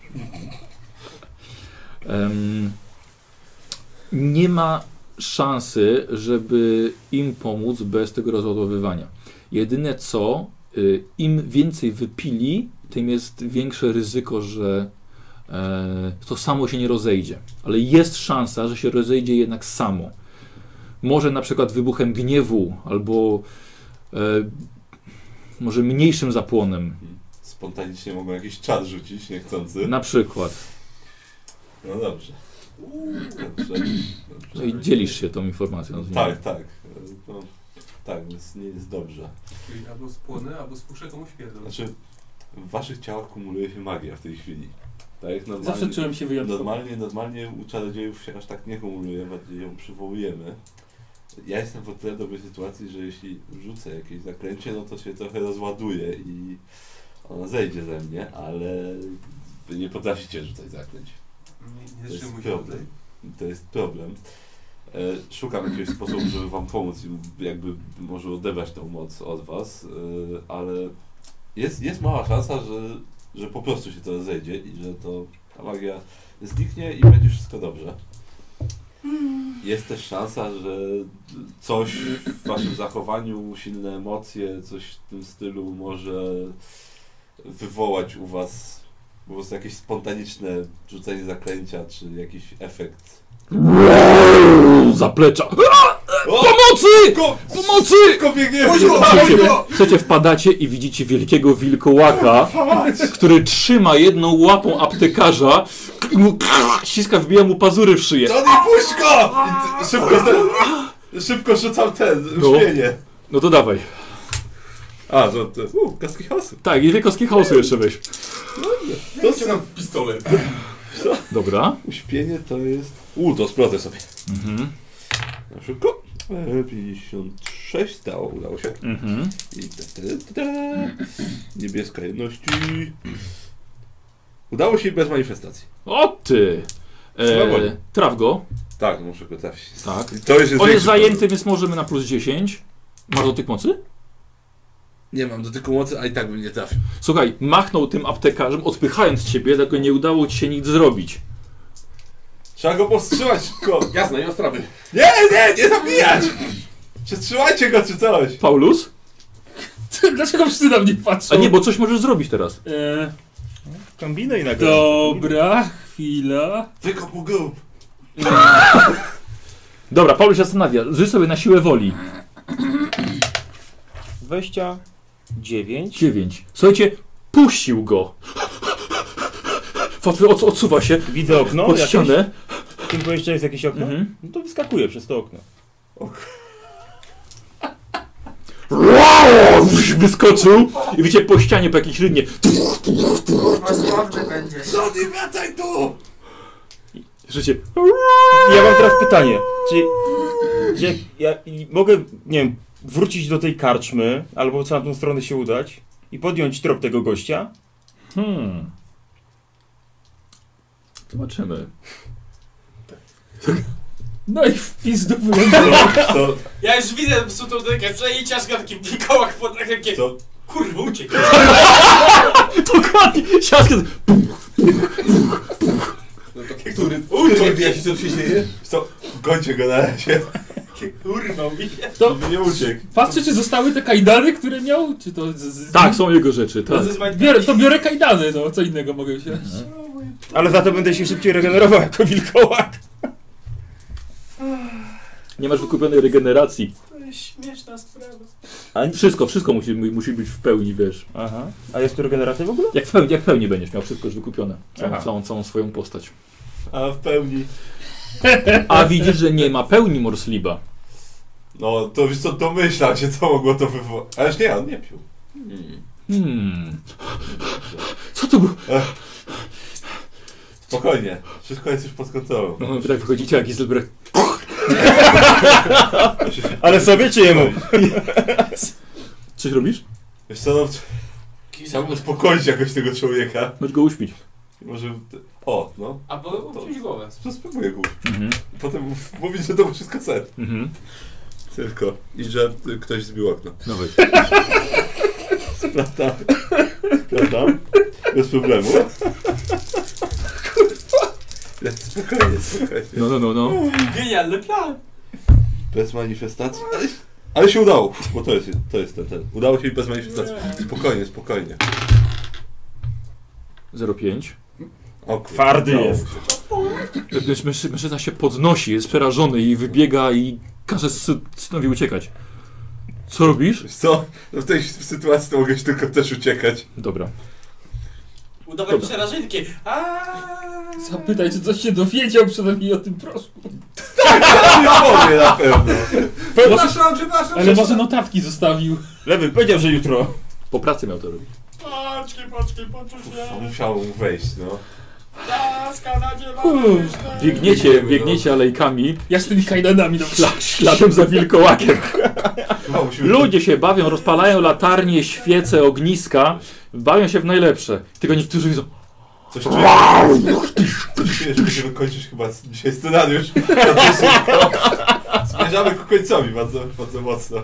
Nie ma szansy, żeby im pomóc bez tego rozładowywania. Jedyne co, im więcej wypili, tym jest większe ryzyko, że to samo się nie rozejdzie. Ale jest szansa, że się rozejdzie jednak samo. Może na przykład wybuchem gniewu, albo może mniejszym zapłonem. Spontanicznie mogą jakiś czar rzucić niechcący. Na przykład. No dobrze. Dobrze. No i dzielisz się tą informacją z nimi. Tak. No, Tak, więc nie jest dobrze. Czyli albo spłonę, albo spuszczę komuś pierdol. Znaczy, w waszych ciałach kumuluje się magia w tej chwili. Tak jak Zawsze normalnie, czułem się wyjątkowo. normalnie u czarodziejów się aż tak nie kumuluje, bardziej ją przywołujemy. Ja jestem w o tyle dobrej sytuacji, że jeśli rzucę jakieś zaklęcie, no to się trochę rozładuje i ona zejdzie ze mnie, ale wy nie potraficie rzucać zaklęć. Nie To jest zatrzymuj się problem. tutaj. To jest problem. Szukam jakiegoś sposobu, żeby wam pomóc i jakby może odebrać tą moc od was, ale jest mała szansa, że po prostu się to rozejdzie i że to ta magia zniknie i będzie wszystko dobrze. Jest też szansa, że coś w waszym zachowaniu, silne emocje, coś w tym stylu może wywołać u was po prostu jakieś spontaniczne rzucenie zaklęcia, czy jakiś efekt. Zaplecza. O! Pomocy! Pomocy! Biegniemy! Słuchajcie, wpadacie i widzicie wielkiego wilkołaka, który trzyma jedną łapą aptekarza i mu ściska, wbija mu pazury w szyję. Johnny, puść go! Szybko rzucam uśpienie. No to dawaj. A, kaski chaosu. Tak, i wielkowskie chaosy jeszcze weź. To Ściągam pistolet. Dobra. uśpienie to jest... to sprawdzę sobie. Mhm. Na szybko. 56 udało się. Mhm. I niebieska jedności. Udało się bez manifestacji. O ty! Siła woli. Traf go. Tak, muszę go trafić. Tak. I to już On jest większy zajęty, problem. więc możemy na plus 10. Masz dotyk mocy? Nie mam dotyku mocy, a i tak bym nie trafił. Słuchaj, machnął tym aptekarzem, odpychając ciebie, tylko nie udało ci się nic zrobić. Trzeba go powstrzymać szybko. Jasne, nie ma sprawy. Nie zabijać! Przetrzymajcie go czy coś. Paulus? Dlaczego wszyscy na mnie patrzą? A nie, bo coś możesz zrobić teraz. Kombinuj na go. Dobra, chwila. Wykop mu grób. Dobra, Paulus się zastanawia. Rzuć sobie na siłę woli. 29. 9. Słuchajcie, puścił go. Facet odsuwa się Widzę okno. pod jakieś. ścianę. W tym pomieszczeniu jest jakieś okno? Mhm. No to wyskakuje przez to okno. Wyskoczył i widzicie po ścianie, po jakiejś rynnie. Sławny będzie. Johnny, wracaj tu! Słyszycie, Ja mam teraz pytanie. Czy ja mogę, nie wiem, wrócić do tej karczmy, albo co na tą stronę się udać i podjąć trop tego gościa? Zobaczymy. No i wpis do wylądu. Co? Ja już widzę psutą dekę, przejęcia z taki wilkołak pod rękiem. Co? Kurwa, uciekł. Dokładnie, siatkę. No to który nie wie, co tu się dzieje? Co? Gońcie go na razie. Kurwa, mi. To Żeby nie uciekł. patrzę, czy zostały te kajdany, które miał, czy to... Tak, są jego rzeczy, tak. Biorę kajdany, no, co innego mogę wziąć. Ale za to będę się szybciej regenerował jako wilkołak. Nie masz wykupionej regeneracji. To jest śmieszna sprawa. Wszystko musi być w pełni, wiesz. Aha. A jest tu regeneracja w ogóle? Jak w pełni będziesz miał wszystko już wykupione. Aha. Całą swoją postać. A w pełni. A widzisz, że nie ma pełni Morsliba. No to wiesz co, domyślam się, co mogło to wywołać. Ależ nie, on nie pił. Co to było? Spokojnie, wszystko jest już pod kontrolą. No, wy tak wychodzicie jak Giselbrecht. Ale sobie czy jemu? Coś robisz? Wiesz co, no, chciałbym uspokoić jakoś tego człowieka. Możesz go uśpić. Może... O, no. Albo uciąć głowę. Spróbuję go. Mhm. Potem mówić, że to wszystko sen. Mhm. Tylko. I że ktoś zbił okno. Dawaj. Sprawdzam. Bez problemu. Spokojnie. No. Genialny plan. Bez manifestacji. Ale się udało, bo to jest ten. Udało się i bez manifestacji. Spokojnie. 0,5. O, kurwa. Twardy jest. Mężczyzna się podnosi, jest przerażony i wybiega i każe synowi uciekać. Co robisz? Wiesz co? No w tej sytuacji to mogę tylko też uciekać. Dobra. Udawać przerażenie takie. Zapytaj, czy coś się dowiedział przynajmniej o tym proszku. Nie powiem na pewno. Przepraszam, przepraszam. Ale może notatki zostawił. Lewy powiedział, że jutro. Po pracy miał to robić. Paczki, poczucie. Musiało mu wejść, no. Laska nadziewa. Biegniecie alejkami, Ja z tymi kajdanami do śladem za wilkołakiem. Chyba musimy Ludzie się bawią, rozpalają latarnie, świece, ogniska. Bawią się w najlepsze. Tylko niektórzy widzą. Coś czuję, że będziemy kończyć chyba dzisiaj scenariusz. Zmierzamy ku końcowi bardzo mocno.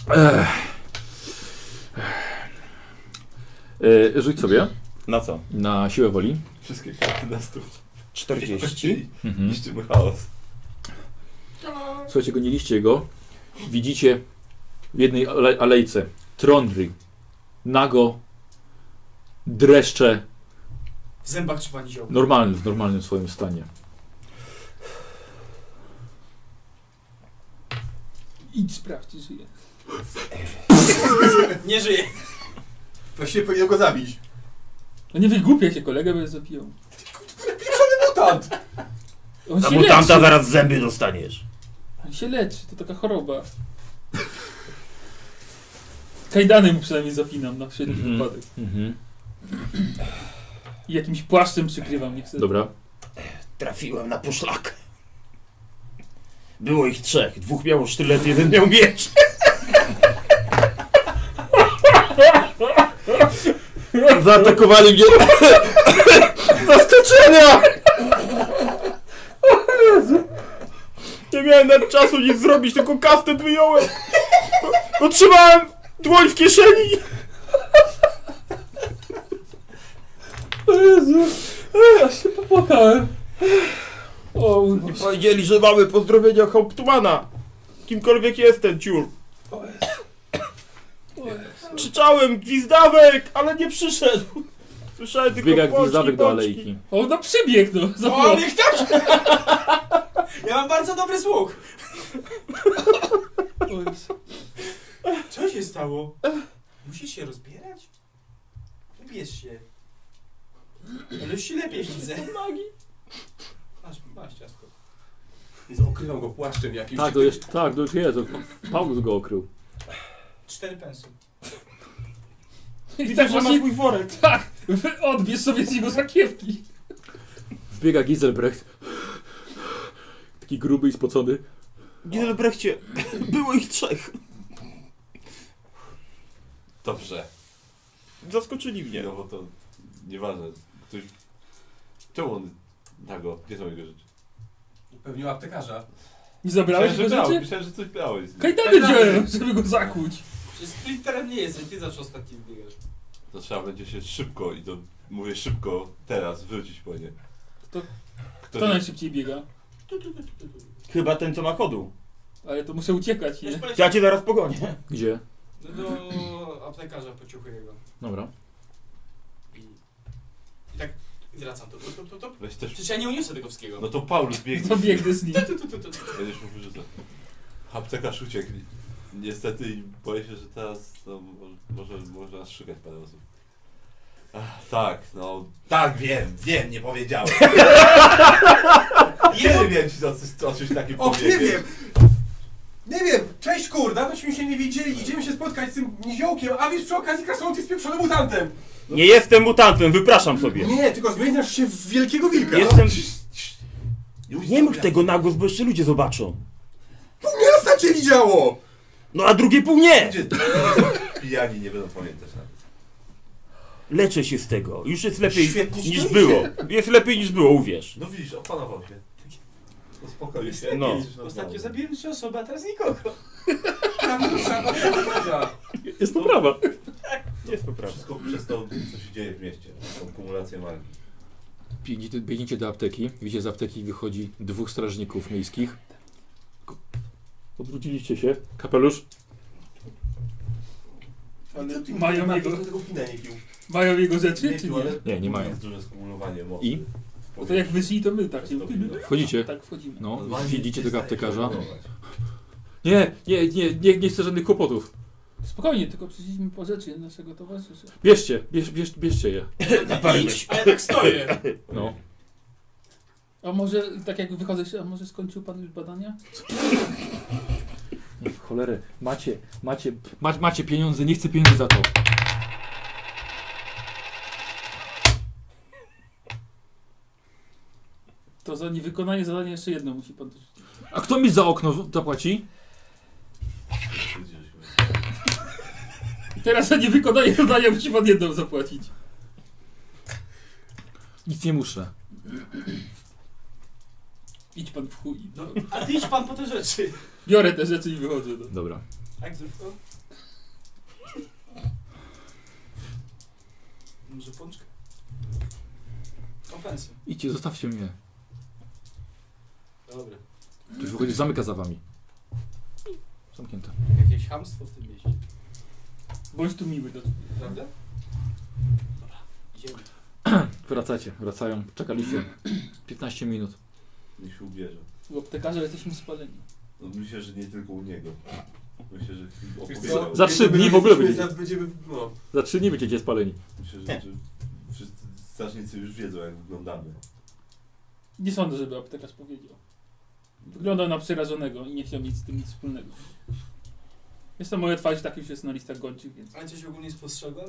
Rzuć sobie Na co? na siłę woli. Wszystkie karty na stół. 40. Niszczymy chaos. Słuchajcie, goniliście go. Widzicie w jednej alejce Trondry. Nago. Dreszcze. W zębach trzyma nizioł. W normalnym swoim stanie. Idź sprawdź, czy żyje. Nie żyje. Właściwie powinien go zabić. No nie wygłupia się, kolegę by zabiją. Mutant! On Za się mutanta leczy. zaraz zęby dostaniesz. On się leczy, to taka choroba. Kajdany mu przynajmniej zapinam na wszelki wypadek. I jakimś płaszczem przykrywam, nie chcę. Dobra. Trafiłem na poszlak. Było ich 3. 2 miało sztylet, 1 miał miecz. Zaatakowali mnie. Zaskoczenia! O Jezu. Nie miałem nawet czasu nic zrobić, tylko kastet wyjąłem. Otrzymałem dłoń w kieszeni. O Jezu. Ja się popłakałem. O, mój Boże. Powiedzieli, że mamy pozdrowienia Hauptmana. Kimkolwiek jest ten ciur. O Jezu. Krzyczałem gwizdawek, ale nie przyszedł. Słyszałem tylko Biega pączki, gwizdawek do pączki. alejki. O, no przybiegł, no. O, Zapomniał. niech ktoś! Ja mam bardzo dobry słuch. O Jezu. Co się stało? Musisz się rozbierać? Wybierz się. Ale już się lepiej widzę. Masz ciastko. Więc okrywam go płaszczem jakimś. Tak, to już jest. Paulus go okrył. 4 pensy. I tak że masz właśnie, mój worek. tak, odbierz sobie z jego sakiewki. Wbiega Giselbrecht. Taki gruby i spocony. Giselbrechcie, było ich 3. Dobrze. Zaskoczyli mnie. No bo to nieważne. Ktoś... Czemu on... Nago, gdzie są jego rzeczy? Pewnie u aptekarza. Nie zabrałeś Myślałem, tego że rzeczy? Myślałem, że coś brałeś. Kajdany wziąłem, żeby go zakłuć. Czy Splinterem nie jesteś, ty zawsze ostatni zbiegasz. To trzeba będzie się szybko i to mówię szybko teraz wrócić po nie. Kto najszybciej biega? Chyba ten, co ma chodu. Ale to muszę uciekać, nie? Ja cię zaraz pogonię. Gdzie? Do aptekarza pociuchuję go. Dobra. I tak wracam to. Weź też... Przecież ja nie uniosę tego wszystkiego. No to Paulus biegnie. To biegnę z nim. Będziesz mu wyrzucał. Aptekarz uciekł. Niestety i boję się, że teraz no, może nas szukać parę osób. Ach, tak, no... Tak, wiem, nie powiedziałem. Kiedy miałem ci o czymś takim Och, powiedzieć? nie wiem! Nie wiem! Cześć kur, dawnośmy się nie widzieli, idziemy się spotkać z tym niziołkiem, a wiesz przy okazji krasnoluд jest pieprzonym mutantem! Nie jestem mutantem, wypraszam sobie. Nie, tylko zmieniasz się w wielkiego wilka! Jestem... Już Nie mów tego na głos, bo jeszcze ludzie zobaczą. Pół miasta cię widziało! No a drugie pół nie! Ludzie pijani nie będą pamiętać nawet. Leczę się z tego. Już jest lepiej Świetnie niż stoicie. było. Jest lepiej niż było, uwierz. No widzisz, opanował się. No spokojnie. No. Ostatnio zabiłem 3 osoby, a teraz nikogo. Jest to prawa. Jest to prawda. Wszystko przez to, co się dzieje w mieście. Tą kumulację magii. Biegnijcie do apteki. Widzicie, z apteki wychodzi 2 strażników miejskich. Odwróciliście się. Kapelusz. Ale mają jego, tego wina nie pił. mają jego rzeczy, Nie czy pił, nie? ale Nie mają. Jest duże skumulowanie mocy. I? No to jak wyszli, to my tak się... Wchodzicie. Tak, wchodzimy. No, Normalnie widzicie tego przestaje się aptekarza. budować. Nie chcę żadnych kłopotów. Spokojnie, tylko przyszliśmy po rzeczy naszego towarzysza. Bierzcie je. Zapalić. A ja tak stoję. No. A może, tak jak wychodzę, a może skończył pan już badania? W cholerę, macie pieniądze, nie chcę pieniędzy za to. To za niewykonanie zadania jeszcze jedno musi pan dorzucić. A kto mi za okno zapłaci? Teraz za niewykonanie zadania musi pan jedną zapłacić. Nic nie muszę. Idź pan w chuj. No, a ty idź pan po te rzeczy. Biorę te rzeczy i wychodzę. No. Dobra. Jak zrób to? Może pączkę? O pensję. Idźcie, zostawcie mnie. Dobra. Ktoś wychodzi, zamyka za wami. Zamknięte. Jakieś chamstwo w tym mieście. Bądź tu miły do ciebie. Prawda? Dobra, idziemy. Wracają. Czekaliście 15 minut. Niech się ubierze. U aptekarza jesteśmy spaleni. No, myślę, że nie tylko u niego. Myślę, że Wiesz opowiedział. co? Za 3 dni w ogóle będziecie. Będziemy, no. Za 3 dni będziecie spaleni. Myślę, że wszyscy strażnicy już wiedzą, jak wyglądamy. Nie sądzę, żeby aptekarz powiedział. Wyglądał na przerażonego i nie chciał mieć z tym nic wspólnego. Jest to moja twarz, tak już jest na listach gończych, więc... Ale coś ogólnie spostrzegłem?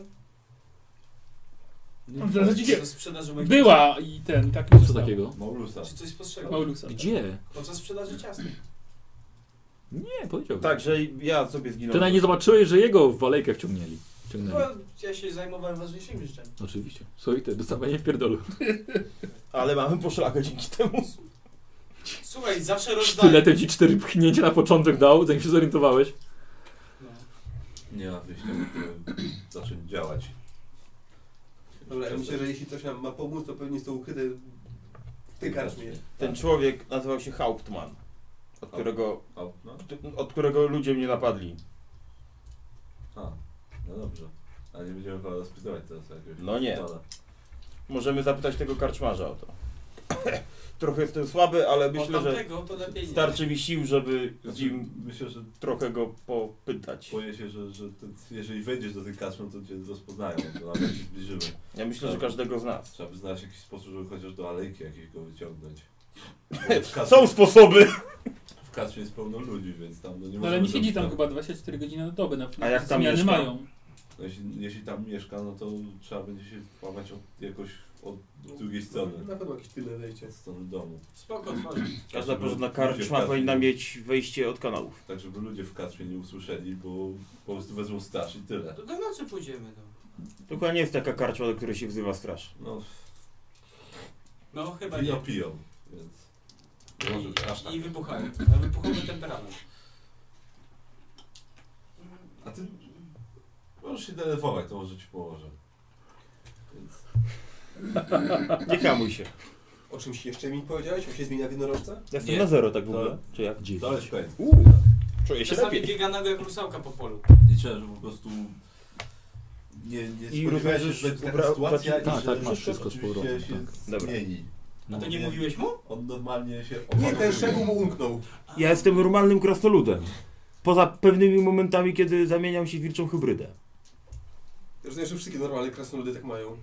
W zasadzie Co sprzedaży była i ten, tak już Co zostało. takiego? Maulusa. Czy coś spostrzegłem? Maulusa. Gdzie? Podczas sprzedaży ciastek. Nie, powiedział. Tak, że ja sobie Ty zginąłem. nawet nie zobaczyłeś, że jego w walejkę wciągnęli. No, ja się zajmowałem ważniejszymi rzeczami. Oczywiście. Słuchaj, dostawanie w pierdolu. Ale mamy poszlakę dzięki temu. Słuchaj, zawsze rozdaję. Sztyletem ci 4 pchnięcia na początek dał, zanim się zorientowałeś. No. Nie ma wyjścia, żeby zacząć działać. Dobra, ja myślę, że jeśli coś nam ma pomóc, to pewnie jest to ukryte w tej karczmie. Ten człowiek nazywał się Hauptmann, O, no. od którego ludzie mnie napadli. A, no dobrze. Ale nie będziemy chyba rozpytywać teraz o jakiegoś No nie. pana. Możemy zapytać tego karczmarza o to. Trochę jestem słaby, ale myślę, że tamtego to lepiej nie. starczy mi sił, żeby z Znaczy, nim myślę, że trochę go popytać. boję się, że jeżeli wejdziesz do tej karczmy, to cię rozpoznają, to nawet się zbliżymy. Ja myślę, że każdego z nas. Trzeba by znaleźć jakiś sposób, żeby chociaż do alejki jakiejś go wyciągnąć. Są sposoby! W karczmie jest pełno ludzi, więc tam no nie No ale nie możemy siedzi tam zrobić chyba 24 godziny na dobę. A jak tam zmiany mieszka? mają. No, jeśli tam mieszka, no to trzeba będzie się łamać jakoś od drugiej strony. Na pewno jakieś tylne wejście. Od strony domu. Spoko, otworzy. Każda porządna karczma powinna mieć wejście od kanałów. Tak, żeby ludzie w karczmie nie usłyszeli, bo po prostu wezmą straż i tyle. To do nocy pójdziemy, no. To chyba nie jest taka karczma, do której się wzywa straż. No, No chyba wino nie. piją, więc nie może być aż tak. I wybuchają. Na wybuchowy temperament. A ty możesz się denerwować, to może ci pomoże. Więc Nie hamuj się. O czymś jeszcze mi powiedziałeś? O się zmienia w jednorożca? Ja jestem Nie. na 0 tak w To- ogóle? Czy jak? to jest koniec. Czuję się Czasami lepiej. bieganego jak rusałka po polu. Liczę, że po prostu nie I spodziewałem się, również że będzie taka ubra- sytuacja Tak, i tak, że masz wszystko z oczywiście powrotem, się tak. Dobra. zmieni. A to nie Nie. mówiłeś mu? On normalnie się Nie, ten szczegół mu umknął. Ja jestem normalnym krasnoludem. Poza pewnymi momentami, kiedy zamieniam się w wilczą hybrydę. Rozumiem, że wszystkie normalne krasnoludy tak mają.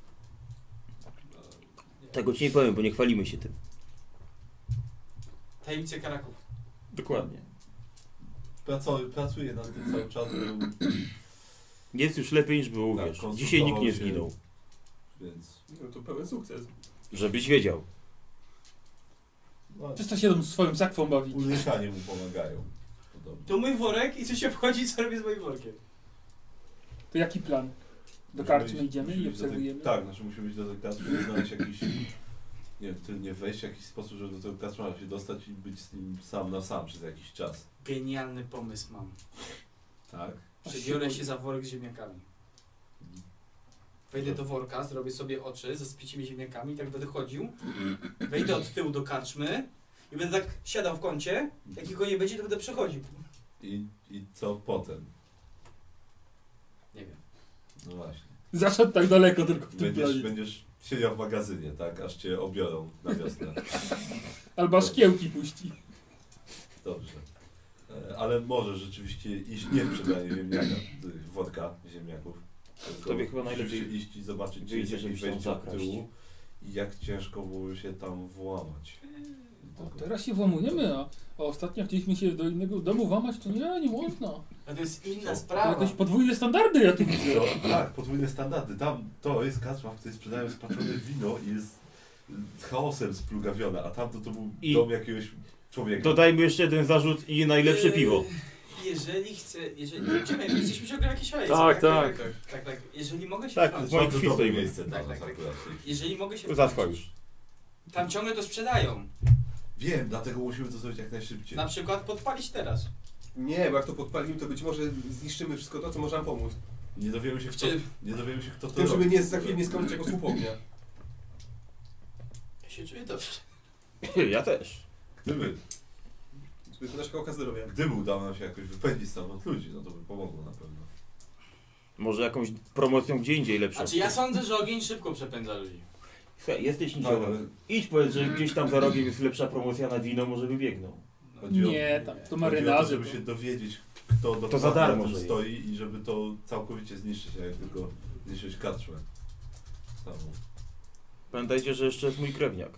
Tego ci nie powiem, bo nie chwalimy się tym. Tajemnice Karaków. Dokładnie. pracuje nad tym cały czas, Jest już lepiej niż było, Tak, wiesz. konsultował Dzisiaj nikt nie się. zginął. więc... No to pełen sukces. Żebyś wiedział. No, Przestań się swoją sakwą bawić. uzyskanie mu pomagają. Podobnie. To mój worek i co się wchodzi, co robię z moim workiem. To jaki plan? Do Musimy karczmy iść- idziemy musimy i iść do tej- obserwujemy? Tak, znaczy musimy iść do tej karczmy i znaleźć jakiś... Nie wiem, nie wejść w jakiś sposób, żeby do tego karczmana się dostać i być z nim sam na sam przez jakiś czas. Genialny pomysł mam. Tak? Przebiorę się za worek z ziemniakami. Wejdę do worka, zrobię sobie oczy ze spicimi ziemniakami i tak będę chodził. Wejdę od tyłu do karczmy i będę tak siadał w kącie. Jak nikogo nie będzie, to będę przechodził. I co potem? Nie wiem. No właśnie. Zaszedł tak daleko tylko w tym planie. Będziesz siedział w magazynie, tak? Aż cię obiorą na wiosnę. Albo szkiełki puści. Dobrze. Ale możesz rzeczywiście iść nie w przebranie ziemniaka, worka ziemniaków. Tylko Tobie chyba najlepiej rzeczywiście iść i zobaczyć, czy jest wyjdzie, jakieś żebyś tam wejście od zakraść. tyłu i jak ciężko było się tam włamać. O, teraz się włamujemy, a A ostatnio chcieliśmy się do innego domu włamać, to nie można. A to jest inna To sprawa. jakieś podwójne standardy ja tu widzę. No, tak, podwójne standardy. Tam to jest karczma, w której sprzedają spaczone wino i jest chaosem splugawione, a tamto to był I- dom jakiegoś człowieka. Dodajmy jeszcze jeden zarzut i najlepsze piwo. Jeżeli jesteśmy się ograć jakieś jajce. Tak. Tak. Jeżeli mogę się Tak, wtrącić. z moich Bardzo krwi dobre stoimy. miejsce dla Tak, nas tak. akurat w tej chwili. Jeżeli mogę się Zaschła wtrącić. już. Tam ciągle to sprzedają. Wiem, dlatego musimy to zrobić jak najszybciej. Na przykład podpalić teraz. Nie, bo jak to podpalimy, to być może zniszczymy wszystko to, co może nam pomóc. Nie dowiemy się kto, Czy- nie dowiemy się, kto W to tym, żeby robi. nie, za chwilę nie skończyć jako słup ognia. Ja się czuję dobrze. Ja też. Żeby to naszego oka zdrowia. Gdyby udało nam się jakoś wypędzić stamtąd ludzi, no to by pomogło na pewno. Może jakąś promocją gdzie indziej lepszą. Znaczy ja sądzę, że ogień szybko przepędza ludzi. Słuchaj, jesteś Tak, niziołem. ale Idź powiedz, że gdzieś tam za rogiem jest lepsza promocja na wino, może wybiegną. chodzi o- Nie, tam to chodzi o marynarze. to, żeby to- się dowiedzieć, kto za dokładnie darmo, na tym że stoi i żeby to całkowicie zniszczyć, a nie tylko zniszczyć karczmę. Samą. Pamiętajcie, że jeszcze jest mój krewniak.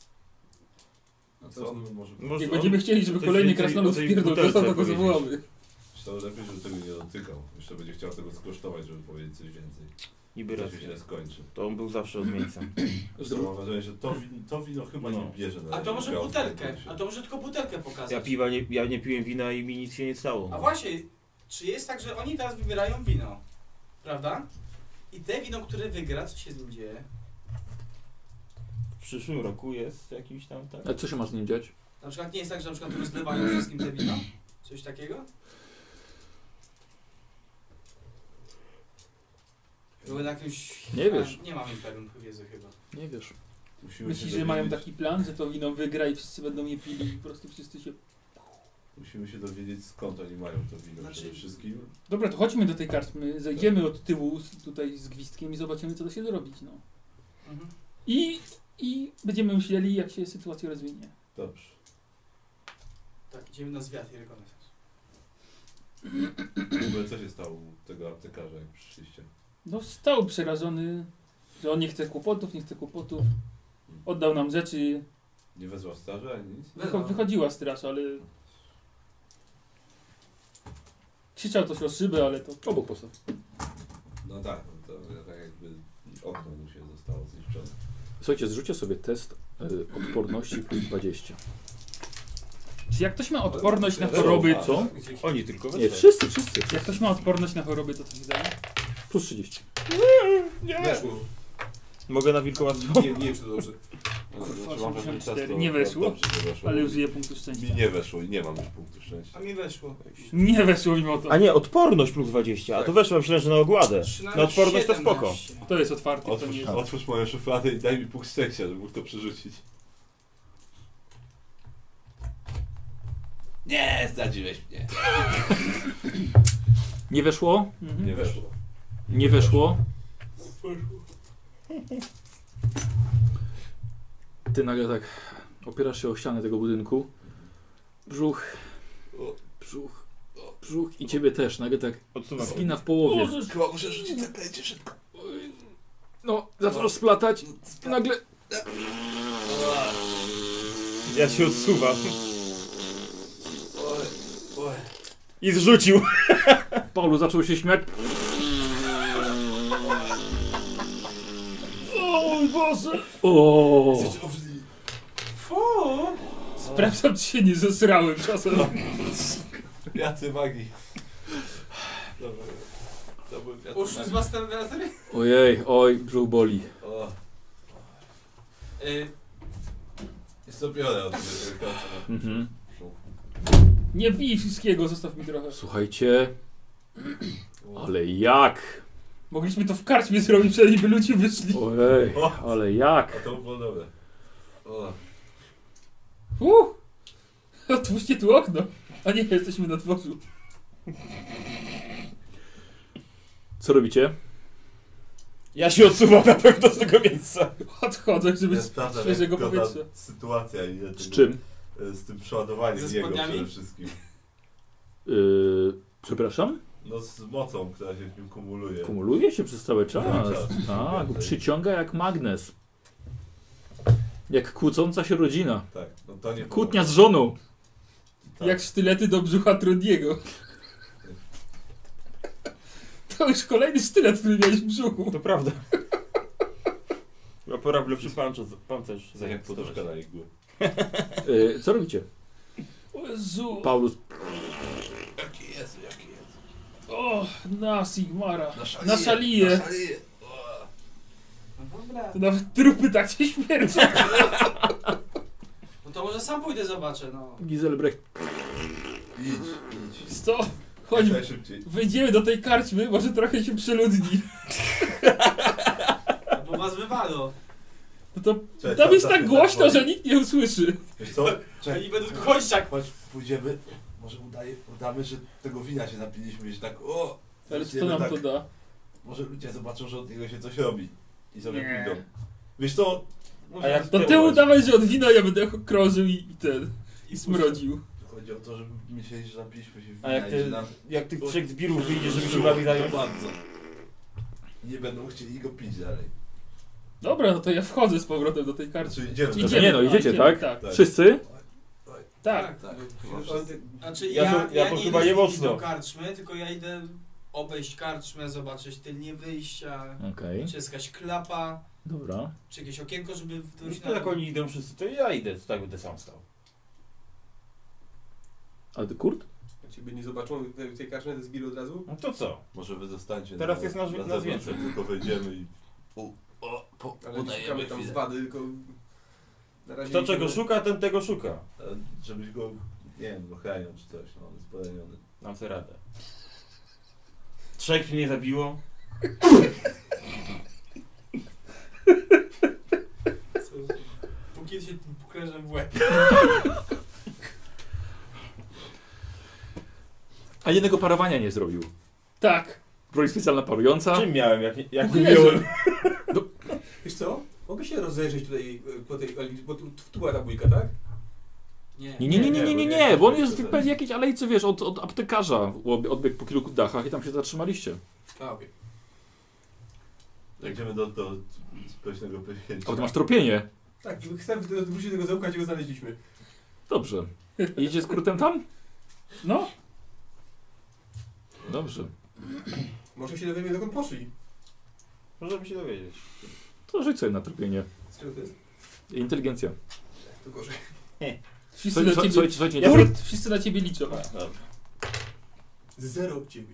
A co on może... Może Jak będziemy chcieli, żeby coś kolejny więcej krasnolud o tej wpierdol butelce dostał, to go powiedzieć. zawołamy. To lepiej, żeby tego nie dotykał. Jeszcze będzie chciał tego skosztować, żeby powiedzieć coś więcej. Niby To raz. się źle skończy. To on był zawsze odmieńcem. Zresztą mam wrażenie, że to wino chyba No. nie bierze na A to może razie butelkę. gałki. A to może tylko butelkę pokazać. Ja nie piłem wina i mi nic się nie stało. A właśnie, czy jest tak, że oni teraz wybierają wino? Prawda? I te wino, które wygra, co się z nim dzieje? W przyszłym roku jest jakiś tam, tak? A co się ma z nim dziać? Na przykład nie jest tak, że na przykład rozlewają wszystkim te wino? Coś takiego? Były na jakimś... Nie wiesz. Nie mam imperium wiedzy chyba. Nie wiesz. Musimy Myślisz, się że mają dowiedzieć- taki plan, że to wino wygra i wszyscy będą je pili i po prostu wszyscy się... Musimy się dowiedzieć, skąd oni mają to wino Znaczy- przede wszystkim. Dobra, to chodźmy do tej karczmy, zejdziemy od tyłu tutaj z gwizdkiem i zobaczymy, co da się zrobić, no. Mhm. I będziemy myśleli, jak się sytuacja rozwinie. Dobrze. Tak, idziemy na zwiat i rekonesans. W ogóle co się stało u tego aptekarza, jak przyszliście? No stał przerażony, że on nie chce kłopotów, Oddał nam rzeczy, Nie wezwał straży ani nic? wychodziła straż, ale... Krzyczał coś o szybę, ale to... Obok postaw. No tak, no to tak jakby okno mu się zostało zniszczone. Słuchajcie, zrzućcie sobie test odporności plus 20. Czy jak ktoś ma odporność na choroby, Co? Oni tylko Nie, weszli. wszyscy. jak ktoś ma odporność na choroby, to co się daje? Plus 30. Weszło. Mogę na wilkołactwo? Nie wiem, czy to dobrze. Kurwa, Znaczy, mam 84. czas, to Nie weszło, Dobrze, nie weszło. ale użyję punktu szczęścia. Mi nie weszło i nie mam już punktu szczęścia. A mi weszło. Nie weszło mimo to. A nie, odporność plus 20, a to weszło, myślę, że na ogładę. Na odporność to spoko. 17. To jest otwarte, to nie jest... Otwórz moją szufladę i daj mi punkt szczęścia, żeby mógł to przerzucić. Nie, zdradziłeś mnie. Nie weszło? Mhm. Nie weszło. Nie weszło. Ty nagle tak opierasz się o ścianę tego budynku. Brzuch i ciebie też. Nagle tak Odsuwam. zgina w połowie. Chyba muszę rzucić zaklęcie szybko. No, zaczynasz splatać. Nagle Ja się odsuwam. I zrzucił. Paulu zaczął się śmiać. O Boże! O! Fu! Sprawdzam, czy się nie zesrałem czasem. Jacy magii. Dobra. To był wiatr Uszły z magii. was temperatury? Ojej, oj, brzuch boli. O, Y, jest to biorę od tego końca. Mhm. Nie pij wszystkiego, zostaw mi trochę. Słuchajcie, ale jak? Mogliśmy to w karczmie zrobić, przynajmniej by ludzie wyszli. Ojej, ale A jak? to było dobre. O, Otwórzcie tu okno. A nie, jesteśmy na dworzu. Co robicie? Ja się odsuwam na pewno z tego miejsca. Odchodzę, żeby ja sprawdzam, świeżego jak wygląda powietrza. sytuacja i Z czym? Z tym przeładowaniem Ze jego spodniami? przede wszystkim. Przepraszam? No z mocą, która się w nim kumuluje. Kumuluje się przez cały czas. Cały czas. Tak, Więcej. przyciąga jak magnes. Jak kłócąca się rodzina. Tak, no to nie Kłótnia z żoną. Tak. Jak sztylety do brzucha Trodiego. To już kolejny sztylet, który miałeś w brzuchu. To prawda. No pora w lepszy pancerz Tak jak poduszka na igły. Co robicie? O Jezu. Paulus. Jaki jest. O, na Sigmara. Na szaliję. No dobra. To nawet trupy tak się śmierdzą. No to może sam pójdę zobaczę, no. Giselbrecht. Idź. Co? Chodź, Najszybciej. wejdziemy do tej karczmy, może trochę się przeludni. Bo was wywalą. No to Cześć, tam jest tam tak tak głośno, woli. że nikt nie usłyszy. Wiesz co? Oni będą tylko chodzić tak. Chodź, pójdziemy. Może udamy, że tego wina się napiliśmy i się tak o. Ale co zaczniemy nam tak, to da? Może ludzie zobaczą, że od niego się coś robi. I sobie Nie. pójdą. Wiesz co? A jak Do tyłu dawaj, że od wina ja będę krążył i smrodził. Chodzi o to, żeby myśleli, że napiliśmy się A wina i że nam... jak tych 3 zbirów wyjdzie, żeby się wami zająć? bardzo. Nie będą chcieli go pić dalej. Dobra, no to ja wchodzę z powrotem do tej karczmy. Znaczy idziemy. Idziemy. Nie no, idziecie, tak? Tak. Tak. Wszyscy? Tak. Tak. Znaczy Ja to chyba idę nie z nimi mocno. do karczmy, tylko ja idę obejść karczmę, zobaczyć tylnie wyjścia, Okej, czy jest jakaś klapa, dobra. czy jakieś okienko, żeby No wrócić to jak oni idą wszyscy, to ja idę, tak będę sam stał. A ty Kurt? Jak ciebie nie zobaczą w tej karczmie, to zbiry od razu? No to co? Może wy zostańcie Teraz na, jest nas zewnątrz, więcej. tylko wejdziemy i... Ale szukamy tam zwady, tylko... Na razie Kto nie czego widzimy. szuka, ten tego szuka. Żebyś go, nie wiem, ochraniał czy coś, no on jest poraniony. Dam sobie radę. 3 mnie zabiło. Póki się tym puklerzem w łeb. A jednego parowania nie zrobił. Tak. Broń specjalna parująca. Czym miałem, jak nie Kucheniem. miałem? Wiesz co? Mogę się rozejrzeć tutaj po tej, bo tu była ta bójka, tak? Nie, bo on jest w pewnie jakiejś alejce, wiesz, od aptekarza odbiegł po kilku dachach i tam się zatrzymaliście. A, okej. Idziemy do społecznego poświęcia. A ty masz tropienie. Tak, chcemy wrócić do tego zaułka, gdzie go znaleźliśmy. Dobrze. Idziecie z Kurtem tam? No. Dobrze. Może się dowiemy, dokąd poszli. Możemy się dowiedzieć. To rzuć sobie na tropienie. Z czego to jest? Inteligencja. To gorzej. Wszyscy na ciebie, Słuchajcie, wszyscy na ciebie liczą. Dobrze. 0,9.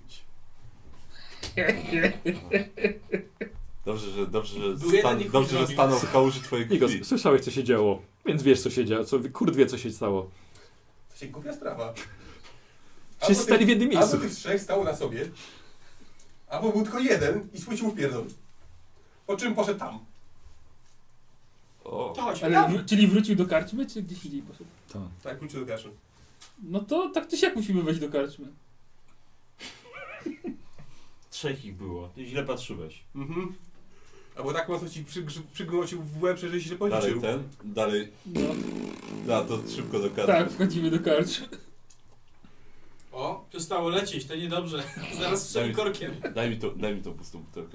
Dobrze, że Był jeden i chuj dobrze, że zrobił. stanął w kałuży twojej Nikos, krwi. słyszałeś co się działo, więc wiesz co się działo. Kurt wie co się stało. To się głupia sprawa. Wszyscy stali w jednym miejscu. Albo tych 3 stało na sobie, albo był tylko jeden i spłycił w pierdol. Po czym poszedł tam. O, To chodź, Ale czyli wrócił do karczmy, czy gdzieś indziej poszedł? Tak, kluczy do gaszy. No to tak czy siak musimy wejść do karczmy. 3 ich było. Ty źle patrzyłeś. Mhm. Albo tak mocno ci przygnącił w łeb, że się dalej policzył. dalej. No, To szybko do karty. tak, wchodzimy do karczmy. O, przestało lecieć, to niedobrze. Zaraz strzeli korkiem. Daj mi tą pustą butelkę.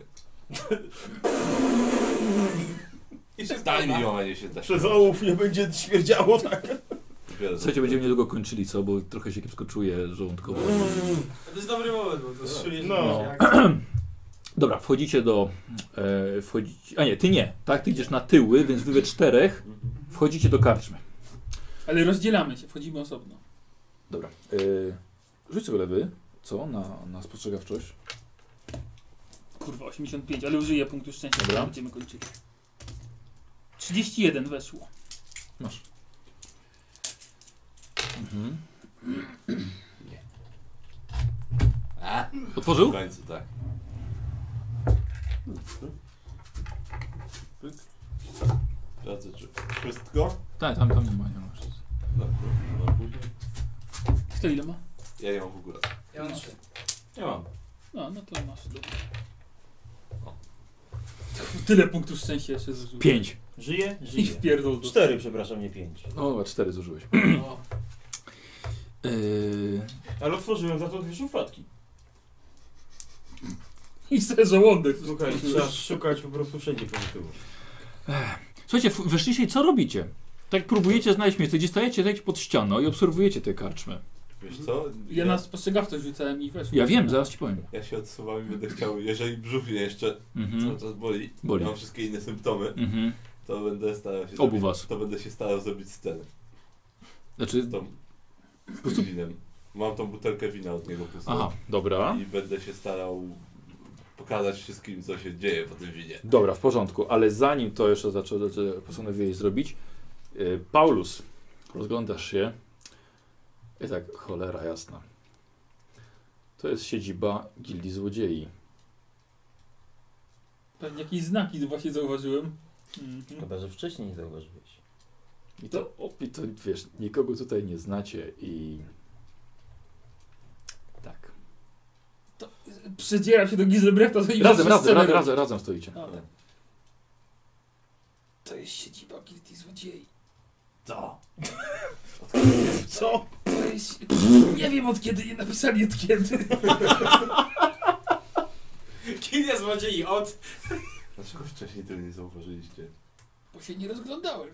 Jeszcze Daj mi pełna. ją, a nie się da. Przez ołów nie będzie śmierdziało, tak? Słuchajcie, będziemy niedługo kończyli, co? Bo trochę się kiepsko czuję żołądkowo. To jest dobry moment, bo to czujesz, No. Dobra, wchodzicie do... a nie, ty nie, tak? Ty idziesz na tyły, więc wy we 4 wchodzicie do karczmy. Ale rozdzielamy się, wchodzimy osobno. Dobra. Rzuć sobie lewy. Co? Na spostrzegawczość. Kurwa, 85, ale użyję punktu szczęścia, Dobra. będziemy kończyli. 31 weszło. Masz. Mhm. W Otworzył? końcu, tak. Sprawdzę, czy wszystko? Tak, tam nie ma. Nie ma. No, później. Kto ile ma? Ja ją w ogóle. Ja mam 3. Nie mam. No to masz. Dobra. Tyle punktów szczęścia jeszcze zużyłem. 5. Żyje? I Żyje. wpierdol do... 4, przepraszam, nie 5. O, 4 zużyłeś. O, Ale otworzyłem za to 2 szufladki. I sobie żołądek. Słuchaj, trzeba szukać po prostu wszędzie pozytywów. Słuchajcie, weszliście i co robicie? Tak próbujecie znaleźć miejsce, gdzie stajecie pod ścianą i obserwujecie te karczmy. Wiesz co? Ja na spostrzegawczość rzucałem i weszłem. Ja wiem, zaraz ci powiem. Ja się odsuwam i będę chciał, jeżeli brzuch mnie jeszcze cały czas boli, Boli. mam wszystkie inne symptomy, to będę starał się Obu zrobić, was. to będę się starał zrobić scenę Znaczy, z tą winem. Mam tą butelkę wina od niego pustą. aha, dobra. I będę się starał pokazać wszystkim, co się dzieje po tym winie. Dobra, w porządku, ale zanim to jeszcze postanowiłeś zrobić, Paulus, rozglądasz się i tak, cholera jasna. To jest siedziba Gildii Złodziei. Pewnie jakieś znaki właśnie zauważyłem. Szkoda, że wcześniej nie zauważyłeś. I to wiesz, nikogo tutaj nie znacie i... Tak. Przedzieram się do Giselbrechta i Razem stoicie. A, tak. To jest siedziba Gildii Złodziei. Co? Co? To jest... Nie wiem od kiedy, nie napisali od kiedy. Gildia złodziei od... Dlaczego wcześniej tego nie zauważyliście? Bo się nie rozglądałem.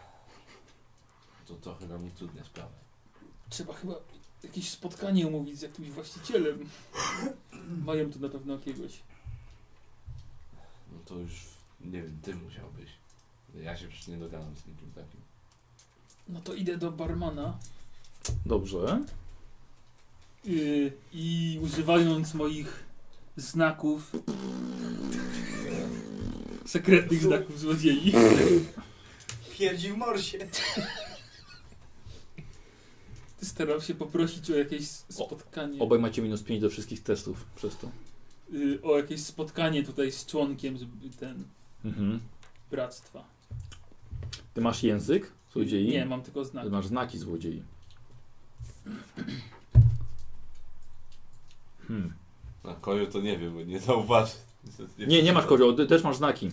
To trochę nam utrudnia sprawę. Trzeba chyba jakieś spotkanie umówić z jakimś właścicielem. Mają tu na pewno jakiegoś. No to już, nie wiem, ty musiałbyś. Ja się przecież nie dogadam z nikim takim. No to idę do barmana Dobrze. i używając moich znaków, sekretnych znaków złodziei, Pierdzi w morsie. staram się poprosić o jakieś spotkanie. Obaj macie -5 do wszystkich testów przez to. O jakieś spotkanie tutaj z członkiem bractwa. Ty masz język złodziei? Nie, mam tylko znaki. Ty masz znaki złodziei. Na koniu to nie wiem, bo nie zauważy. Nie masz kozioł, ty też masz znaki.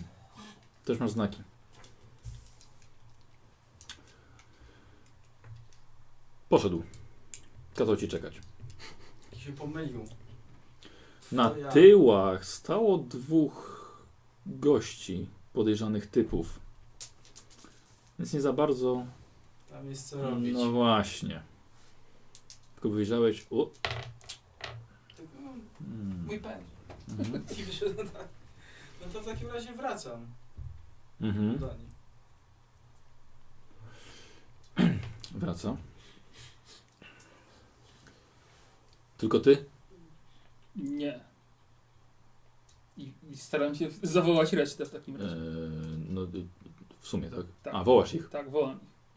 Poszedł. Kazał ci czekać. Się pomylił. Na To ja. tyłach stało 2 gości, podejrzanych typów. Więc nie za bardzo... Tam jest co robić. No właśnie. Tylko wyjrzałeś... O. Mój pędzel. Mhm. I wyszedł tak. No to w takim razie wracam Mhm. do nich. Wraca. Tylko ty? Nie. I staram się zawołać resztę w takim razie. No w sumie tak. Tak. A, wołasz ich. Tak, wołam.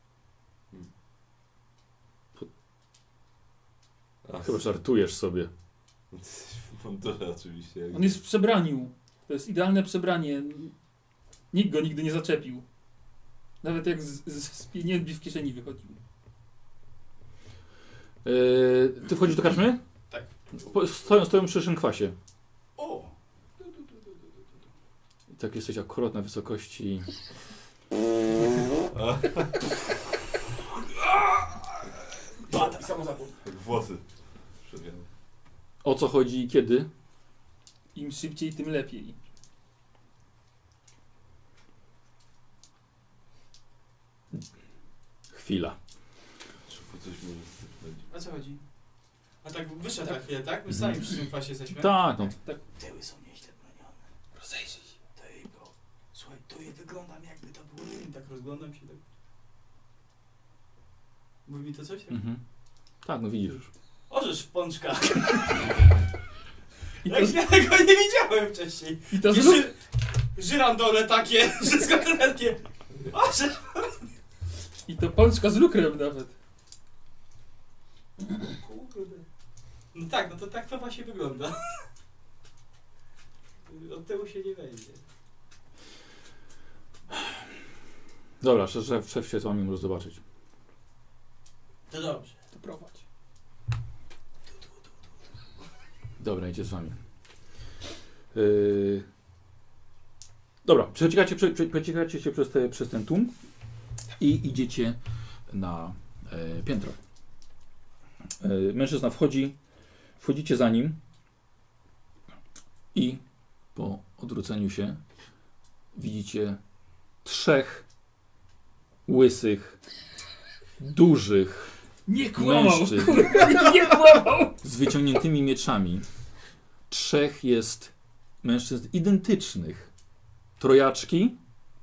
Chyba żartujesz sobie. W mundurze oczywiście. On jest w przebraniu. To jest idealne przebranie. Nikt go nigdy nie zaczepił. Nawet jak z pieniędzy w kieszeni wychodził. Ty wchodzisz do karczmy? Tak. Stoją przy szynkwasie. O! I tak jesteś akurat na wysokości... Taki samozapłon. Jak włosy. Przebiegam. O co chodzi i kiedy? Im szybciej, tym lepiej. Chwila. Czy coś może sypnąć? O co chodzi? A tak wyszedł na chwilę, tak? My sami przy tym kwasie jesteśmy. Tak, no. Tyły są nieźle bronione. Rozejrzyj się. To jego. Słuchaj, tu je wyglądam jakby to było nie wiem, tak rozglądam się tak. Mówi mi to coś? Tak? Mhm. Tak, no widzisz już. Orzesz w pączkach. I to, Jak ja go nie widziałem wcześniej. i to Jeszcze żyrandole takie, wszystko takie. Orzesz. I to pączka z lukrem nawet. Kurde. No tak, no to tak to właśnie wygląda. Od tyłu się nie wejdzie. Dobra, szef się z wami może zobaczyć. To dobrze. To prowadź. Dobra, idzie z wami. Dobra, przeciekacie się przez ten tłum i idziecie na piętro. Mężczyzna wchodzicie za nim i po odwróceniu się widzicie 3 łysych, dużych Nie kłamał! mężczyzn Kurwa, nie kłamał! z wyciągniętymi mieczami. 3 jest mężczyzn identycznych. Trojaczki,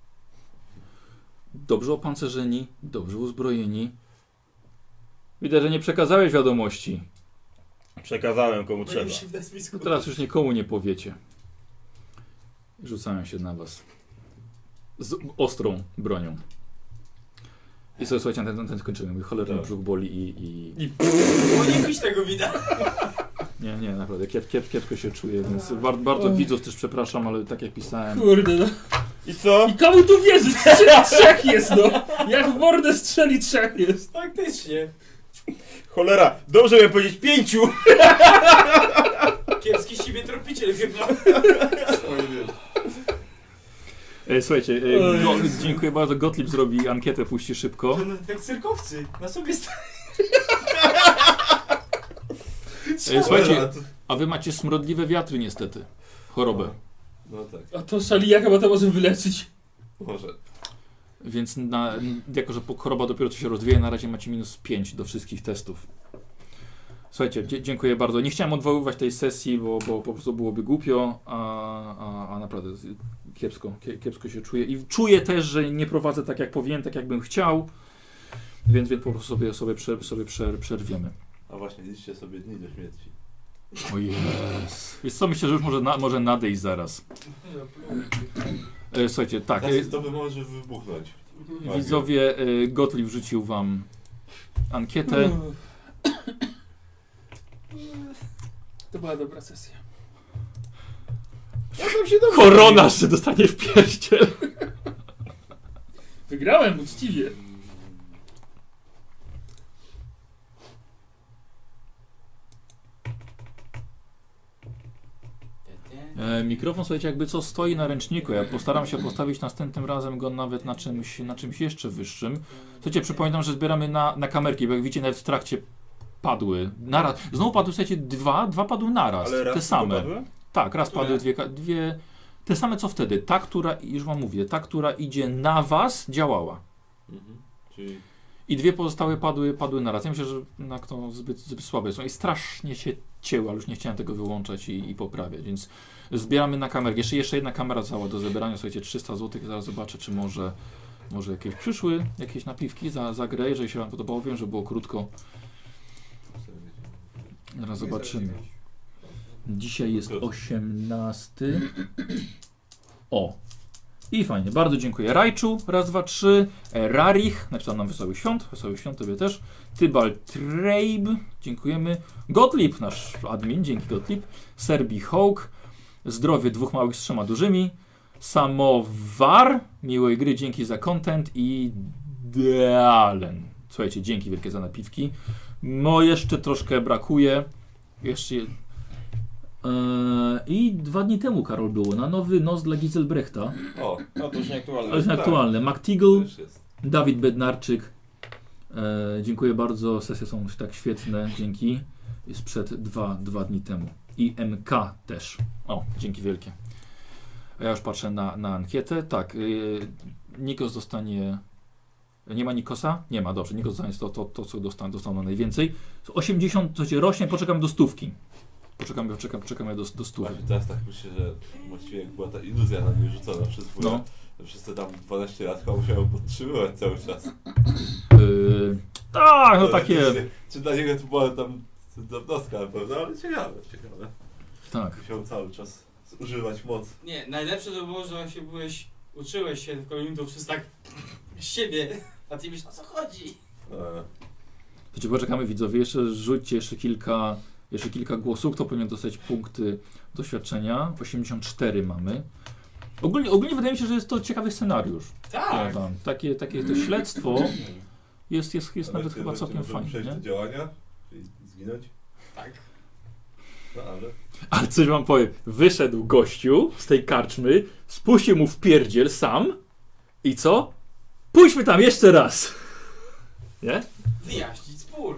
dobrze opancerzeni, dobrze uzbrojeni. Widać, że nie przekazałeś wiadomości. Przekazałem komu trzeba. w nazwisku. No teraz już nikomu nie powiecie. Rzucają się na was. Z ostrą bronią. I sobie, słuchajcie, ten skończymy. Mój cholerny Tak. brzuch boli i... Bo nie pić tego wina. Nie, naprawdę. Kiepsko się czuję, więc bardzo widzów też przepraszam, ale tak jak pisałem... Kurde no. I co? I komu tu wierzyć? Trzech jest no! Jak w mordę strzeli 3 jest. Faktycznie. Cholera, dobrze miałem powiedzieć 5! Kiepski z ciebie tropiciel chyba. Swoje wiesz. Słuchajcie, dziękuję bardzo. Gottlieb zrobi ankietę, puści szybko. To jak cyrkowcy. Na sobie Słuchajcie, a wy macie smrodliwe wiatry niestety. Chorobę. No tak, A to szalija chyba to może wyleczyć. może. Więc jako, że choroba dopiero co się rozwija, na razie macie -5 do wszystkich testów. Słuchajcie, dziękuję bardzo. Nie chciałem odwoływać tej sesji, bo po prostu byłoby głupio, a naprawdę kiepsko się czuję. I czuję też, że nie prowadzę tak jak powinien, tak jak bym chciał, więc po prostu sobie przerwiemy. A właśnie, liczcie sobie dni do śmierci. O Jezus. Wiesz co, myślę, że już może nadejść zaraz. Słuchajcie, tak. To by może wybuchnąć. Widzowie, Gottlieb wrzucił wam ankietę. To była dobra sesja. Korona jeszcze dostanie w pierściel. Wygrałem uczciwie. Mikrofon, słuchajcie, jakby co stoi na ręczniku. Ja postaram się postawić następnym razem go nawet na czymś jeszcze wyższym. Słuchajcie, przypominam, że zbieramy na kamerki, bo jak widzicie, nawet w trakcie padły. Naraz. Znowu padły, słuchajcie, dwa padły naraz. Ale raz te same. padły? Tak, raz padły dwie. Te same co wtedy. Ta, która, już wam mówię, ta, która idzie na was, działała. Czyli I 2 pozostałe padły naraz. Ja myślę, że to zbyt słabe są i strasznie się cięły, ale już nie chciałem tego wyłączać i poprawiać, więc zbieramy na kamerę. Jeszcze jedna kamera cała do zebrania, słuchajcie, 300 zł. Zaraz zobaczę, czy może jakieś przyszły, jakieś napiwki za grę, jeżeli się wam podobało. Wiem, że było krótko. Zaraz zobaczymy. Dzisiaj jest 18. O! I fajnie, bardzo dziękuję. Rajczu, raz, 2, 3. Rarich, napisał nam Wesołych Świąt, tobie też. Tybal Treib, dziękujemy. Gottlieb, nasz admin, dzięki Gottlieb. Serbi Hawk, Zdrowie 2 małych z 3 dużymi. Samowar, miłej gry, dzięki za content. I Dalen. Słuchajcie, dzięki wielkie za napiwki. No jeszcze troszkę brakuje. Jeszcze... I 2 dni temu, Karol, było na nowy nos dla Giselbrechta. o, No to już nieaktualne. To jest tak. aktualne. to McTeagle, już jest. Dawid Bednarczyk. Dziękuję bardzo. Sesje są tak świetne. Dzięki. Sprzed 2 dni temu. I MK też. O, dzięki wielkie. A ja już patrzę na ankietę. Tak. Nikos dostanie... Nie ma Nikosa? Nie ma, dobrze. Nikos dostanie to co dostaną najwięcej. 80, co się rośnie, poczekamy do 100. Czekamy do 100. Właśnie teraz tak myślę, że właściwie jak była ta iluzja na mnie rzucona przez wuja, No. przez te tam 12 lat chyba musiałem podtrzymywać cały czas. Tak, no takie. Czy dla niego to była tam drobnostka na pewno, ale ciekawe. Tak. Musiałem cały czas zużywać moc. Nie, najlepsze to było, że jak uczyłeś się w kolejnym to przez tak z siebie, a ty wiesz o co chodzi. Słuchajcie, poczekamy widzowie, jeszcze rzućcie jeszcze kilka głosów, kto powinien dostać punkty doświadczenia. 84 mamy. Ogólnie wydaje mi się, że jest to ciekawy scenariusz. Tak. Takie to śledztwo jest nawet chyba całkiem fajne. Przejść Nie? do działania, czyli zginąć. Tak. No ale... Ale coś wam powiem, wyszedł gościu z tej karczmy, spuścił mu w pierdziel sam i co? Pójdźmy tam jeszcze raz! Nie? Wyjaśnić spór.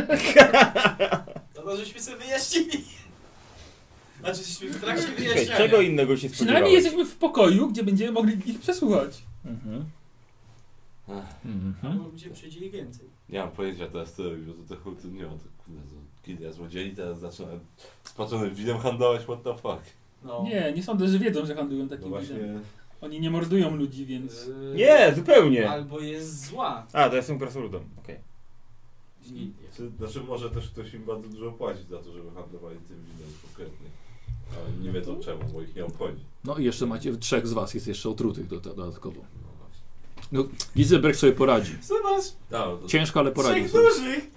To żeśmy sobie wyjaśnili. Znaczy jesteśmy w trakcie Czekaj, wyjaśniania. czego innego się Przynajmniej spodziewałeś? jesteśmy w pokoju, gdzie będziemy mogli ich przesłuchać. Mhm. Mhm. Albo gdzie przyjdzie ich więcej. Nie mam pojęcia teraz co robić, bo to trochę utrudniło. To kurde, gilia złodziei, teraz zaczyna spaczony winem handlować, what the fuck. No. Nie sądzę, że wiedzą, że handlują No takim właśnie, winem. Oni nie mordują ludzi, więc... Nie, zupełnie. Albo jest zła. A, to ja jestem krasnoludem, okej. znaczy może też ktoś im bardzo dużo płaci za to, żeby handlowali tym winem konkretnie. Ale nie wiedzą czemu, bo ich nie obchodzi. No i jeszcze macie, 3 z was jest jeszcze otrutych dodatkowo. No właśnie. No, Gizelbrecht sobie poradzi. Zobacz, No, to Ciężko, ale poradzi 3 sobie. dużych,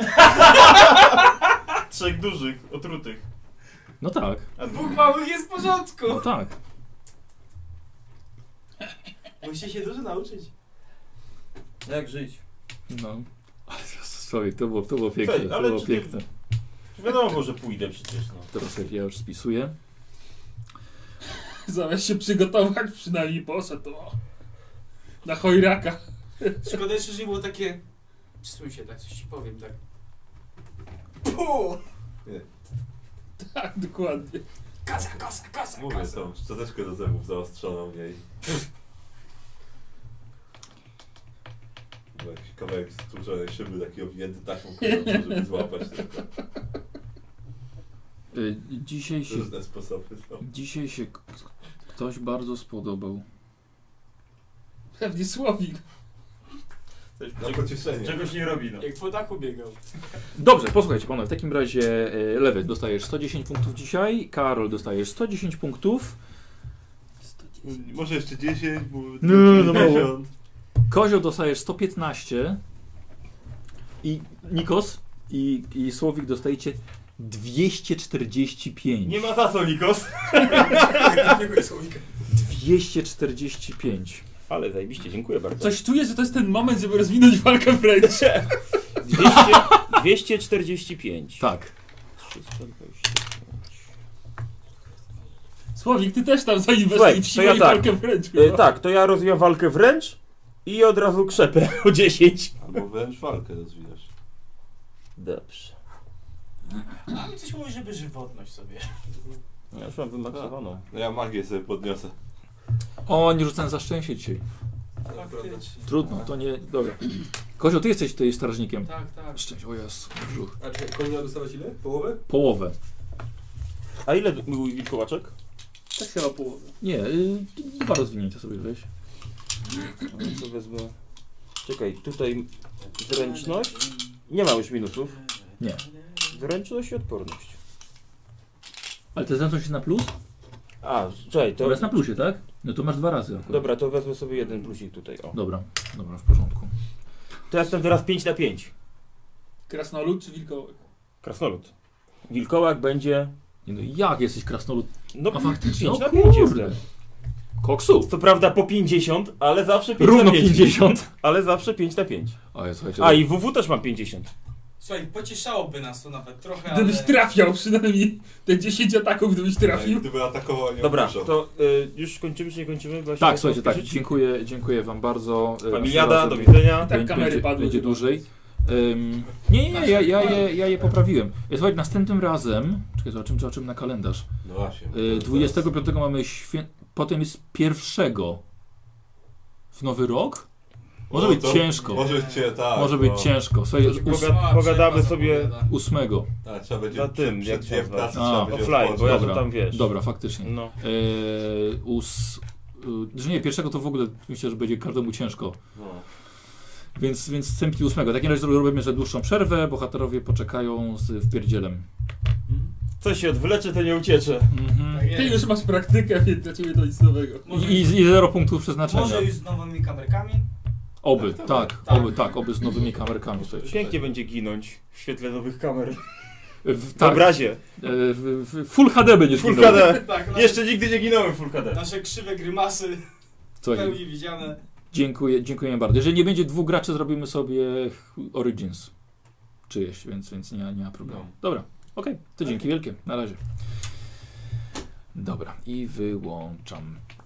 3 dużych, otrutych. No tak, A 2 małych jest w porządku. no tak. Musicie się dużo nauczyć. Jak żyć? No. Ale słuchaj, to było piękne, Słuchaj, to ale było czy ty- piękne. Wiadomo, że pójdę przecież, no. Teraz jak ja już spisuję. Zamiast się przygotować, przynajmniej poszedł na chojraka. Szkoda jeszcze, że nie było takie... Przesuń się, tak coś ci powiem, tak. Puh! Tak, dokładnie. Kasa. mówię, tą szczoteczkę do zębów zaostrzoną w niej. Jakiś kawałek stłuczonej szyby, taki owinięty taką kolorą, żeby złapać tylko. Różne sposoby są. Dzisiaj się ktoś bardzo spodobał. Pewnie Słowik. Na pocieszenie. Czegoś nie robi, no. Jak po dachu biegał. Dobrze, posłuchajcie panowie, w takim razie Lewy dostajesz 110 punktów dzisiaj, Karol dostajesz 110 punktów. Może jeszcze 10, bo No, 50. Kozioł dostajesz 115 i Nikos i Słowik dostajecie 245. Nie ma za co, Nikos. 245. Ale zajebiście, dziękuję bardzo. Coś czuję, że to jest ten moment, żeby rozwinąć walkę wręcz. 245. Tak. 325. Słowik, ty też tam zainwestuj Słuchaj, w to siłę ja i tak. walkę wręcz. Tak, to ja rozwijam walkę wręcz i od razu krzepę o 10. Albo wręcz walkę rozwijasz. Dobrze. A mi coś mówi, żeby żywotność sobie. Ja już mam wymaksowaną. No ja magię sobie podniosę. O, nie rzucałem za szczęście dzisiaj. Faktycznie. Trudno, to nie... Dobra. Kozioł, ty jesteś tutaj strażnikiem. Tak. Szczęście, o Jezu, brzuch. A czy koń miał dostawać ile? Połowę? Połowę. A ile był wilkołaczek? Tak się ma połowę. Nie, 2 rozwinięcia sobie weź. To wezmę. Czekaj, tutaj zręczność. Nie ma już minusów. Nie. Zręczność i odporność. Ale to zręczność jest na plus? A, czekaj, To to. jest na plusie, tak? No to masz 2 razy akurat. Dobra, to wezmę sobie jeden plusik tutaj. O. Dobra, w porządku. To ja jestem teraz 5 na 5. Krasnolud czy wilkołek? Krasnolud. Wilkołak będzie. Nie no, jak jesteś krasnolud? No A faktycznie, 5 no na 5 kurde. jestem. Koksu! Co prawda po 50, ale zawsze 5 Równo na 5. 50. Ale zawsze 5 na 5. A, słuchajcie, A i WW też mam 50. Słuchaj, pocieszałoby nas to nawet trochę, Gdybyś ale... trafiał przynajmniej te 10 ataków, gdybyś trafił. Gdyby atakował, nie Dobra, odpuszczał. to już kończymy czy nie kończymy? Bo ja się tak, mocno słuchajcie, tak, spieszyć. dziękuję wam bardzo. Familiada, do Myślę, że widzenia. Tak kamery padły. będzie dłużej. Nie, ja je poprawiłem. Słuchajcie, następnym razem, czekaj, zobaczymy na kalendarz. No właśnie. 25 mamy potem jest 1 w Nowy Rok. Może No być to ciężko. Może być Ciężko. Słuchajcie, Pogadamy sobie 8. Tak, trzeba będzie na tym, jak przed dniem to pracy nazwać. trzeba będzie offline, bo ja odpocząć. to tam wiesz. Dobra, faktycznie. No. Że nie, 1 to w ogóle myślę, że będzie każdemu ciężko. No. Więc wstępnie 8. W takim razie robimy że dłuższą przerwę, bohaterowie poczekają z wpierdzielem. Co się odwlecze, to nie uciecze. Mhm. Tak Ty jest. już masz praktykę, więc dla ciebie to nic nowego. I 0 punktów przeznaczenia. Może już z nowymi kamerkami? Oby, Tak, oby z nowymi kamerkami. Słuchajcie. Pięknie będzie ginąć w świetle nowych kamer. W Tak, obrazie. w Full HD będziesz Full ginął. HD. Tak, nasze, Jeszcze nigdy nie ginąłem w Full HD. nasze krzywe grymasy w Słuchaj, pełni widziane. dziękuję bardzo. Jeżeli nie będzie 2 graczy, zrobimy sobie Origins czyjeś, więc nie ma problemu. No. Dobra, okej, to dzięki wielkie. Na razie. Dobra, i wyłączam.